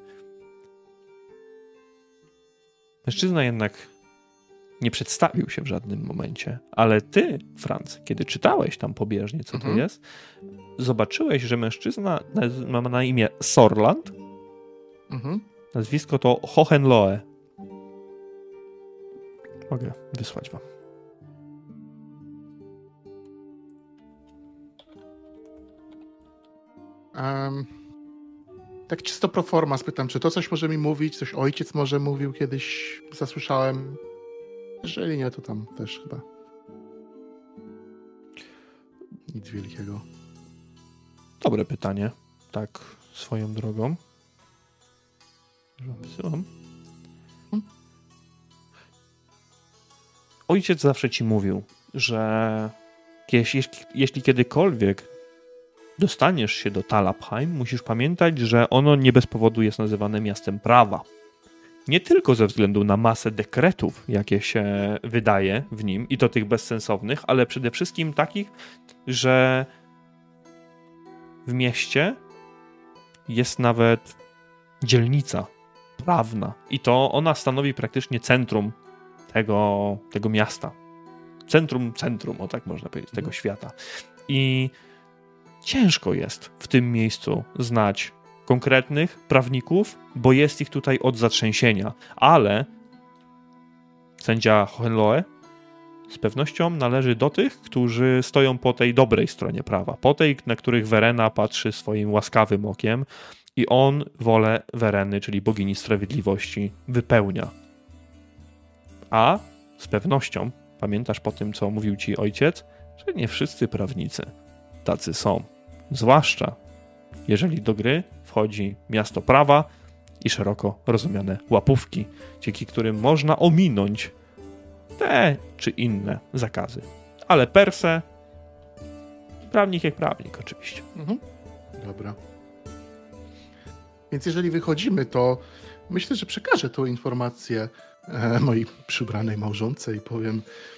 Mężczyzna jednak nie przedstawił się w żadnym momencie, ale ty, Franz, kiedy czytałeś tam pobieżnie, co to jest, zobaczyłeś, że mężczyzna ma na imię Sorland. Nazwisko to Hohenlohe. Mogę wysłać wam. Tak czysto pro forma spytam, czy to coś może mi mówić, coś ojciec może mówił kiedyś, zasłyszałem. Jeżeli nie, to tam też chyba nic wielkiego. Dobre pytanie. Tak, swoją drogą. Wysyłam. Ojciec zawsze ci mówił, że jeśli kiedykolwiek dostaniesz się do Talabheim, musisz pamiętać, że ono nie bez powodu jest nazywane miastem prawa. Nie tylko ze względu na masę dekretów, jakie się wydaje w nim, i to tych bezsensownych, ale przede wszystkim takich, że w mieście jest nawet dzielnica prawna i to ona stanowi praktycznie centrum tego miasta. Centrum, o tak można powiedzieć, tego świata. I ciężko jest w tym miejscu znać konkretnych prawników, bo jest ich tutaj od zatrzęsienia. Ale sędzia Hohenlohe z pewnością należy do tych, którzy stoją po tej dobrej stronie prawa. Po tej, na których Verena patrzy swoim łaskawym okiem i on wolę Vereny, czyli bogini sprawiedliwości, wypełnia. A z pewnością pamiętasz po tym, co mówił ci ojciec, że nie wszyscy prawnicy tacy są. Zwłaszcza jeżeli do gry wchodzi miasto prawa i szeroko rozumiane łapówki, dzięki którym można ominąć te czy inne zakazy. Ale per se prawnik jak prawnik oczywiście. Dobra. Więc jeżeli wychodzimy, to myślę, że przekażę tą informację mojej przybranej małżonce i powiem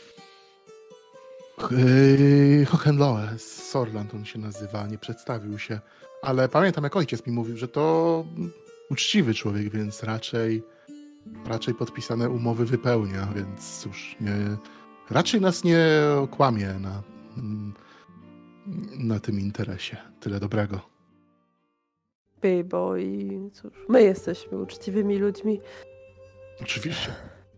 Hohenlohe z Sorland on się nazywa, nie przedstawił się, ale pamiętam, jak ojciec mi mówił, że to uczciwy człowiek, więc raczej podpisane umowy wypełnia, więc cóż, raczej nas nie okłamie na tym interesie. Tyle dobrego. Bo i cóż, my jesteśmy uczciwymi ludźmi. Oczywiście.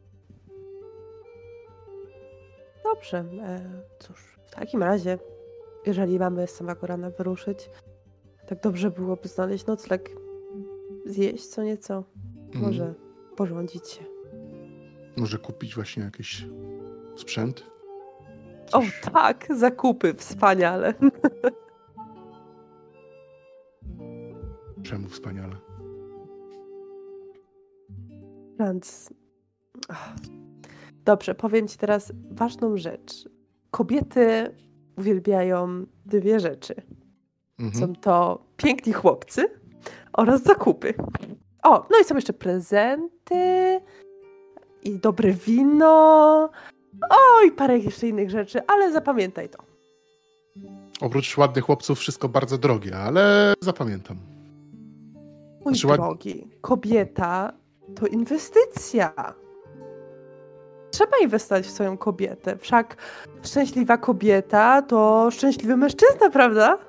Dobrze, cóż, w takim razie, jeżeli mamy z samego rana wyruszyć, tak dobrze byłoby znaleźć nocleg, zjeść co nieco, może porządzić się. Może kupić właśnie jakiś sprzęt? Coś... O tak, zakupy, wspaniale. Czemu wspaniale? Franz, dobrze, powiem ci teraz ważną rzecz. Kobiety uwielbiają dwie rzeczy. Są to piękni chłopcy oraz zakupy. O, no i są jeszcze prezenty i dobre wino. O, i parę jeszcze innych rzeczy, ale zapamiętaj to. Oprócz ładnych chłopców wszystko bardzo drogie, ale zapamiętam. Mój drogi, kobieta To inwestycja. Trzeba inwestować w swoją kobietę. Wszak szczęśliwa kobieta to szczęśliwy mężczyzna, prawda?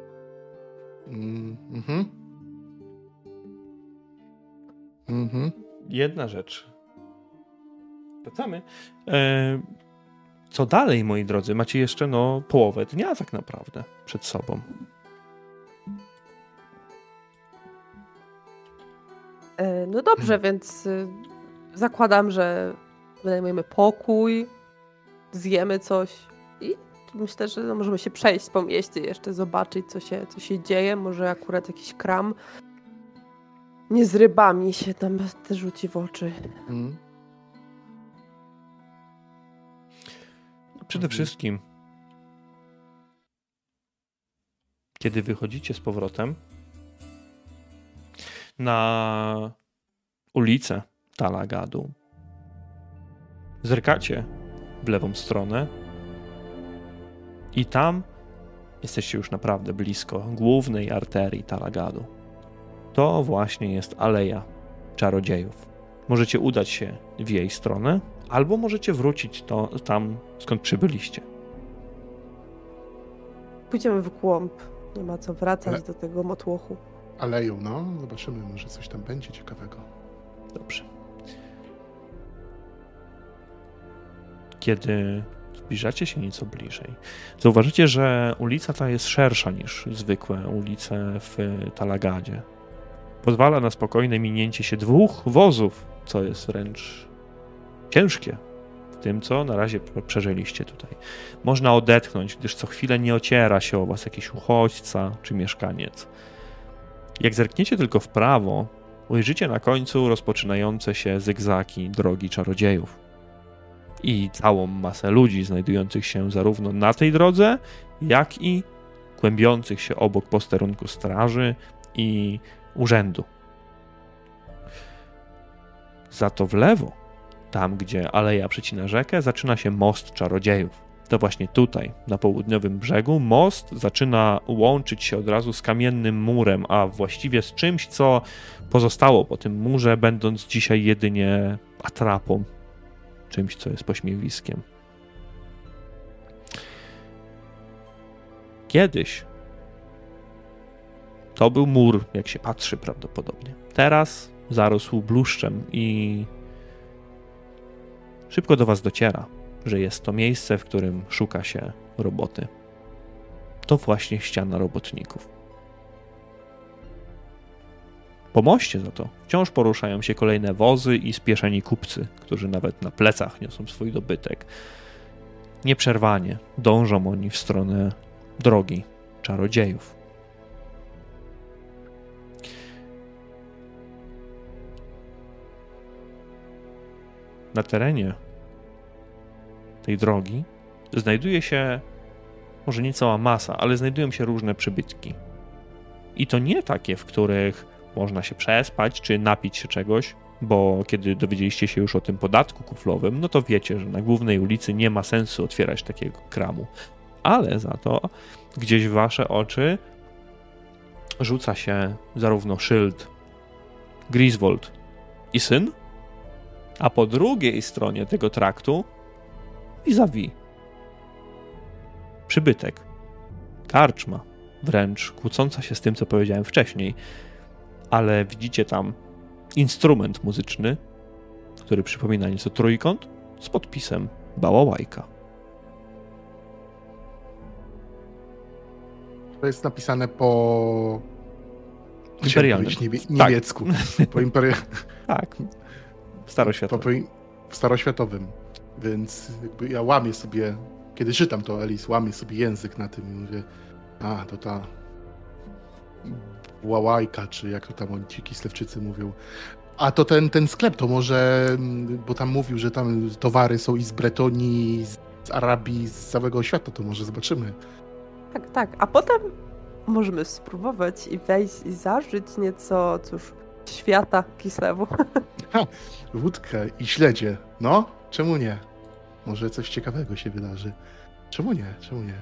Jedna rzecz. Wracamy. Co dalej, moi drodzy? Macie jeszcze połowę dnia tak naprawdę przed sobą. No dobrze, więc zakładam, że wynajmujemy pokój, zjemy coś i myślę, że możemy się przejść po mieście, jeszcze zobaczyć, co się dzieje. Może akurat jakiś kram nie z rybami się tam też rzuci w oczy. Przede wszystkim, kiedy wychodzicie z powrotem na ulicę Talagadu, zerkacie w lewą stronę i tam jesteście już naprawdę blisko głównej arterii Talagadu. To właśnie jest Aleja Czarodziejów. Możecie udać się w jej stronę, albo możecie wrócić tam, skąd przybyliście. Pójdziemy w głąb. Nie ma co wracać do tego motłochu. Aleją, zobaczymy, może coś tam będzie ciekawego. Dobrze. Kiedy zbliżacie się nieco bliżej, zauważycie, że ulica ta jest szersza niż zwykłe ulice w Talagadzie. Pozwala na spokojne minięcie się 2 wozów, co jest wręcz ciężkie w tym, co na razie przeżyliście tutaj. Można odetchnąć, gdyż co chwilę nie ociera się o was jakiś uchodźca czy mieszkaniec. Jak zerkniecie tylko w prawo, ujrzycie na końcu rozpoczynające się zygzaki drogi czarodziejów. I całą masę ludzi znajdujących się zarówno na tej drodze, jak i kłębiących się obok posterunku straży i urzędu. Za to w lewo, tam gdzie aleja przecina rzekę, zaczyna się most czarodziejów. To właśnie tutaj, na południowym brzegu, most zaczyna łączyć się od razu z kamiennym murem, a właściwie z czymś, co pozostało po tym murze, będąc dzisiaj jedynie atrapą, czymś, co jest pośmiewiskiem. Kiedyś to był mur, jak się patrzy prawdopodobnie. Teraz zarósł bluszczem i szybko do was dociera, że jest to miejsce, w którym szuka się roboty. To właśnie ściana robotników. Po moście za to wciąż poruszają się kolejne wozy i spieszeni kupcy, którzy nawet na plecach niosą swój dobytek. Nieprzerwanie dążą oni w stronę drogi czarodziejów. Na terenie tej drogi znajduje się może nie cała masa, ale znajdują się różne przybytki. I to nie takie, w których można się przespać czy napić się czegoś, bo kiedy dowiedzieliście się już o tym podatku kuflowym, no to wiecie, że na głównej ulicy nie ma sensu otwierać takiego kramu. Ale za to gdzieś w wasze oczy rzuca się zarówno szyld Griswold i syn, a po drugiej stronie tego traktu vis-a-vis przybytek, karczma, wręcz kłócąca się z tym, co powiedziałem wcześniej, ale widzicie tam instrument muzyczny, który przypomina nieco trójkąt z podpisem Bałałajka. To jest napisane po imperialnym. Niemiecku. Tak. Po tak. Staroświatowym. W staroświatowym. Więc jakby ja łamię sobie, kiedy czytam to, Alice, łamię sobie język na tym i mówię, to ta Łałajka, czy jak to tam oni ci Kislewczycy mówią. A to ten sklep, to może, bo tam mówił, że tam towary są i z Bretonii, z Arabii, z całego świata, to może zobaczymy. Tak. A potem możemy spróbować i wejść i zażyć nieco, świata Kislewu. Wódkę i śledzie. No, czemu nie? Może coś ciekawego się wydarzy. Czemu nie?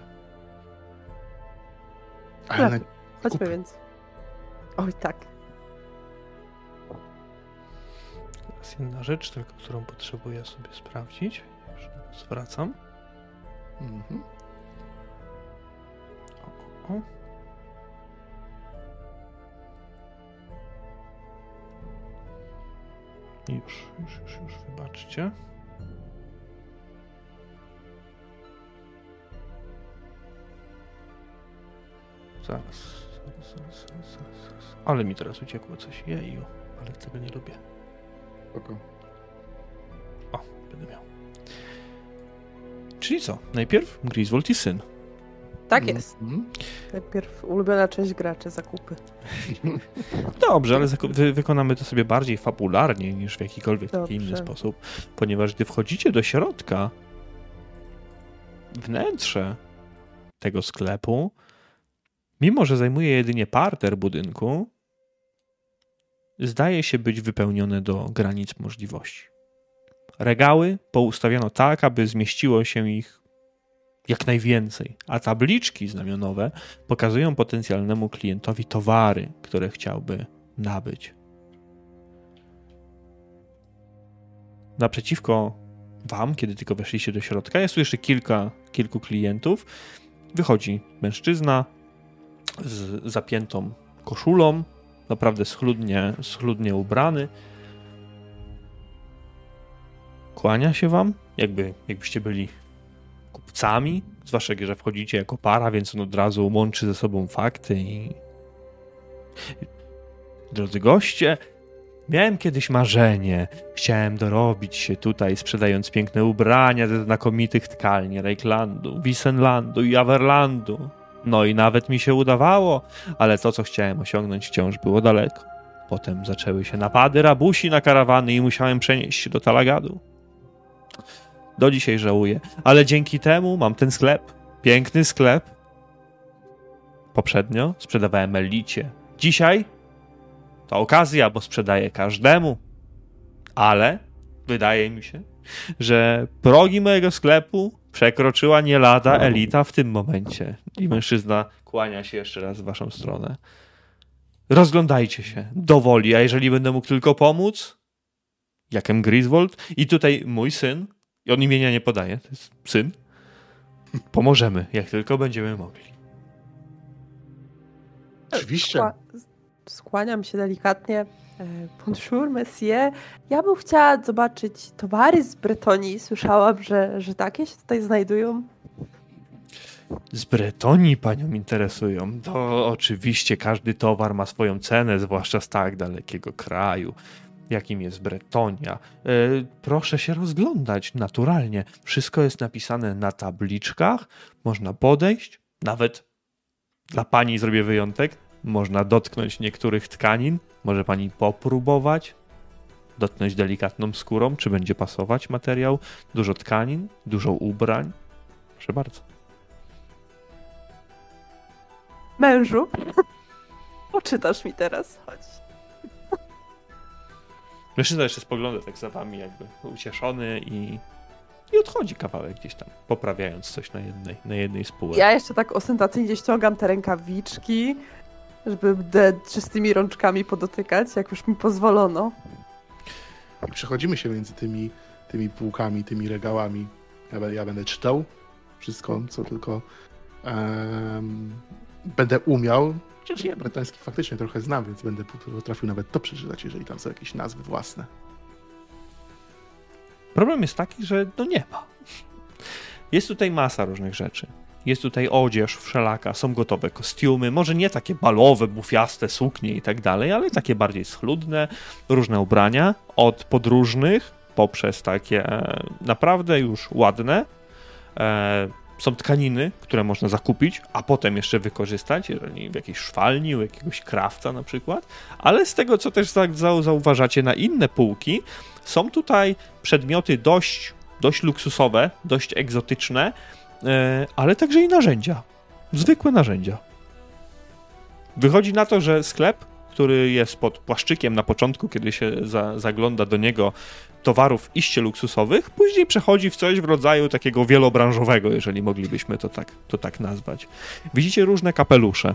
Ale chodźmy więc. Oj, tak. jest jedna rzecz, tylko którą potrzebuję sobie sprawdzić. Już zwracam. Mhm. O. Już, wybaczcie. Zaraz. Ale mi teraz uciekło coś. Jeju, ale tego nie lubię. Spoko. O, będę miał. Czyli co? Najpierw Griswold i syn. Tak jest. Najpierw ulubiona część graczy, zakupy. Dobrze, ale wykonamy to sobie bardziej fabularnie niż w jakikolwiek taki inny sposób, ponieważ gdy wchodzicie do środka, wnętrze tego sklepu, mimo że zajmuje jedynie parter budynku, zdaje się być wypełnione do granic możliwości. Regały poustawiono tak, aby zmieściło się ich jak najwięcej, a tabliczki znamionowe pokazują potencjalnemu klientowi towary, które chciałby nabyć. Naprzeciwko wam, kiedy tylko weszliście do środka, jest tu jeszcze kilku klientów. Wychodzi mężczyzna z zapiętą koszulą, naprawdę schludnie ubrany. Kłania się wam, jakbyście byli kupcami, zwłaszcza, że wchodzicie jako para, więc on od razu łączy ze sobą fakty i... Drodzy goście, miałem kiedyś marzenie. Chciałem dorobić się tutaj, sprzedając piękne ubrania ze znakomitych tkalni Reiklandu, Wissenlandu i Averlandu. No i nawet mi się udawało, ale to, co chciałem osiągnąć, wciąż było daleko. Potem zaczęły się napady rabusi na karawany i musiałem przenieść się do Talagadu. Do dzisiaj żałuję, ale dzięki temu mam ten sklep. Piękny sklep. Poprzednio sprzedawałem elicie. Dzisiaj to okazja, bo sprzedaję każdemu. Ale wydaje mi się, że progi mojego sklepu przekroczyła nie lada elita w tym momencie. I mężczyzna kłania się jeszcze raz w waszą stronę. Rozglądajcie się do woli, a jeżeli będę mógł tylko pomóc, jakem Griswold i tutaj mój syn, i on imienia nie podaje, to jest syn, pomożemy, jak tylko będziemy mogli. Oczywiście. Skłaniam się delikatnie. Bonjour, monsieur. Ja bym chciała zobaczyć towary z Bretonii. Słyszałam, że takie się tutaj znajdują. Z Bretonii panią interesują. To oczywiście każdy towar ma swoją cenę, zwłaszcza z tak dalekiego kraju, jakim jest Bretonia. Proszę się rozglądać, naturalnie. Wszystko jest napisane na tabliczkach. Można podejść, nawet dla pani zrobię wyjątek. Można dotknąć niektórych tkanin. Może pani popróbować. Dotknąć delikatną skórą, czy będzie pasować materiał. Dużo tkanin, dużo ubrań. Proszę bardzo. Mężu, poczytasz mi teraz, chodź. Mężczyzna jeszcze spogląda tak za wami, jakby ucieszony i odchodzi kawałek gdzieś tam, poprawiając coś na jednej z półek. Ja jeszcze tak ostentacyjnie ściągam te rękawiczki, żeby czystymi rączkami podotykać, jak już mi pozwolono. I przechodzimy się między tymi półkami, tymi regałami. Ja będę czytał wszystko, co tylko będę umiał. Chociaż ja bretoński faktycznie trochę znam, więc będę potrafił nawet to przeczytać, jeżeli tam są jakieś nazwy własne. Problem jest taki, że nie ma. Jest tutaj masa różnych rzeczy. Jest tutaj odzież wszelaka, są gotowe kostiumy, może nie takie balowe, bufiaste suknie i tak dalej, ale takie bardziej schludne, różne ubrania, od podróżnych poprzez takie naprawdę już ładne. Są tkaniny, które można zakupić, a potem jeszcze wykorzystać, jeżeli w jakiejś szwalni, u jakiegoś krawca na przykład. Ale z tego, co też zauważacie na inne półki, są tutaj przedmioty dość luksusowe, dość egzotyczne, ale także i narzędzia. Zwykłe narzędzia. Wychodzi na to, że sklep, który jest pod płaszczykiem na początku, kiedy się zagląda do niego towarów iście luksusowych, później przechodzi w coś w rodzaju takiego wielobranżowego, jeżeli moglibyśmy to tak nazwać. Widzicie różne kapelusze.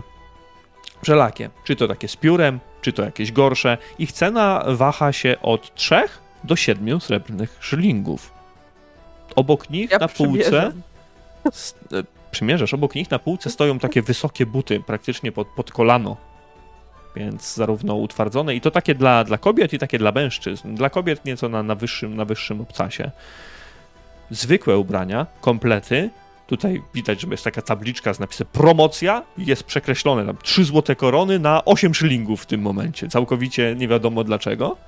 Wszelakie. Czy to takie z piórem, czy to jakieś gorsze. Ich cena waha się od 3 do 7 srebrnych szylingów. Obok nich Ja na półce... przymierzam. Przymierzasz, obok nich na półce stoją takie wysokie buty, praktycznie pod kolano. Więc zarówno utwardzone, i to takie dla kobiet, i takie dla mężczyzn. Dla kobiet nieco na wyższym obcasie. Zwykłe ubrania, komplety. Tutaj widać, że jest taka tabliczka z napisem promocja i jest przekreślone tam 3 złote korony na 8 szylingów w tym momencie. Całkowicie nie wiadomo dlaczego.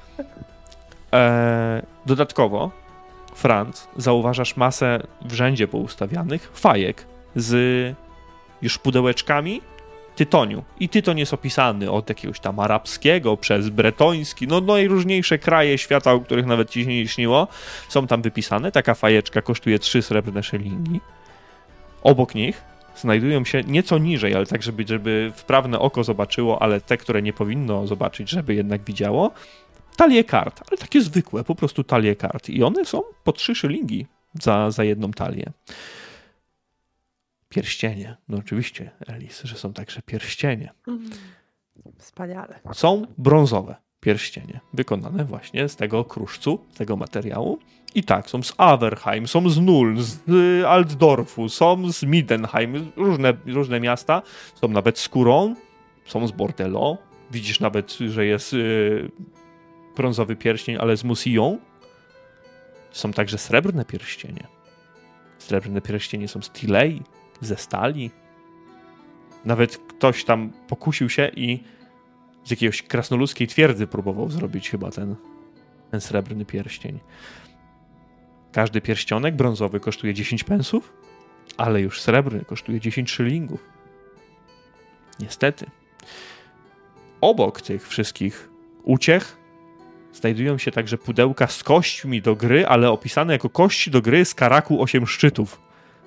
Dodatkowo, Franz, zauważasz masę w rzędzie poustawianych fajek z już pudełeczkami tytoniu. I tytoń jest opisany od jakiegoś tam arabskiego przez bretoński, no najróżniejsze kraje świata, o których nawet ci się nie śniło, są tam wypisane. Taka fajeczka kosztuje 3 srebrne szylingi. Obok nich znajdują się nieco niżej, ale tak, żeby wprawne oko zobaczyło, ale te, które nie powinno zobaczyć, żeby jednak widziało, talie kart, ale takie zwykłe, po prostu talie kart. I one są po 3 szylingi za jedną talię. Pierścienie. No oczywiście, Elis, że są także pierścienie. Wspaniale. Są brązowe pierścienie, wykonane właśnie z tego kruszcu, z tego materiału. I tak, są z Averheim, są z Null, z Altdorfu, są z Middenheim, różne miasta. Są nawet z Couronne, są z Bordello. Widzisz nawet, że jest brązowy pierścień, ale z Musillon. Są także srebrne pierścienie. Srebrne pierścienie są z Tilley, ze stali. Nawet ktoś tam pokusił się i z jakiejś krasnoludzkiej twierdzy próbował zrobić chyba ten srebrny pierścień. Każdy pierścionek brązowy kosztuje 10 pensów, ale już srebrny kosztuje 10 szylingów. Niestety. Obok tych wszystkich uciech znajdują się także pudełka z kośćmi do gry, ale opisane jako kości do gry z karaku 8 szczytów.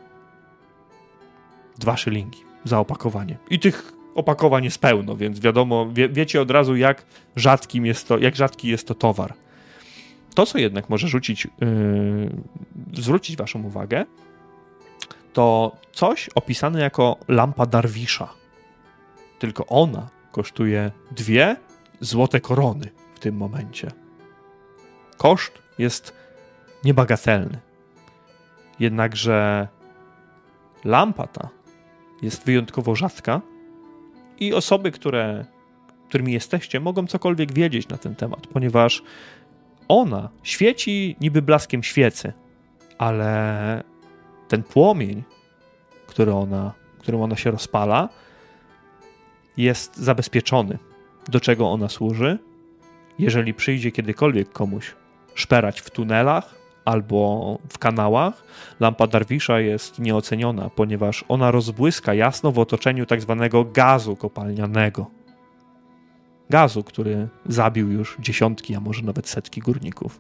2 szylingi za opakowanie. I tych opakowań jest pełno, więc wiadomo, wiecie od razu, jak rzadki jest to towar. To, co jednak może zwrócić waszą uwagę, to coś opisane jako lampa Darwisza. Tylko ona kosztuje 2 złote korony w tym momencie. Koszt jest niebagatelny. Jednakże lampa ta jest wyjątkowo rzadka i osoby, którymi jesteście, mogą cokolwiek wiedzieć na ten temat, ponieważ ona świeci niby blaskiem świecy, ale ten płomień, którym ona się rozpala, jest zabezpieczony. Do czego ona służy? Jeżeli przyjdzie kiedykolwiek komuś szperać w tunelach albo w kanałach, lampa Darwisza jest nieoceniona, ponieważ ona rozbłyska jasno w otoczeniu tak zwanego gazu kopalnianego. Gazu, który zabił już dziesiątki, a może nawet setki górników.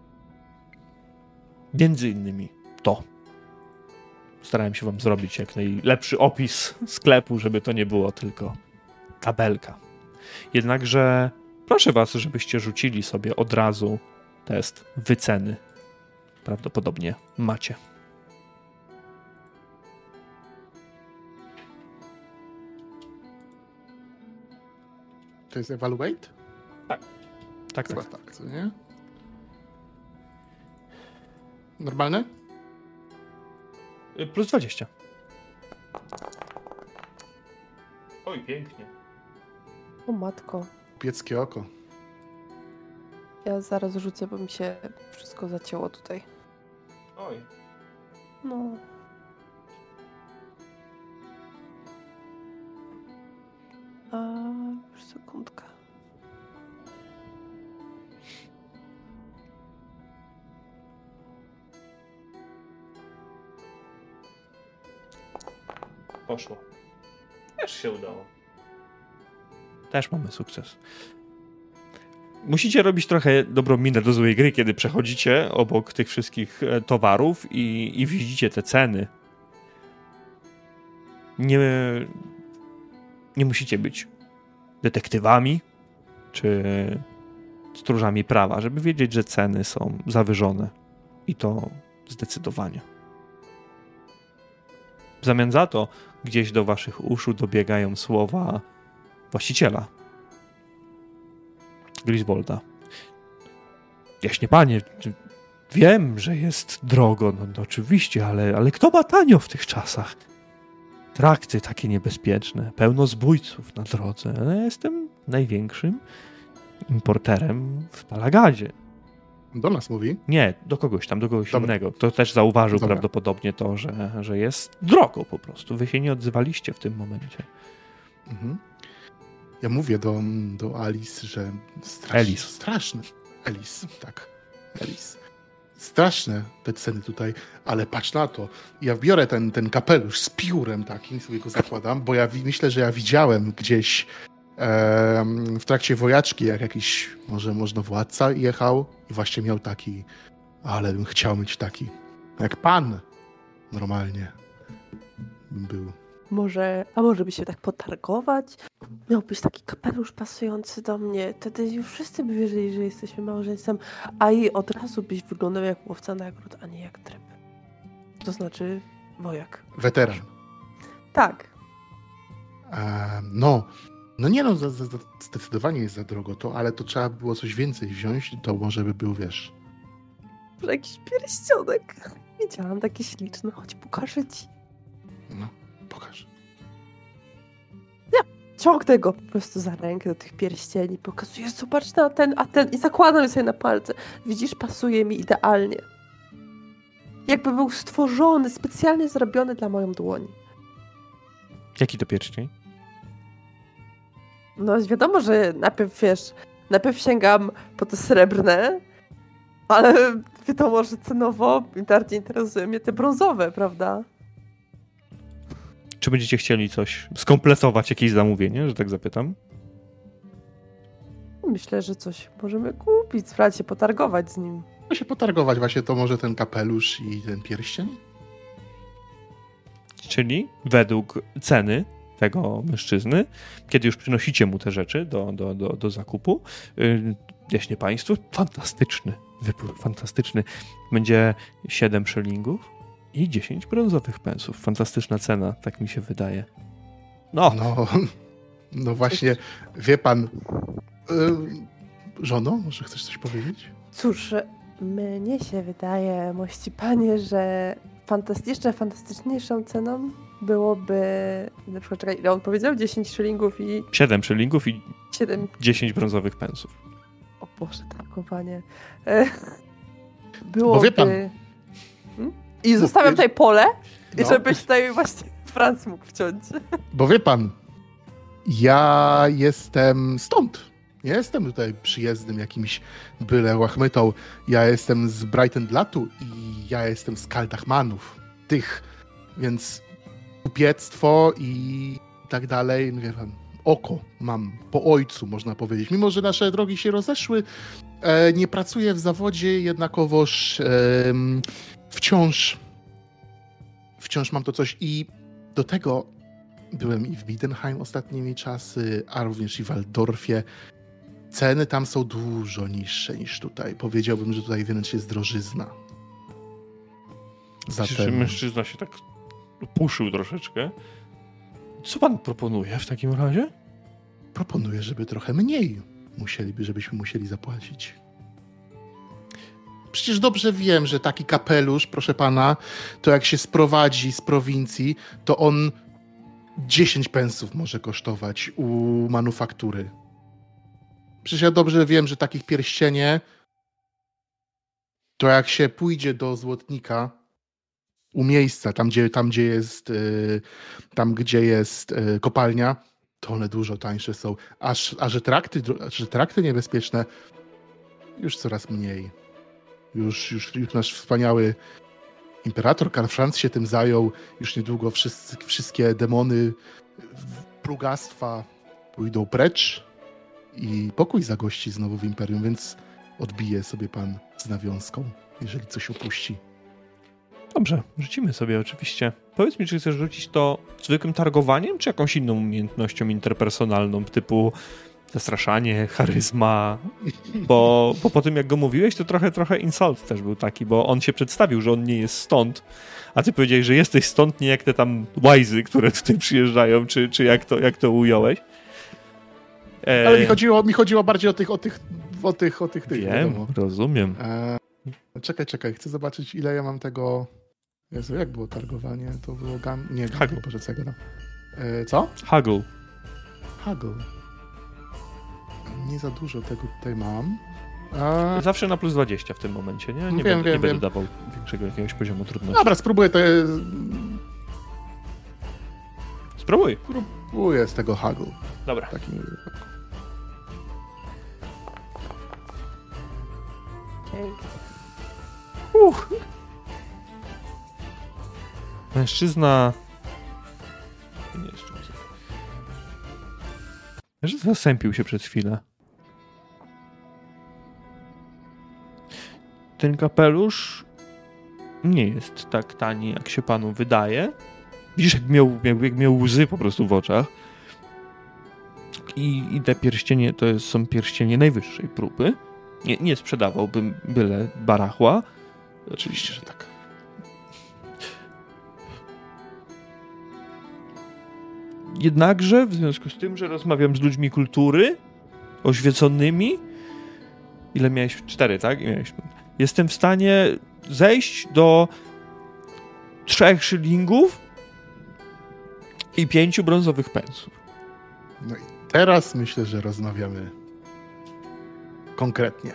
Między innymi to. Starałem się wam zrobić jak najlepszy opis sklepu, żeby to nie było tylko tabelka. Jednakże proszę was, żebyście rzucili sobie od razu test wyceny. Prawdopodobnie macie. To jest evaluate? Tak. Chyba tak, co nie? Normalne? Plus 20. Oj, pięknie. O matko. Pieckie oko. Ja zaraz rzucę, bo mi się wszystko zacięło tutaj. Oj. No. Już sekundkę. Poszło. Też się udało. Też mamy sukces. Musicie robić trochę dobrą minę do złej gry, kiedy przechodzicie obok tych wszystkich towarów i widzicie te ceny. Nie musicie być detektywami czy stróżami prawa, żeby wiedzieć, że ceny są zawyżone. I to zdecydowanie. W zamian za to gdzieś do waszych uszu dobiegają słowa właściciela Griswolda. Jaśnie panie, wiem, że jest drogo, no oczywiście, ale kto ma tanio w tych czasach? Trakty takie niebezpieczne, pełno zbójców na drodze. Ja jestem największym importerem w Talagadzie. Do nas mówi? Nie, do kogoś Dobra. innego. To też zauważył Dobra. prawdopodobnie to, że jest drogo po prostu. Wy się nie odzywaliście w tym momencie. Mhm. Ja mówię do Alice, że Alice. straszne. Alice, tak. Alice. Straszne te ceny tutaj, ale patrz na to. Ja biorę ten kapelusz z piórem takim, sobie go zakładam, bo ja myślę, że ja widziałem gdzieś w trakcie wojaczki, jak jakiś może władca jechał i właśnie miał taki, ale bym chciał mieć taki, jak pan normalnie bym był. Może by się tak potargować? Miałbyś taki kapelusz pasujący do mnie. Wtedy już wszyscy by wierzyli, że jesteśmy małżeństwem, a i od razu byś wyglądał jak łowca nagród, a nie jak tryb. To znaczy wojak. Weteran. Tak. No nie no, zdecydowanie jest za drogo to, ale to trzeba było coś więcej wziąć, to może by był, wiesz... Może jakiś pierścionek. Widziałam takie śliczne, chodź pokażę ci. No, pokaż. Ciągnę go po prostu za rękę do tych pierścieni, pokazuję, zobacz na ten, a ten i zakładam je sobie na palce. Widzisz, pasuje mi idealnie. Jakby był stworzony, specjalnie zrobiony dla moją dłoni. Jaki to pierścień? No wiadomo, że najpierw sięgam po te srebrne, ale wiadomo, że cenowo bardziej interesują mnie te brązowe, prawda? Czy będziecie chcieli coś skompletować, jakieś zamówienie, że tak zapytam? Myślę, że coś możemy kupić, spróbować się potargować z nim. No się potargować właśnie, to może ten kapelusz i ten pierścień? Czyli według ceny tego mężczyzny, kiedy już przynosicie mu te rzeczy do zakupu, jaśnie państwu, fantastyczny wybór, fantastyczny. Będzie 7 szylingów i 10 brązowych pensów. Fantastyczna cena, tak mi się wydaje. No właśnie, wie pan... żono, może chcesz coś powiedzieć? Cóż, mnie się wydaje, mości panie, że fantastyczniejszą ceną byłoby, na przykład, czekaj, ile on powiedział? 10 szylingów i... 7 szylingów i 7... 10 brązowych pensów. O Boże, targowanie. Byłoby... Bo wie pan... I zostawiam tutaj pole, No. żebyś tutaj właśnie Franc mógł wciąć. Bo wie pan, ja jestem stąd. Nie jestem tutaj przyjezdnym jakimś byle łachmytą. Ja jestem z Breitenblatu i ja jestem z Kaldachmanów. Tych, więc kupiectwo i tak dalej, no wie pan, oko mam po ojcu, można powiedzieć. Mimo że nasze drogi się rozeszły, nie pracuję w zawodzie, jednakowoż wciąż mam to coś i do tego byłem i w Midenheim ostatnimi czasy, a również i w Waldorfie. Ceny tam są dużo niższe niż tutaj. Powiedziałbym, że tutaj wręcz jest drożyzna. Zatem... Mężczyzna się tak puszył troszeczkę. Co pan proponuje w takim razie? Proponuję, żeby trochę mniej żebyśmy musieli zapłacić. Przecież dobrze wiem, że taki kapelusz, proszę pana, to jak się sprowadzi z prowincji, to on 10 pensów może kosztować u manufaktury. Przecież ja dobrze wiem, że takich pierścienie, to jak się pójdzie do złotnika u miejsca, tam gdzie jest kopalnia, to one dużo tańsze są. A że trakty niebezpieczne już coraz mniej. Już nasz wspaniały imperator Karl Franz się tym zajął. Już niedługo wszystkie demony plugastwa pójdą precz i pokój zagości znowu w imperium, więc odbije sobie pan z nawiązką, jeżeli coś upuści. Dobrze, rzucimy sobie oczywiście. Powiedz mi, czy chcesz rzucić to zwykłym targowaniem, czy jakąś inną umiejętnością interpersonalną, typu zastraszanie, charyzma, bo po tym jak go mówiłeś, to trochę insult też był taki, bo on się przedstawił, że on nie jest stąd, a ty powiedziałeś, że jesteś stąd, nie jak te tam łajzy, które tutaj przyjeżdżają, czy jak to ująłeś. Ale mi chodziło bardziej o tych o tych Wiem, wiadomo. rozumiem. Czekaj, chcę zobaczyć, ile ja mam tego... Jezu, jak było targowanie? To było Nie, Haggle. Boże, co ja gadam. Co? Haggle. Haggle. Nie za dużo tego tutaj mam. Zawsze na plus 20 w tym momencie, nie? Nie Wiem, będę wiem. dawał większego jakiegoś poziomu trudności. Dobra, spróbuję to... Spróbuj. Spróbuję z tego Haggle. Dobra. W takim wypadku. Pięknie. Mężczyzna... Nie, jeszcze muszę... Mężczyzna zasępił się przez chwilę. Ten kapelusz nie jest tak tani, jak się panu wydaje. Widzisz, jak miał łzy po prostu w oczach. I te pierścienie to są pierścienie najwyższej próby. Nie sprzedawałbym byle barachła. Oczywiście, że tak. Jednakże, w związku z tym, że rozmawiam z ludźmi kultury, oświeconymi, ile miałeś? 4, tak? Jestem w stanie zejść do 3 szylingów i 5 brązowych pensów. No i teraz myślę, że rozmawiamy konkretnie.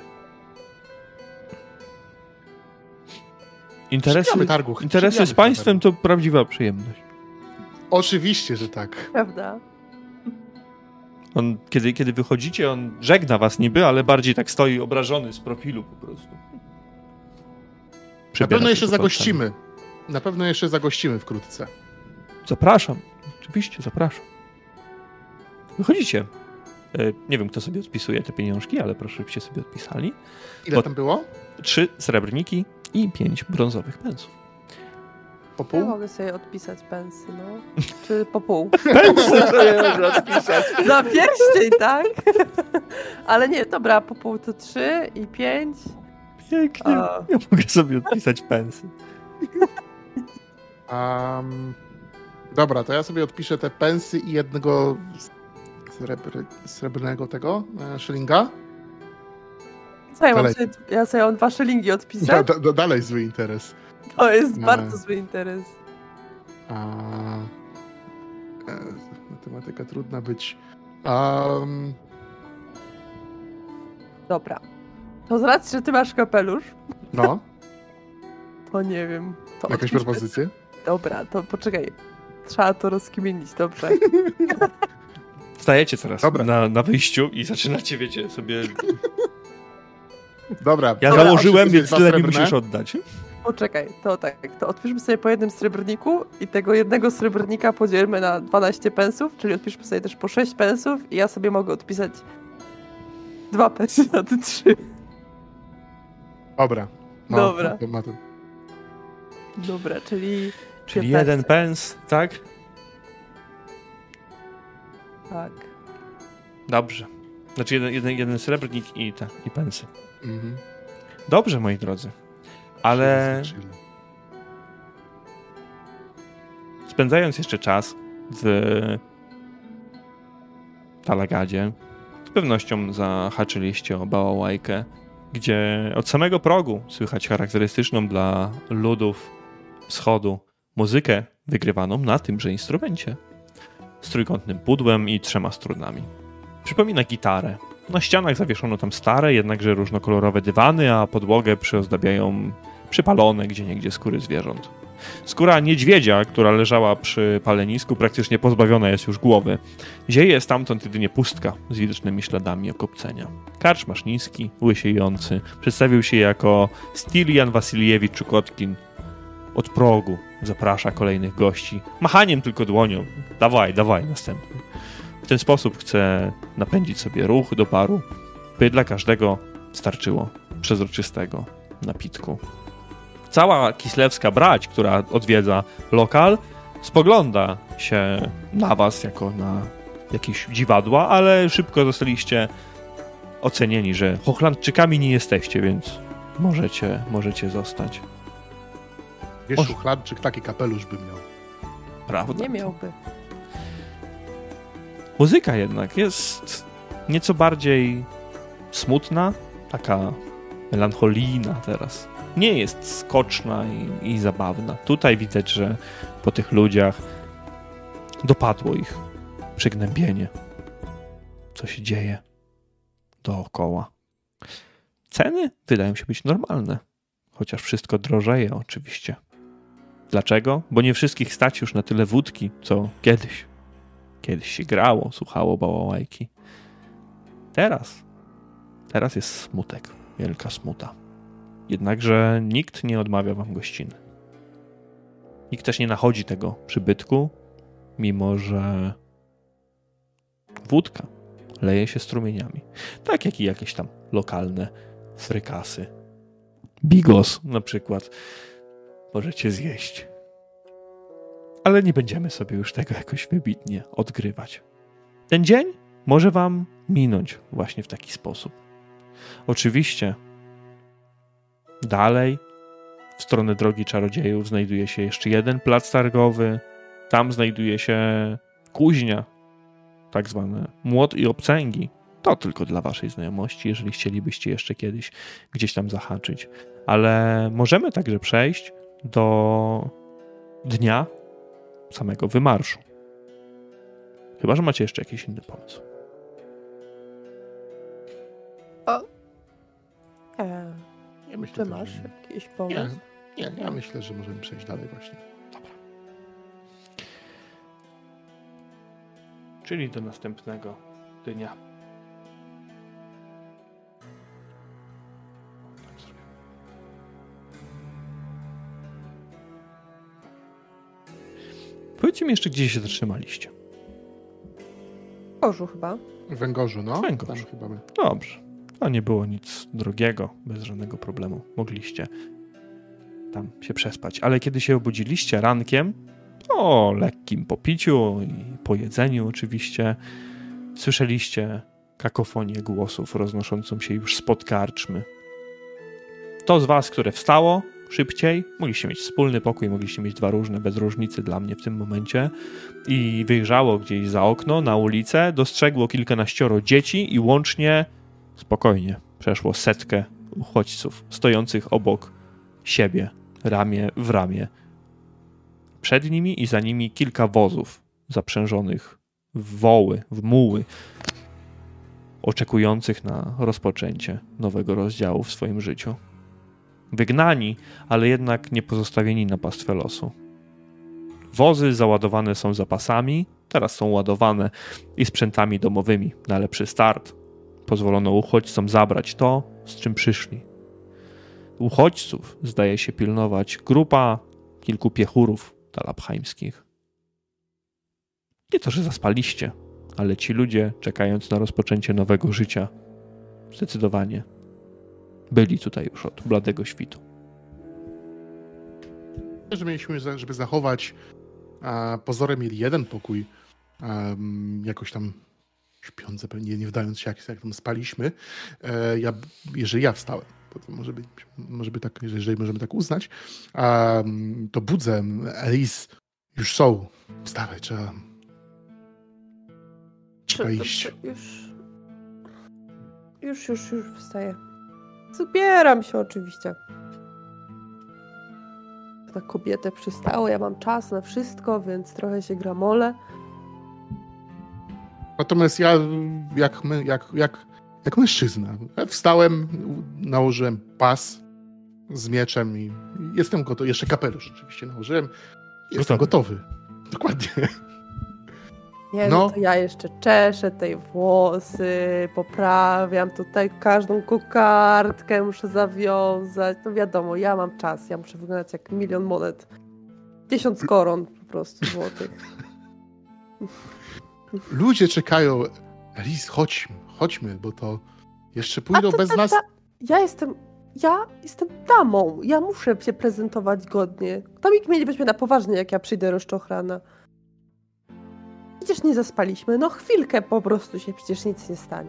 Interesy z państwem to prawdziwa przyjemność. Oczywiście, że tak. Prawda? On, kiedy wychodzicie, on żegna was niby, ale bardziej tak stoi obrażony z profilu po prostu. Na pewno jeszcze zagościmy. Na pewno jeszcze zagościmy wkrótce. Zapraszam. Oczywiście, zapraszam. Wychodzicie. Nie wiem, kto sobie odpisuje te pieniążki, ale proszę, żebyście sobie odpisali. Ile tam było? 3 srebrniki i 5 brązowych pensów. Po pół? Ja mogę sobie odpisać pensy, no. Czy po pół? Pensy sobie można odpisać. Za pierścień, tak? Ale nie, dobra, po pół to 3 i 5. Pięknie. Ja mogę sobie odpisać pensy. Dobra, to ja sobie odpiszę te pensy i jednego srebrnego tego szylinga. Co ja sobie mam 2 szylingi odpisać? Dalej zły interes. To jest bardzo zły interes. Matematyka trudna być. Dobra. To z racji, że ty masz kapelusz, No, to nie wiem. To jakieś odpiszmy. propozycje? Dobra, to poczekaj. Trzeba to rozkminić, dobrze. Stajecie teraz Dobra. na wyjściu i zaczynacie, wiecie, sobie... Dobra. Ja dobra, założyłem, odpiszę więc sobie tyle dwa mi srebrne. musisz oddać. Poczekaj, to tak, to odpiszmy sobie po jednym srebrniku i tego jednego srebrnika podzielmy na 12 pensów, czyli odpiszmy sobie też po 6 pensów i ja sobie mogę odpisać 2 pensy na te 3. Dobra. No, Dobra. ma to. Dobra, czyli... Czyli 15. 1 pens, tak? Tak. Dobrze. Znaczy jeden srebrnik i pensy. Mhm. Dobrze, moi drodzy. Ale spędzając jeszcze czas w Talagadzie, z pewnością zahaczyliście o bałałajkę, gdzie od samego progu słychać charakterystyczną dla ludów wschodu muzykę wygrywaną na tymże instrumencie z trójkątnym pudłem i 3 strunami. Przypomina gitarę. Na ścianach zawieszono tam stare, jednakże różnokolorowe dywany, a podłogę przyozdabiają przypalone gdzieniegdzie skóry zwierząt. Skóra niedźwiedzia, która leżała przy palenisku, praktycznie pozbawiona jest już głowy. Zieje stamtąd jedynie pustka z widocznymi śladami okopcenia. Karczmarz niski, łysiejący, przedstawił się jako Stilian Wasiliewicz Czukotkin. Od progu zaprasza kolejnych gości, machaniem tylko dłonią. Dawaj, następny. W ten sposób chce napędzić sobie ruch do baru, by dla każdego starczyło przezroczystego napitku. Cała kislewska brać, która odwiedza lokal, spogląda się na was jako na jakieś dziwadła, ale szybko zostaliście ocenieni, że Hochlandczykami nie jesteście, więc możecie zostać. Wiesz, Hochlandczyk taki kapelusz by miał. Prawda? Nie miałby. Muzyka jednak jest nieco bardziej smutna, taka melancholijna teraz. Nie jest skoczna i zabawna. Tutaj widać, że po tych ludziach dopadło ich przygnębienie. Co się dzieje dookoła. Ceny wydają się być normalne, chociaż wszystko drożeje oczywiście. Dlaczego? Bo nie wszystkich stać już na tyle wódki, co kiedyś. Kiedyś się grało, słuchało bałałajki. Teraz jest smutek, wielka smuta. Jednakże nikt nie odmawia wam gościny. Nikt też nie nachodzi tego przybytku, mimo że wódka leje się strumieniami. Tak jak i jakieś tam lokalne frykasy. Bigos na przykład możecie zjeść. Ale nie będziemy sobie już tego jakoś wybitnie odgrywać. Ten dzień może wam minąć właśnie w taki sposób. Oczywiście dalej w stronę Drogi Czarodziejów znajduje się jeszcze jeden plac targowy. Tam znajduje się kuźnia, tak zwane młot i obcęgi. To tylko dla waszej znajomości, jeżeli chcielibyście jeszcze kiedyś gdzieś tam zahaczyć. Ale możemy także przejść do dnia samego wymarszu. Chyba że macie jeszcze jakiś inny pomysł. Ja myślę, Czy masz jakiś pomysł? Nie, ja myślę, że możemy przejść dalej właśnie. Dobra. Czyli do następnego dnia. Powiedzcie mi jeszcze, gdzie się zatrzymaliście. Orzu chyba. W Węgorzu, no. Węgorzu. Tam chyba my. Dobrze. To nie było nic drogiego, bez żadnego problemu. Mogliście tam się przespać. Ale kiedy się obudziliście rankiem, o lekkim popiciu i po jedzeniu oczywiście, słyszeliście kakofonię głosów roznoszącą się już spod karczmy. To z was, które wstało szybciej, mogliście mieć wspólny pokój, mogliście mieć dwa różne, bez różnicy dla mnie w tym momencie, i wyjrzało gdzieś za okno, na ulicę, dostrzegło kilkanaścioro dzieci i łącznie, spokojnie, przeszło 100 uchodźców stojących obok siebie, ramię w ramię. Przed nimi i za nimi kilka wozów zaprzężonych w woły, w muły, oczekujących na rozpoczęcie nowego rozdziału w swoim życiu. Wygnani, ale jednak nie pozostawieni na pastwę losu. Wozy załadowane są zapasami, teraz są ładowane i sprzętami domowymi na lepszy start. Pozwolono uchodźcom zabrać to, z czym przyszli. Uchodźców zdaje się pilnować grupa kilku piechurów talabheimskich. Nie to, że zaspaliście, ale ci ludzie, czekając na rozpoczęcie nowego życia, zdecydowanie byli tutaj już od bladego świtu. Że mieliśmy, żeby zachować pozorem mieli jeden pokój, jakoś tam śpiący, nie wdając się, jak tam spaliśmy. Jeżeli ja wstałem, to może być tak, jeżeli możemy tak uznać, to budzę. Elis, już są. Wstawaj, trzeba iść. Już wstaję. Zbieram się oczywiście. Na kobietę przystało, ja mam czas na wszystko, więc trochę się gramolę. Natomiast ja, jak mężczyzna, wstałem, nałożyłem pas z mieczem i jestem gotowy. Jeszcze kapelusz oczywiście nałożyłem. Jestem gotowy. Dokładnie. Nie, no to ja jeszcze czeszę tej włosy, poprawiam tutaj każdą kokardkę, muszę zawiązać. No wiadomo, ja mam czas, ja muszę wyglądać jak 1 000 000 monet. 1000 koron po prostu złotych. Ludzie czekają. Elis, chodźmy, bo to jeszcze pójdą bez nas. Ja jestem damą, ja muszę się prezentować godnie. To nikt mnie nie weźmie na poważnie, jak ja przyjdę rozczochrana. Przecież nie zaspaliśmy, no chwilkę po prostu się, przecież nic nie stanie.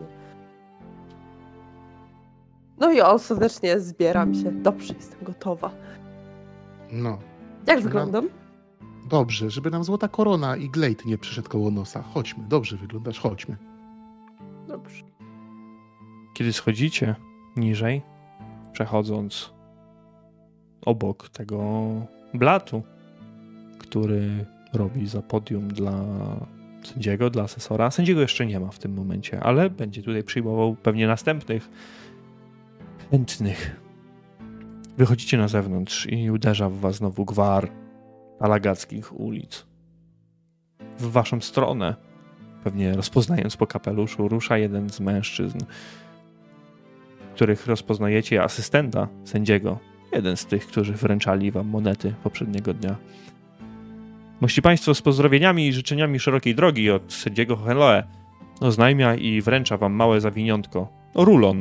No i serdecznie zbieram się. Dobrze, jestem gotowa. No. Jak wyglądam? Dobrze, żeby nam złota korona i glejt nie przyszedł koło nosa. Chodźmy, dobrze wyglądasz, chodźmy. Dobrze. Kiedy schodzicie niżej, przechodząc obok tego blatu, który robi za podium dla sędziego, dla asesora. Sędziego jeszcze nie ma w tym momencie, ale będzie tutaj przyjmował pewnie następnych chętnych. Wychodzicie na zewnątrz i uderza w was znowu gwar talagackich ulic. W waszą stronę, pewnie rozpoznając po kapeluszu, rusza jeden z mężczyzn, których rozpoznajecie, asystenta sędziego. Jeden z tych, którzy wręczali wam monety poprzedniego dnia. Mości Państwo, z pozdrowieniami i życzeniami szerokiej drogi od sędziego Heloe oznajmia i wręcza wam małe zawiniątko. Rulon.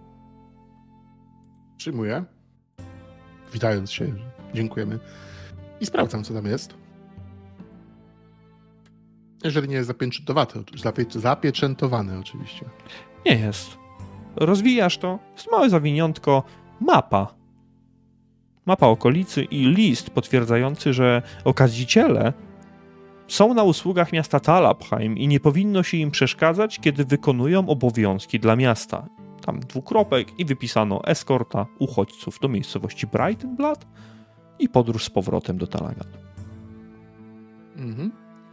Przyjmuję. Witając się, dziękujemy. I sprawdzam, co tam jest. Jeżeli nie jest zapieczętowane oczywiście. Nie jest. Rozwijasz to. Jest małe zawiniątko. Mapa. Mapa okolicy i list potwierdzający, że okaziciele są na usługach miasta Talabheim i nie powinno się im przeszkadzać, kiedy wykonują obowiązki dla miasta. Tam 2 kropek i wypisano eskorta uchodźców do miejscowości Breitenblatt i podróż z powrotem do Talagat. Mhm.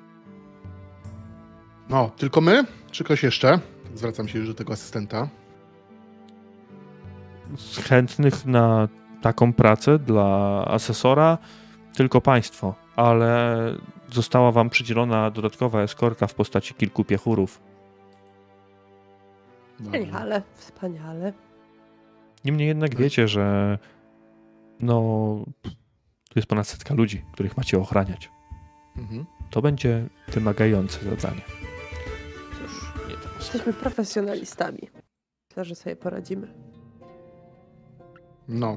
No, tylko my? Czy ktoś jeszcze? Zwracam się już do tego asystenta. Z chętnych na taką pracę dla asesora tylko państwo, ale została wam przydzielona dodatkowa eskorta w postaci kilku piechurów. Wspaniale, wspaniale. Niemniej jednak wiecie, że tu jest ponad 100 ludzi, których macie ochraniać. Mhm. To będzie wymagające zadanie. Cóż, jesteśmy profesjonalistami. Myślę, że sobie poradzimy. No.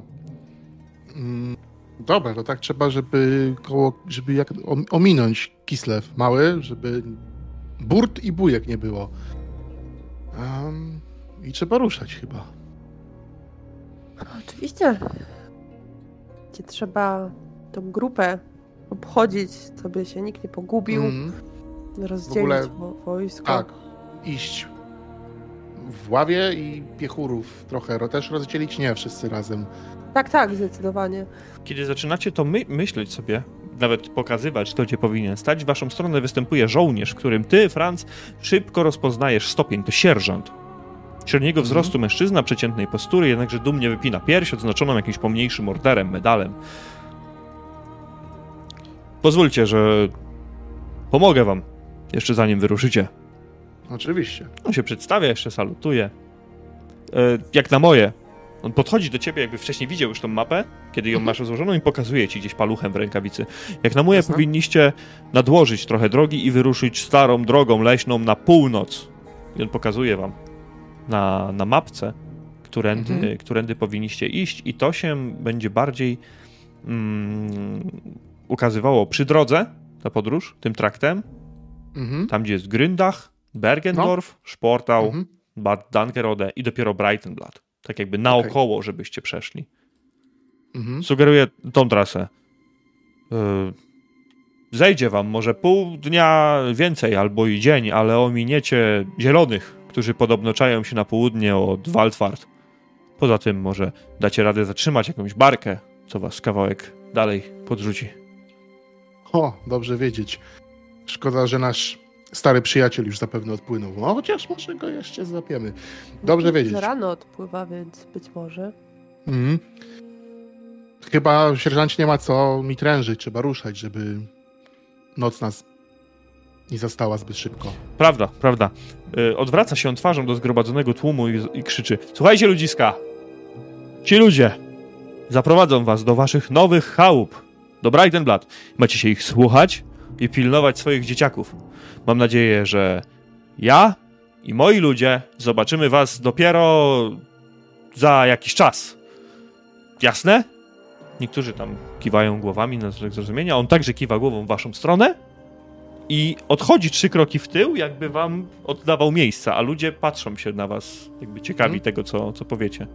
Dobra, to tak trzeba, żeby ominąć Kislew mały, żeby burt i bujek nie było. I trzeba ruszać chyba. Oczywiście. Gdzie trzeba tą grupę obchodzić, żeby się nikt nie pogubił, rozdzielić wojsko. Tak, iść w ławie i piechurów trochę też rozdzielić, nie wszyscy razem. Tak, zdecydowanie. Kiedy zaczynacie to myśleć sobie, nawet pokazywać, kto gdzie powinien stać, w waszą stronę występuje żołnierz, którym ty, Franz, szybko rozpoznajesz stopień. To sierżant. Średniego wzrostu mężczyzna, przeciętnej postury, jednakże dumnie wypina pierś, odznaczoną jakimś pomniejszym orderem, medalem. Pozwólcie, że pomogę wam, jeszcze zanim wyruszycie. Oczywiście. On się przedstawia, jeszcze salutuje. Jak na moje. On podchodzi do ciebie, jakby wcześniej widział już tą mapę, kiedy ją masz rozłożoną i pokazuje ci gdzieś paluchem w rękawicy. Jak na moje powinniście nadłożyć trochę drogi i wyruszyć starą drogą leśną na północ. I on pokazuje wam na mapce, którędy powinniście iść i to się będzie bardziej ukazywało przy drodze, ta podróż, tym traktem. Tam, gdzie jest Gründach, Bergendorf, Sportau, Bad Dankerode i dopiero Breitenblatt. Tak jakby naokoło, żebyście przeszli. Sugeruję tą trasę. Zejdzie wam może pół dnia więcej albo i dzień, ale ominiecie zielonych, którzy podobno czają się na południe od Waldfart. Poza tym może dacie radę zatrzymać jakąś barkę, co was kawałek dalej podrzuci. O, dobrze wiedzieć. Szkoda, że nasz stary przyjaciel już zapewne odpłynął. No, chociaż może go jeszcze złapiemy. Dobrze wiedzieć. Rano odpływa, więc być może. Chyba, sierżancie, nie ma co mi trężyć. Trzeba ruszać, żeby noc nas nie zastała zbyt szybko. Prawda. Odwraca się on twarzą do zgromadzonego tłumu i krzyczy: słuchajcie, ludziska! Ci ludzie zaprowadzą was do waszych nowych chałup, do Breitenblatt. Macie się ich słuchać i pilnować swoich dzieciaków. Mam nadzieję, że ja i moi ludzie zobaczymy was dopiero za jakiś czas. Jasne? Niektórzy tam kiwają głowami na znak zrozumienia. On także kiwa głową w waszą stronę i odchodzi 3 kroki w tył, jakby wam oddawał miejsca, a ludzie patrzą się na was, jakby ciekawi tego, co powiecie.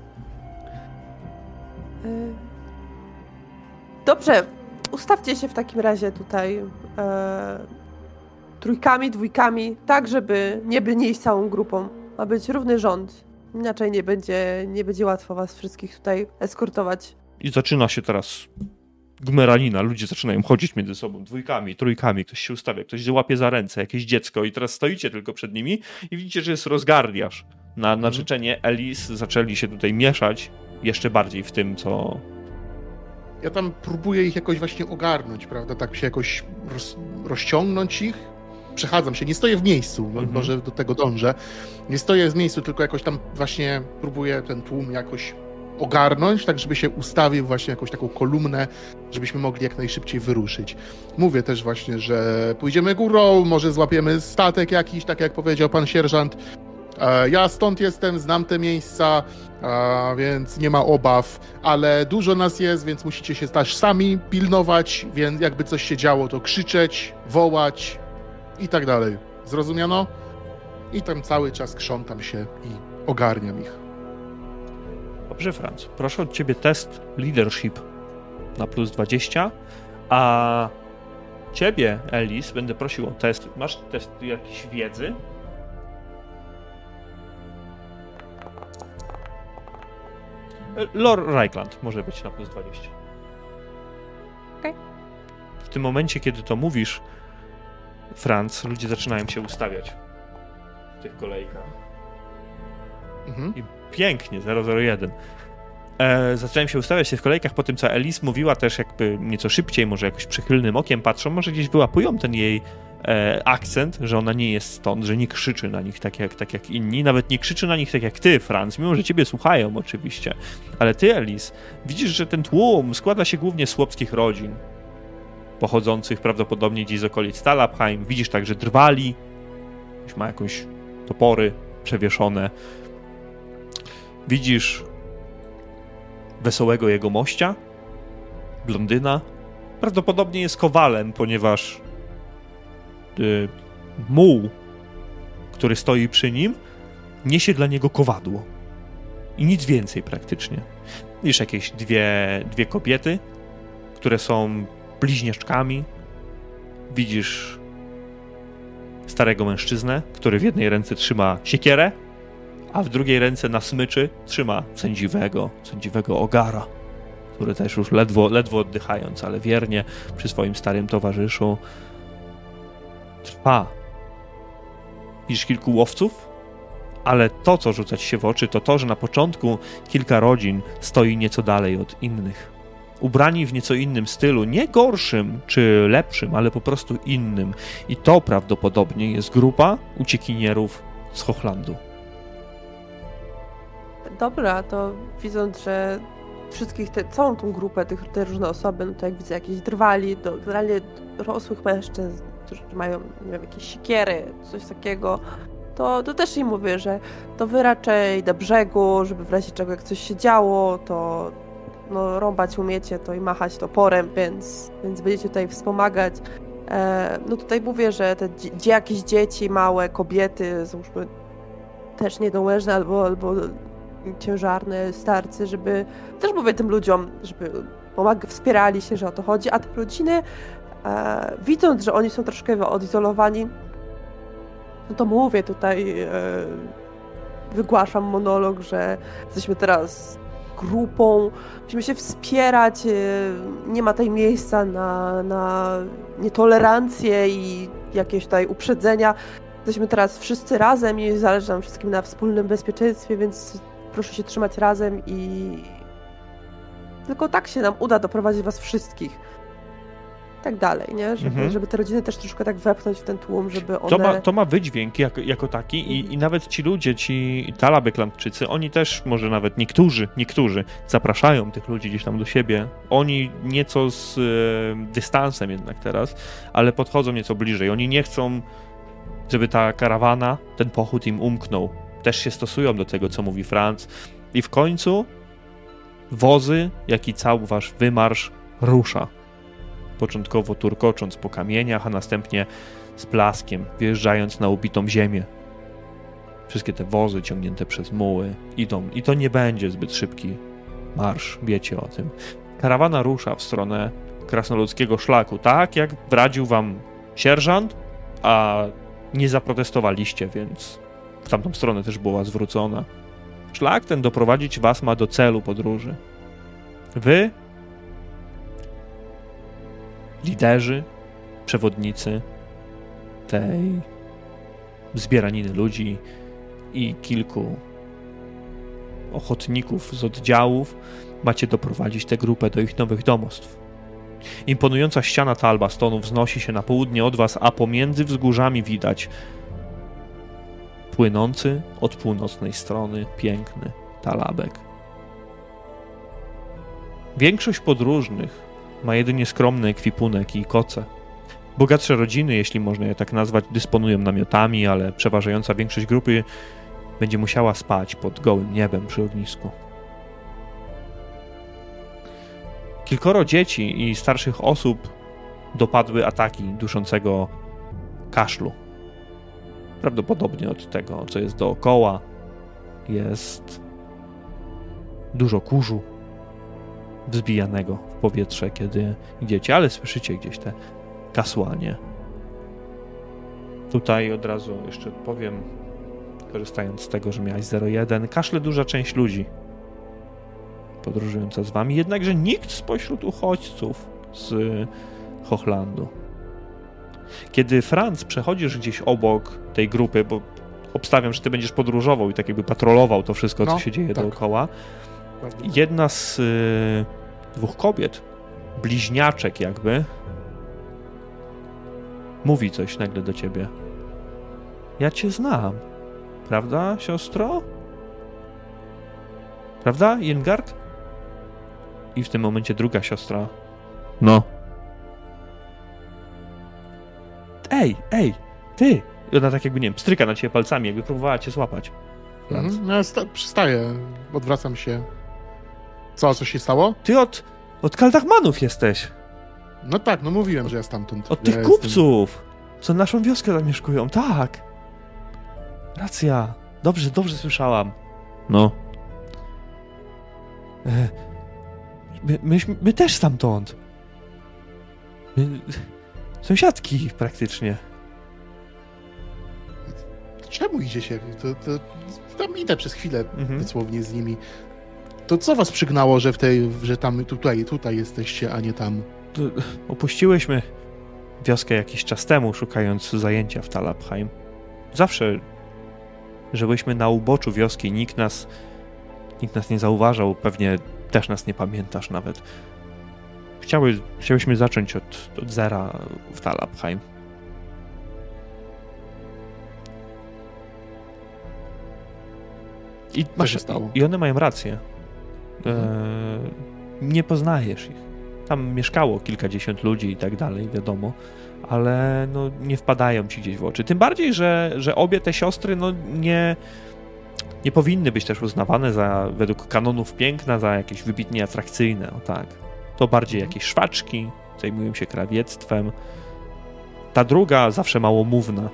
Dobrze, ustawcie się w takim razie tutaj trójkami, dwójkami, tak żeby nie byli całą grupą. Ma być równy rząd. Inaczej nie będzie łatwo was wszystkich tutaj eskortować. I zaczyna się teraz gmeranina. Ludzie zaczynają chodzić między sobą, dwójkami, trójkami. Ktoś się ustawia, ktoś się łapie za ręce, jakieś dziecko i teraz stoicie tylko przed nimi i widzicie, że jest rozgardiaż. Na życzenie Elis zaczęli się tutaj mieszać jeszcze bardziej w tym, co... Ja tam próbuję ich jakoś właśnie ogarnąć, prawda? Tak się jakoś rozciągnąć ich. Przechadzam się, nie stoję w miejscu, może do tego dążę. Nie stoję w miejscu, tylko jakoś tam właśnie próbuję ten tłum jakoś ogarnąć, tak żeby się ustawił właśnie jakąś taką kolumnę, żebyśmy mogli jak najszybciej wyruszyć. Mówię też właśnie, że pójdziemy górą, może złapiemy statek jakiś, tak jak powiedział pan sierżant. Ja stąd jestem, znam te miejsca, więc nie ma obaw, ale dużo nas jest, więc musicie się też sami pilnować, więc jakby coś się działo, to krzyczeć, wołać i tak dalej. Zrozumiano? I tam cały czas krzątam się i ogarniam ich. Dobrze, Franz. Proszę od ciebie test leadership na plus 20, a ciebie, Elis, będę prosił o test. Masz test jakiejś wiedzy? Lord Reichland może być na plus 20. Okej. W tym momencie, kiedy to mówisz, Franz, ludzie zaczynają się ustawiać w tych kolejkach. I pięknie, 001. Zaczynają się ustawiać w kolejkach po tym, co Elis mówiła, też jakby nieco szybciej, może jakoś przychylnym okiem patrzą, może gdzieś wyłapują ten jej akcent, że ona nie jest stąd, że nie krzyczy na nich tak jak inni, nawet nie krzyczy na nich tak jak ty, Franz, mimo że ciebie słuchają oczywiście, ale ty, Elis, widzisz, że ten tłum składa się głównie z chłopskich rodzin, pochodzących prawdopodobnie gdzieś z okolic Talabheim. Widzisz także drwali, ktoś ma jakąś topory przewieszone. Widzisz wesołego jegomościa, blondyna. Prawdopodobnie jest kowalem, ponieważ muł, który stoi przy nim, niesie dla niego kowadło. I nic więcej praktycznie. Widzisz jakieś dwie kobiety, które są bliźniaczkami. Widzisz starego mężczyznę, który w jednej ręce trzyma siekierę, a w drugiej ręce na smyczy trzyma sędziwego ogara, który też już ledwo oddychając, ale wiernie przy swoim starym towarzyszu trwa. Widzisz kilku łowców, ale to, co rzuca ci się w oczy, to to, że na początku kilka rodzin stoi nieco dalej od innych. Ubrani w nieco innym stylu, nie gorszym czy lepszym, ale po prostu innym. I to prawdopodobnie jest grupa uciekinierów z Hochlandu. Dobra, to widząc, że wszystkich, całą tą grupę, te różne osoby, no to jak widzę jakieś drwali, realnie rosłych mężczyzn, którzy mają, nie wiem, jakieś siekiery, coś takiego, to też im mówię, że to wy raczej do brzegu, żeby w razie czego jak coś się działo, to no, rąbać umiecie, to i machać toporem, więc będziecie tutaj wspomagać. No tutaj mówię, że te jakieś dzieci, małe kobiety, załóżmy też niedołężne albo ciężarne, starcy, żeby też mówię tym ludziom, żeby wspierali się, że o to chodzi, a te rodziny, widząc, że oni są troszkę odizolowani, no to mówię tutaj, wygłaszam monolog, że jesteśmy teraz grupą, musimy się wspierać, nie ma tej miejsca na nietolerancję i jakieś tutaj uprzedzenia. Jesteśmy teraz wszyscy razem i zależy nam wszystkim na wspólnym bezpieczeństwie, więc proszę się trzymać razem i tylko tak się nam uda doprowadzić was wszystkich. Tak dalej, nie? Żeby te rodziny też troszkę tak wepchnąć w ten tłum, żeby one... To ma wydźwięk jako taki i nawet ci ludzie, ci Talabeklandczycy, oni też, może nawet niektórzy zapraszają tych ludzi gdzieś tam do siebie. Oni nieco z dystansem jednak teraz, ale podchodzą nieco bliżej. Oni nie chcą, żeby ta karawana, ten pochód im umknął. Też się stosują do tego, co mówi Franz. I w końcu wozy, jak i cały wasz wymarsz rusza. Początkowo turkocząc po kamieniach, a następnie z blaskiem, wjeżdżając na ubitą ziemię. Wszystkie te wozy ciągnięte przez muły idą. I to nie będzie zbyt szybki marsz, wiecie o tym. Karawana rusza w stronę krasnoludzkiego szlaku, tak jak radził wam sierżant, a nie zaprotestowaliście, więc w tamtą stronę też była zwrócona. Szlak ten doprowadzić was ma do celu podróży. Wy, liderzy, przewodnicy tej zbieraniny ludzi i kilku ochotników z oddziałów, macie doprowadzić tę grupę do ich nowych domostw. Imponująca ściana Talbastonu wznosi się na południe od was, a pomiędzy wzgórzami widać płynący od północnej strony piękny Talabek. Większość podróżnych ma jedynie skromny ekwipunek i koce. Bogatsze rodziny, jeśli można je tak nazwać, dysponują namiotami, ale przeważająca większość grupy będzie musiała spać pod gołym niebem przy ognisku. Kilkoro dzieci i starszych osób dopadły ataki duszącego kaszlu. Prawdopodobnie od tego, co jest dookoła, jest dużo kurzu wzbijanego w powietrze, kiedy idziecie, ale słyszycie gdzieś te kasłanie. Tutaj od razu jeszcze powiem, korzystając z tego, że miałeś 0,1, kaszle duża część ludzi podróżująca z wami, jednakże nikt spośród uchodźców z Hochlandu. Kiedy, Franz, przechodzisz gdzieś obok tej grupy, bo obstawiam, że ty będziesz podróżował i tak jakby patrolował to wszystko, co się dzieje dookoła, jedna z dwóch kobiet, bliźniaczek jakby, mówi coś nagle do ciebie. Ja cię znam. Prawda, siostro? Prawda, Irmgard? I w tym momencie druga siostra. No. Ej, ty! I ona tak jakby, nie wiem, pstryka na ciebie palcami, jakby próbowała cię złapać. Ja przystaję, odwracam się. Co się stało? Ty od Kaldachmanów jesteś. No tak, no mówiłem, że ja stamtąd. Od tych kupców, co naszą wioskę zamieszkują, tak. Racja. Dobrze słyszałam. No. My też stamtąd. Sąsiadki praktycznie. Czemu idziecie? To tam idę przez chwilę dosłownie z nimi. To co was przygnało, że tam tutaj jesteście, a nie tam? Opuściłyśmy wioskę jakiś czas temu, szukając zajęcia w Talabheim. Zawsze żyłyśmy na uboczu wioski, nikt nas nie zauważał, pewnie też nas nie pamiętasz nawet. Chciałyśmy zacząć od zera w Talabheim. I one mają rację. Nie poznajesz ich. Tam mieszkało kilkadziesiąt ludzi i tak dalej, wiadomo, ale no, nie wpadają ci gdzieś w oczy. Tym bardziej, że obie te siostry no, nie powinny być też uznawane według kanonów piękna za jakieś wybitnie atrakcyjne. O tak. To bardziej jakieś szwaczki, zajmują się krawiectwem. Ta druga zawsze małomówna.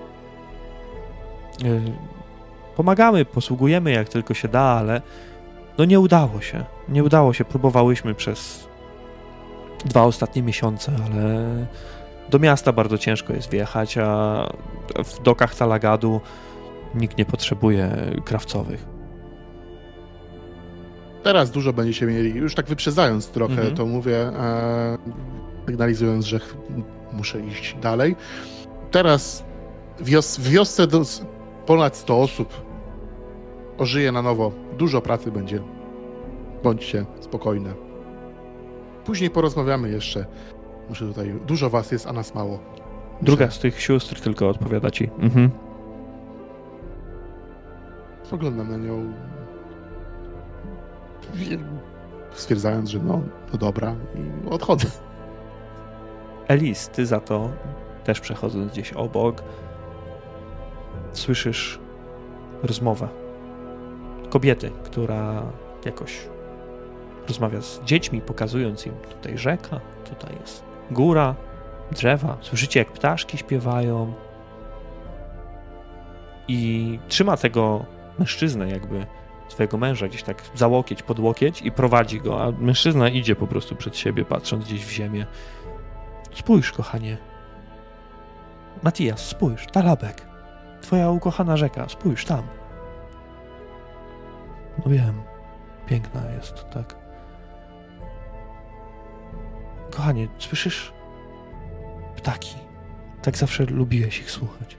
Pomagamy, posługujemy jak tylko się da, ale no nie udało się. Nie udało się. Próbowałyśmy przez 2 ostatnie miesiące, ale do miasta bardzo ciężko jest wjechać, a w dokach Talagadu nikt nie potrzebuje krawcowych. Teraz dużo będziecie mieli. Już tak wyprzedzając trochę, to mówię, sygnalizując, że muszę iść dalej. Teraz w wiosce ponad 100 osób ożyje na nowo. Dużo pracy będzie. Bądźcie spokojne. Później porozmawiamy jeszcze. Muszę tutaj... Dużo was jest, a nas mało. Druga z tych sióstr tylko odpowiada ci. Spoglądam na nią, stwierdzając, że no dobra, i odchodzę. Elis, ty za to, też przechodząc gdzieś obok, słyszysz rozmowę kobiety, która jakoś rozmawia z dziećmi, pokazując im, tutaj rzeka, tutaj jest góra, drzewa. Słyszycie, jak ptaszki śpiewają. I trzyma tego mężczyznę, jakby swojego męża gdzieś tak za łokieć, pod łokieć i prowadzi go, a mężczyzna idzie po prostu przed siebie, patrząc gdzieś w ziemię. Spójrz, kochanie. Matias, spójrz, Talabek. Twoja ukochana rzeka, spójrz tam. No wiem, piękna jest, tak. Kochanie, słyszysz? Ptaki. Tak zawsze lubiłeś ich słuchać.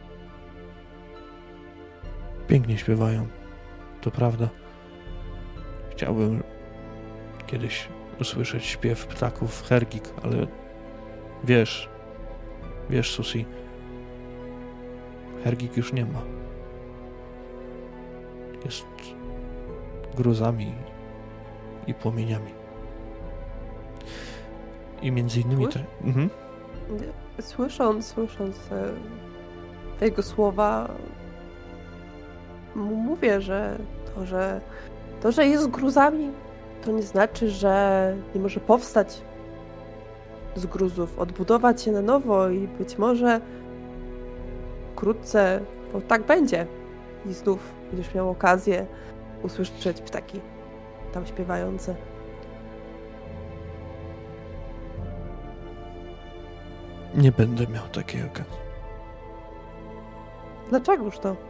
Pięknie śpiewają, to prawda. Chciałbym kiedyś usłyszeć śpiew ptaków Hergik, ale wiesz, Susi, Hergik już nie ma. Jest gruzami i płomieniami. I między innymi Słysząc te jego słowa, mówię, że to, że jest gruzami, to nie znaczy, że nie może powstać z gruzów, odbudować się na nowo i być może wkrótce to tak będzie. I znów będziesz miał okazję usłyszeć ptaki tam śpiewające. Nie będę miał takiej okazji. Dlaczegoż to?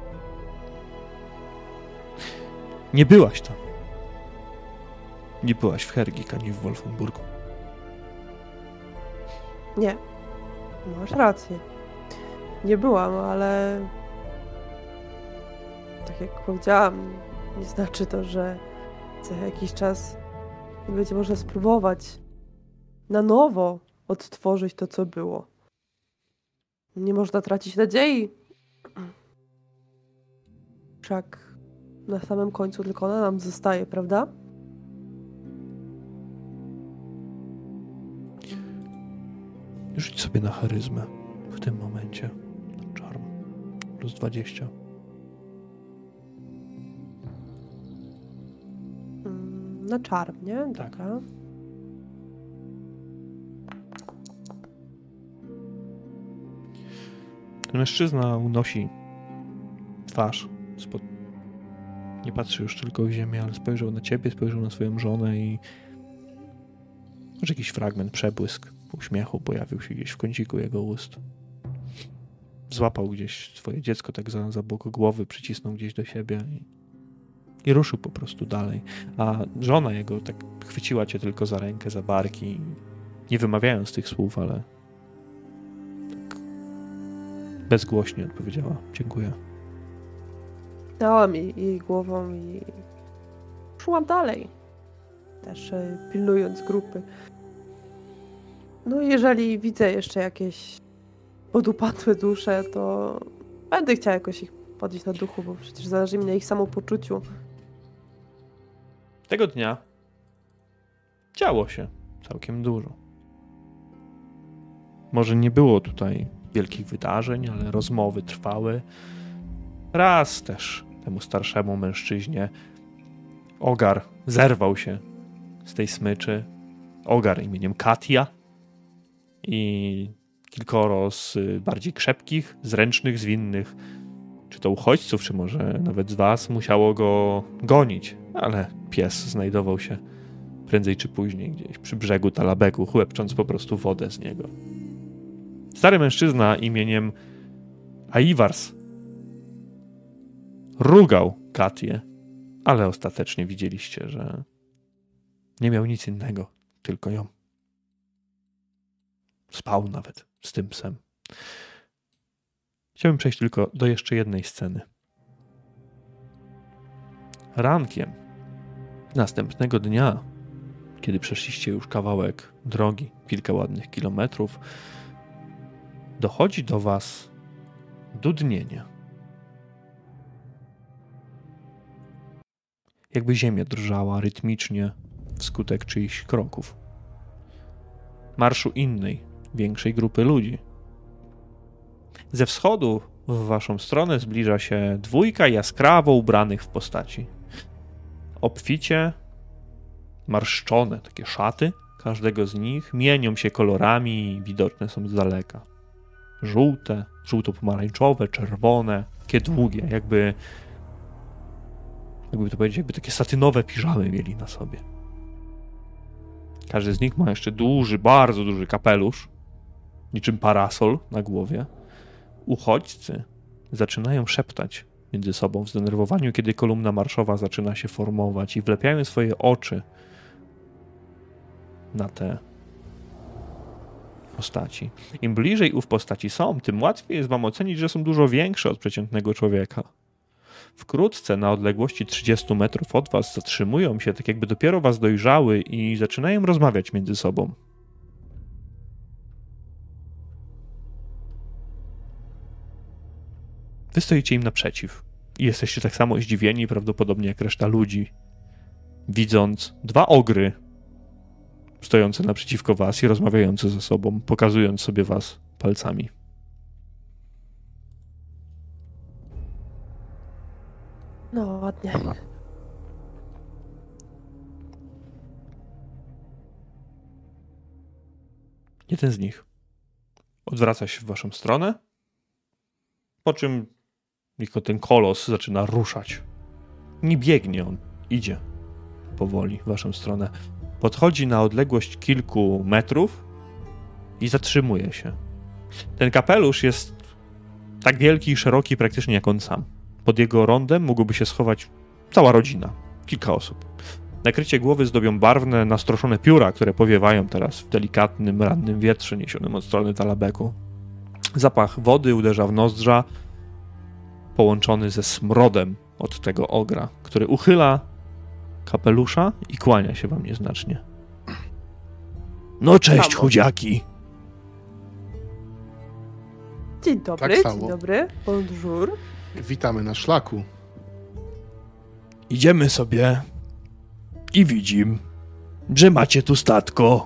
Nie byłaś tam. Nie byłaś w Hergik ani w Wolfenburgu. Nie. Masz rację. Nie byłam, ale tak jak powiedziałam, nie znaczy to, że za jakiś czas nie będzie można spróbować na nowo odtworzyć to, co było. Nie można tracić nadziei. Wszak na samym końcu tylko ona nam zostaje, prawda? Rzuć sobie na charyzmę w tym momencie. Charm. Plus 20. Na czarm, nie? Tak. Dobra. Mężczyzna unosi twarz spod... Nie patrzy już tylko w ziemię, ale spojrzał na ciebie, spojrzał na swoją żonę i może jakiś fragment, przebłysk uśmiechu pojawił się gdzieś w kąciku jego ust. Złapał gdzieś swoje dziecko tak za bok głowy, przycisnął gdzieś do siebie i ruszył po prostu dalej. A żona jego tak chwyciła cię tylko za rękę, za barki, nie wymawiając tych słów, ale tak bezgłośnie odpowiedziała: dziękuję. Dałam jej głową i szłam dalej. Też pilnując grupy. No jeżeli widzę jeszcze jakieś podupadłe dusze, to będę chciała jakoś ich podnieść na duchu, bo przecież zależy mi na ich samopoczuciu. Tego dnia działo się całkiem dużo. Może nie było tutaj wielkich wydarzeń, ale rozmowy trwały. Raz też temu starszemu mężczyźnie ogar zerwał się z tej smyczy. Ogar imieniem Katia i kilkoro z bardziej krzepkich, zręcznych, zwinnych, czy to uchodźców, czy może nawet z was, musiało go gonić, ale pies znajdował się prędzej czy później gdzieś przy brzegu Talabeku, chłepcząc po prostu wodę z niego. Stary mężczyzna imieniem Aivars rugał Katię, ale ostatecznie widzieliście, że nie miał nic innego, tylko ją. Spał nawet z tym psem. Chciałbym przejść tylko do jeszcze jednej sceny. Rankiem następnego dnia, kiedy przeszliście już kawałek drogi, kilka ładnych kilometrów, dochodzi do was dudnienie. Jakby ziemia drżała rytmicznie wskutek czyichś kroków. Marszu innej, większej grupy ludzi. Ze wschodu w waszą stronę zbliża się dwójka jaskrawo ubranych w postaci. Obficie marszczone takie szaty każdego z nich mienią się kolorami i widoczne są z daleka. Żółte, żółto-pomarańczowe, czerwone, takie długie, jakby to powiedzieć, jakby takie satynowe piżamy mieli na sobie. Każdy z nich ma jeszcze duży, bardzo duży kapelusz, niczym parasol na głowie. Uchodźcy zaczynają szeptać między sobą w zdenerwowaniu, kiedy kolumna marszowa zaczyna się formować i wlepiają swoje oczy na te postaci. Im bliżej ów postaci są, tym łatwiej jest wam ocenić, że są dużo większe od przeciętnego człowieka. Wkrótce na odległości 30 metrów od was zatrzymują się, tak jakby dopiero was dojrzały i zaczynają rozmawiać między sobą. Wy stoicie im naprzeciw i jesteście tak samo zdziwieni prawdopodobnie jak reszta ludzi, widząc dwa ogry stojące naprzeciwko was i rozmawiające ze sobą, pokazując sobie was palcami. No, ładnie. Jeden z nich odwraca się w waszą stronę, po czym tylko ten kolos zaczyna ruszać. Nie biegnie, on idzie powoli w waszą stronę. Podchodzi na odległość kilku metrów i zatrzymuje się. Ten kapelusz jest tak wielki i szeroki praktycznie jak on sam. Pod jego rondem mogłoby się schować cała rodzina, kilka osób. Nakrycie głowy zdobią barwne, nastroszone pióra, które powiewają teraz w delikatnym, rannym wietrze niesionym od strony Talabeku. Zapach wody uderza w nozdrza, połączony ze smrodem od tego ogra, który uchyla kapelusza i kłania się wam nieznacznie. No cześć, chudziaki! Dzień dobry, Tak samo. dzień dobry. Bonjour. Witamy na szlaku. Idziemy sobie i widzim, że macie tu statko.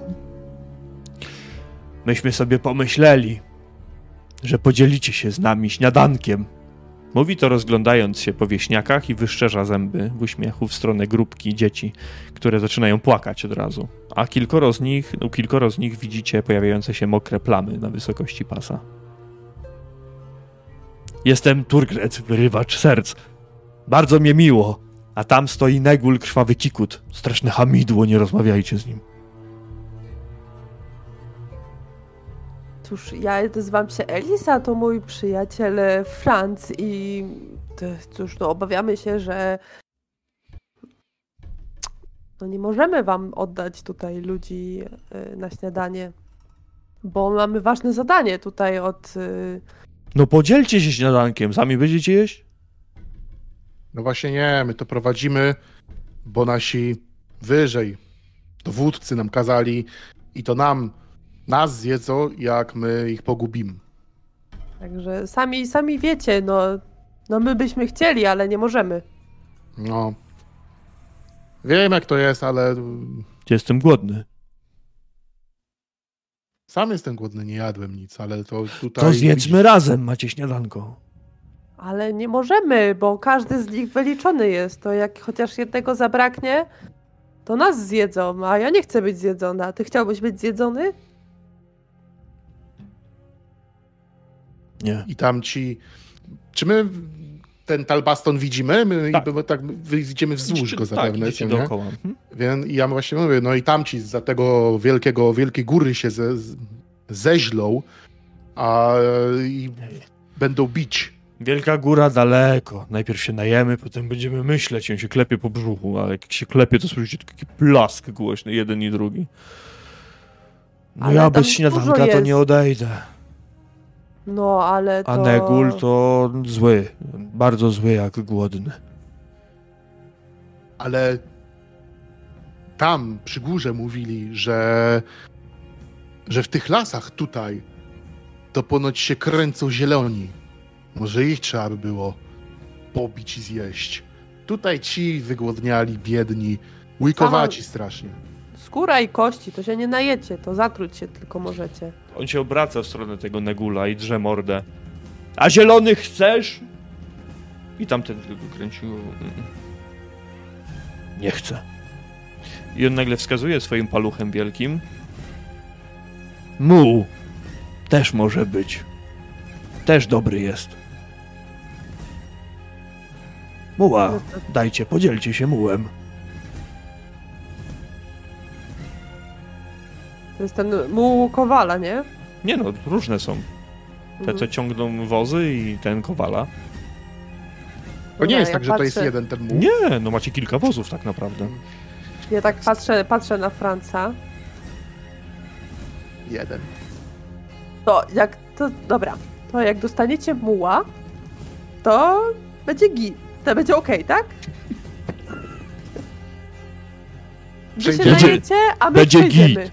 Myśmy sobie pomyśleli, że podzielicie się z nami śniadankiem. Mówi to rozglądając się po wieśniakach i wyszczerza zęby w uśmiechu w stronę grupki dzieci, które zaczynają płakać od razu. A u kilkoro z nich widzicie pojawiające się mokre plamy na wysokości pasa. Jestem Turgret, wyrywacz serc. Bardzo mnie miło. A tam stoi Negul, krwawy kikut. Straszne hamidło, nie rozmawiajcie z nim. Cóż, ja nazywam się Elisa, to mój przyjaciel Franz i cóż, no obawiamy się, że no nie możemy wam oddać tutaj ludzi na śniadanie, bo mamy ważne zadanie tutaj od... No podzielcie się śniadankiem, sami będziecie jeść? No właśnie nie, my to prowadzimy, bo nasi wyżej dowódcy nam kazali i to nas zjedzą, jak my ich pogubimy. Także sami wiecie, no my byśmy chcieli, ale nie możemy. No, wiem jak to jest, ale Jestem głodny. sam jestem głodny, nie jadłem nic, ale to tutaj... To zjedzmy razem, macie śniadanko. Ale nie możemy, bo każdy z nich wyliczony jest. To jak chociaż jednego zabraknie, to nas zjedzą, a ja nie chcę być zjedzona. Ty chciałbyś być zjedzony? Nie. I tam ci... Czy my ten talbaston widzimy? My Tak. idziemy wzdłuż go zapewne. Tak, co nie? dookoła. Więc i ja właśnie mówię, no i tamci za tego wielkiej góry się zeźlą, i będą bić. Wielka góra daleko. Najpierw się najemy, potem będziemy myśleć. On się klepie po brzuchu, a jak się klepie, to słyszycie taki plask głośny, jeden i drugi. No Ale ja tam bez dużo śniadanka to jest. nie odejdę. No, ale to... A Negul to zły. Bardzo zły jak głodny. Ale tam przy górze mówili, że w tych lasach tutaj to ponoć się kręcą zieloni. Może ich trzeba by było pobić i zjeść. Tutaj ci wygłodniali, biedni, łykowaci strasznie. Skóra i kości, to się nie najecie, to zatruć się tylko możecie. On się obraca w stronę tego Negula i drze mordę. A zielony chcesz? I tamten tylko kręcił. Nie chcę. I on nagle wskazuje swoim paluchem wielkim. Muł. Też może być. Też dobry jest. Muła. Dajcie, podzielcie się mułem. To jest ten muł Kowala, nie? Nie no, różne są. Te, co ciągną wozy i ten Kowala. To nie Ja jest tak, że to jest patrzę- jeden ten muł. Nie, no macie kilka wozów tak naprawdę. Ja tak patrzę na Franca. Jeden. Dobra, to jak dostaniecie muła, to będzie to będzie okej, tak? Wy się Będzie- najecie, a my będzie przejdziemy.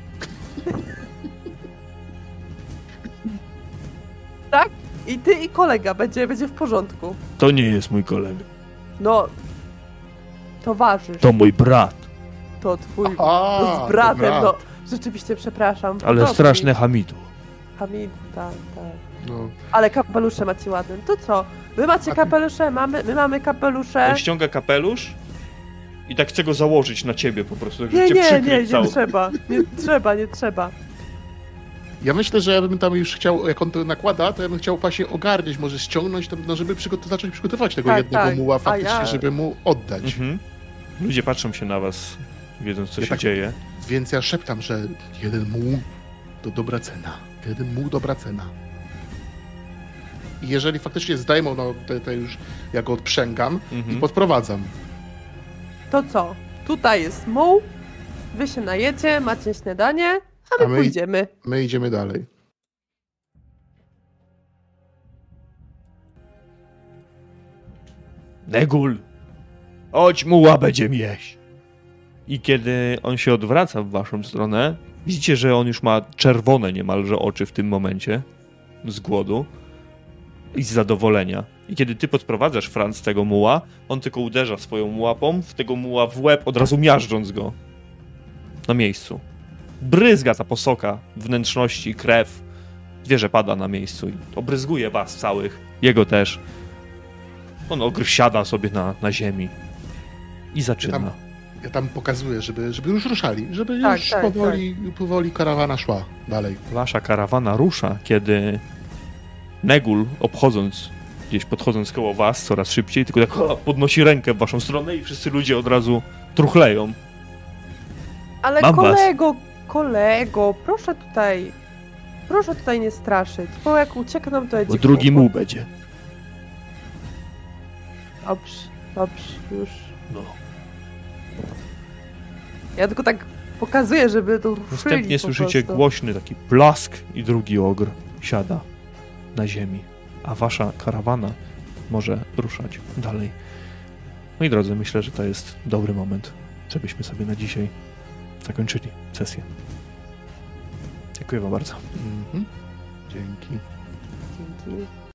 Tak? I ty i kolega, będzie w porządku. To nie jest mój kolega. No, towarzysz, To mój brat. to twój, Aha, to z to bratem, brat. no. Rzeczywiście, przepraszam. Ale Dobry. straszny hamidu. Hamid, tak. No. Ale kapelusze macie ładne. To co? Wy macie A ty- kapelusze, my mamy kapelusze. On ściąga kapelusz i tak chce go założyć na ciebie po prostu, żeby Nie, cię nie przykryć całą. trzeba. Nie trzeba. Ja myślę, że ja bym tam już chciał, jak on to nakłada, to ja bym chciał właśnie ogarniać, może ściągnąć, to, no żeby zacząć przygotować tego Tak, jednego tak. muła A faktycznie, ja- żeby mu oddać. Mhm. Ludzie patrzą się na was, wiedząc co Ja się tak- dzieje. Więc ja szeptam, że jeden muł to dobra cena. Jeden muł dobra cena. I jeżeli faktycznie zdejmą, no to już ja go odprzęgam i Mhm. podprowadzam. To co? Tutaj jest muł, wy się najecie, macie śniadanie, a my pójdziemy. My idziemy dalej. Negul! Chodź, muła będziemy jeść! I kiedy on się odwraca w waszą stronę, widzicie, że on już ma czerwone niemalże oczy w tym momencie z głodu i z zadowolenia. I kiedy ty podprowadzasz Franc tego muła, on tylko uderza swoją łapą w tego muła w łeb, od razu miażdżąc go na miejscu. Bryzga ta posoka, wnętrzności, krew. Zwierzę pada na miejscu i obryzguje was całych, jego też. On siada sobie na ziemi i zaczyna. Ja tam pokazuję, żeby już ruszali, żeby Tak, już tak, powoli karawana szła dalej. Wasza karawana rusza, kiedy Negul, podchodząc koło was coraz szybciej, tylko tak podnosi rękę w waszą stronę i wszyscy ludzie od razu truchleją. Ale Mam was. kolego, proszę tutaj nie straszyć, bo jak uciekną, to Bo będzie drugi kłopot. muł będzie. Dobrze, już. No. Ja tylko tak pokazuję, żeby to ruszyli Następnie po słyszycie prostu. głośny taki plask i drugi ogr siada na ziemi, a wasza karawana może ruszać dalej. Moi drodzy, myślę, że to jest dobry moment, żebyśmy sobie na dzisiaj zakończyli sesję. Dziękuję wam bardzo. Mhm. Dzięki. Dzięki.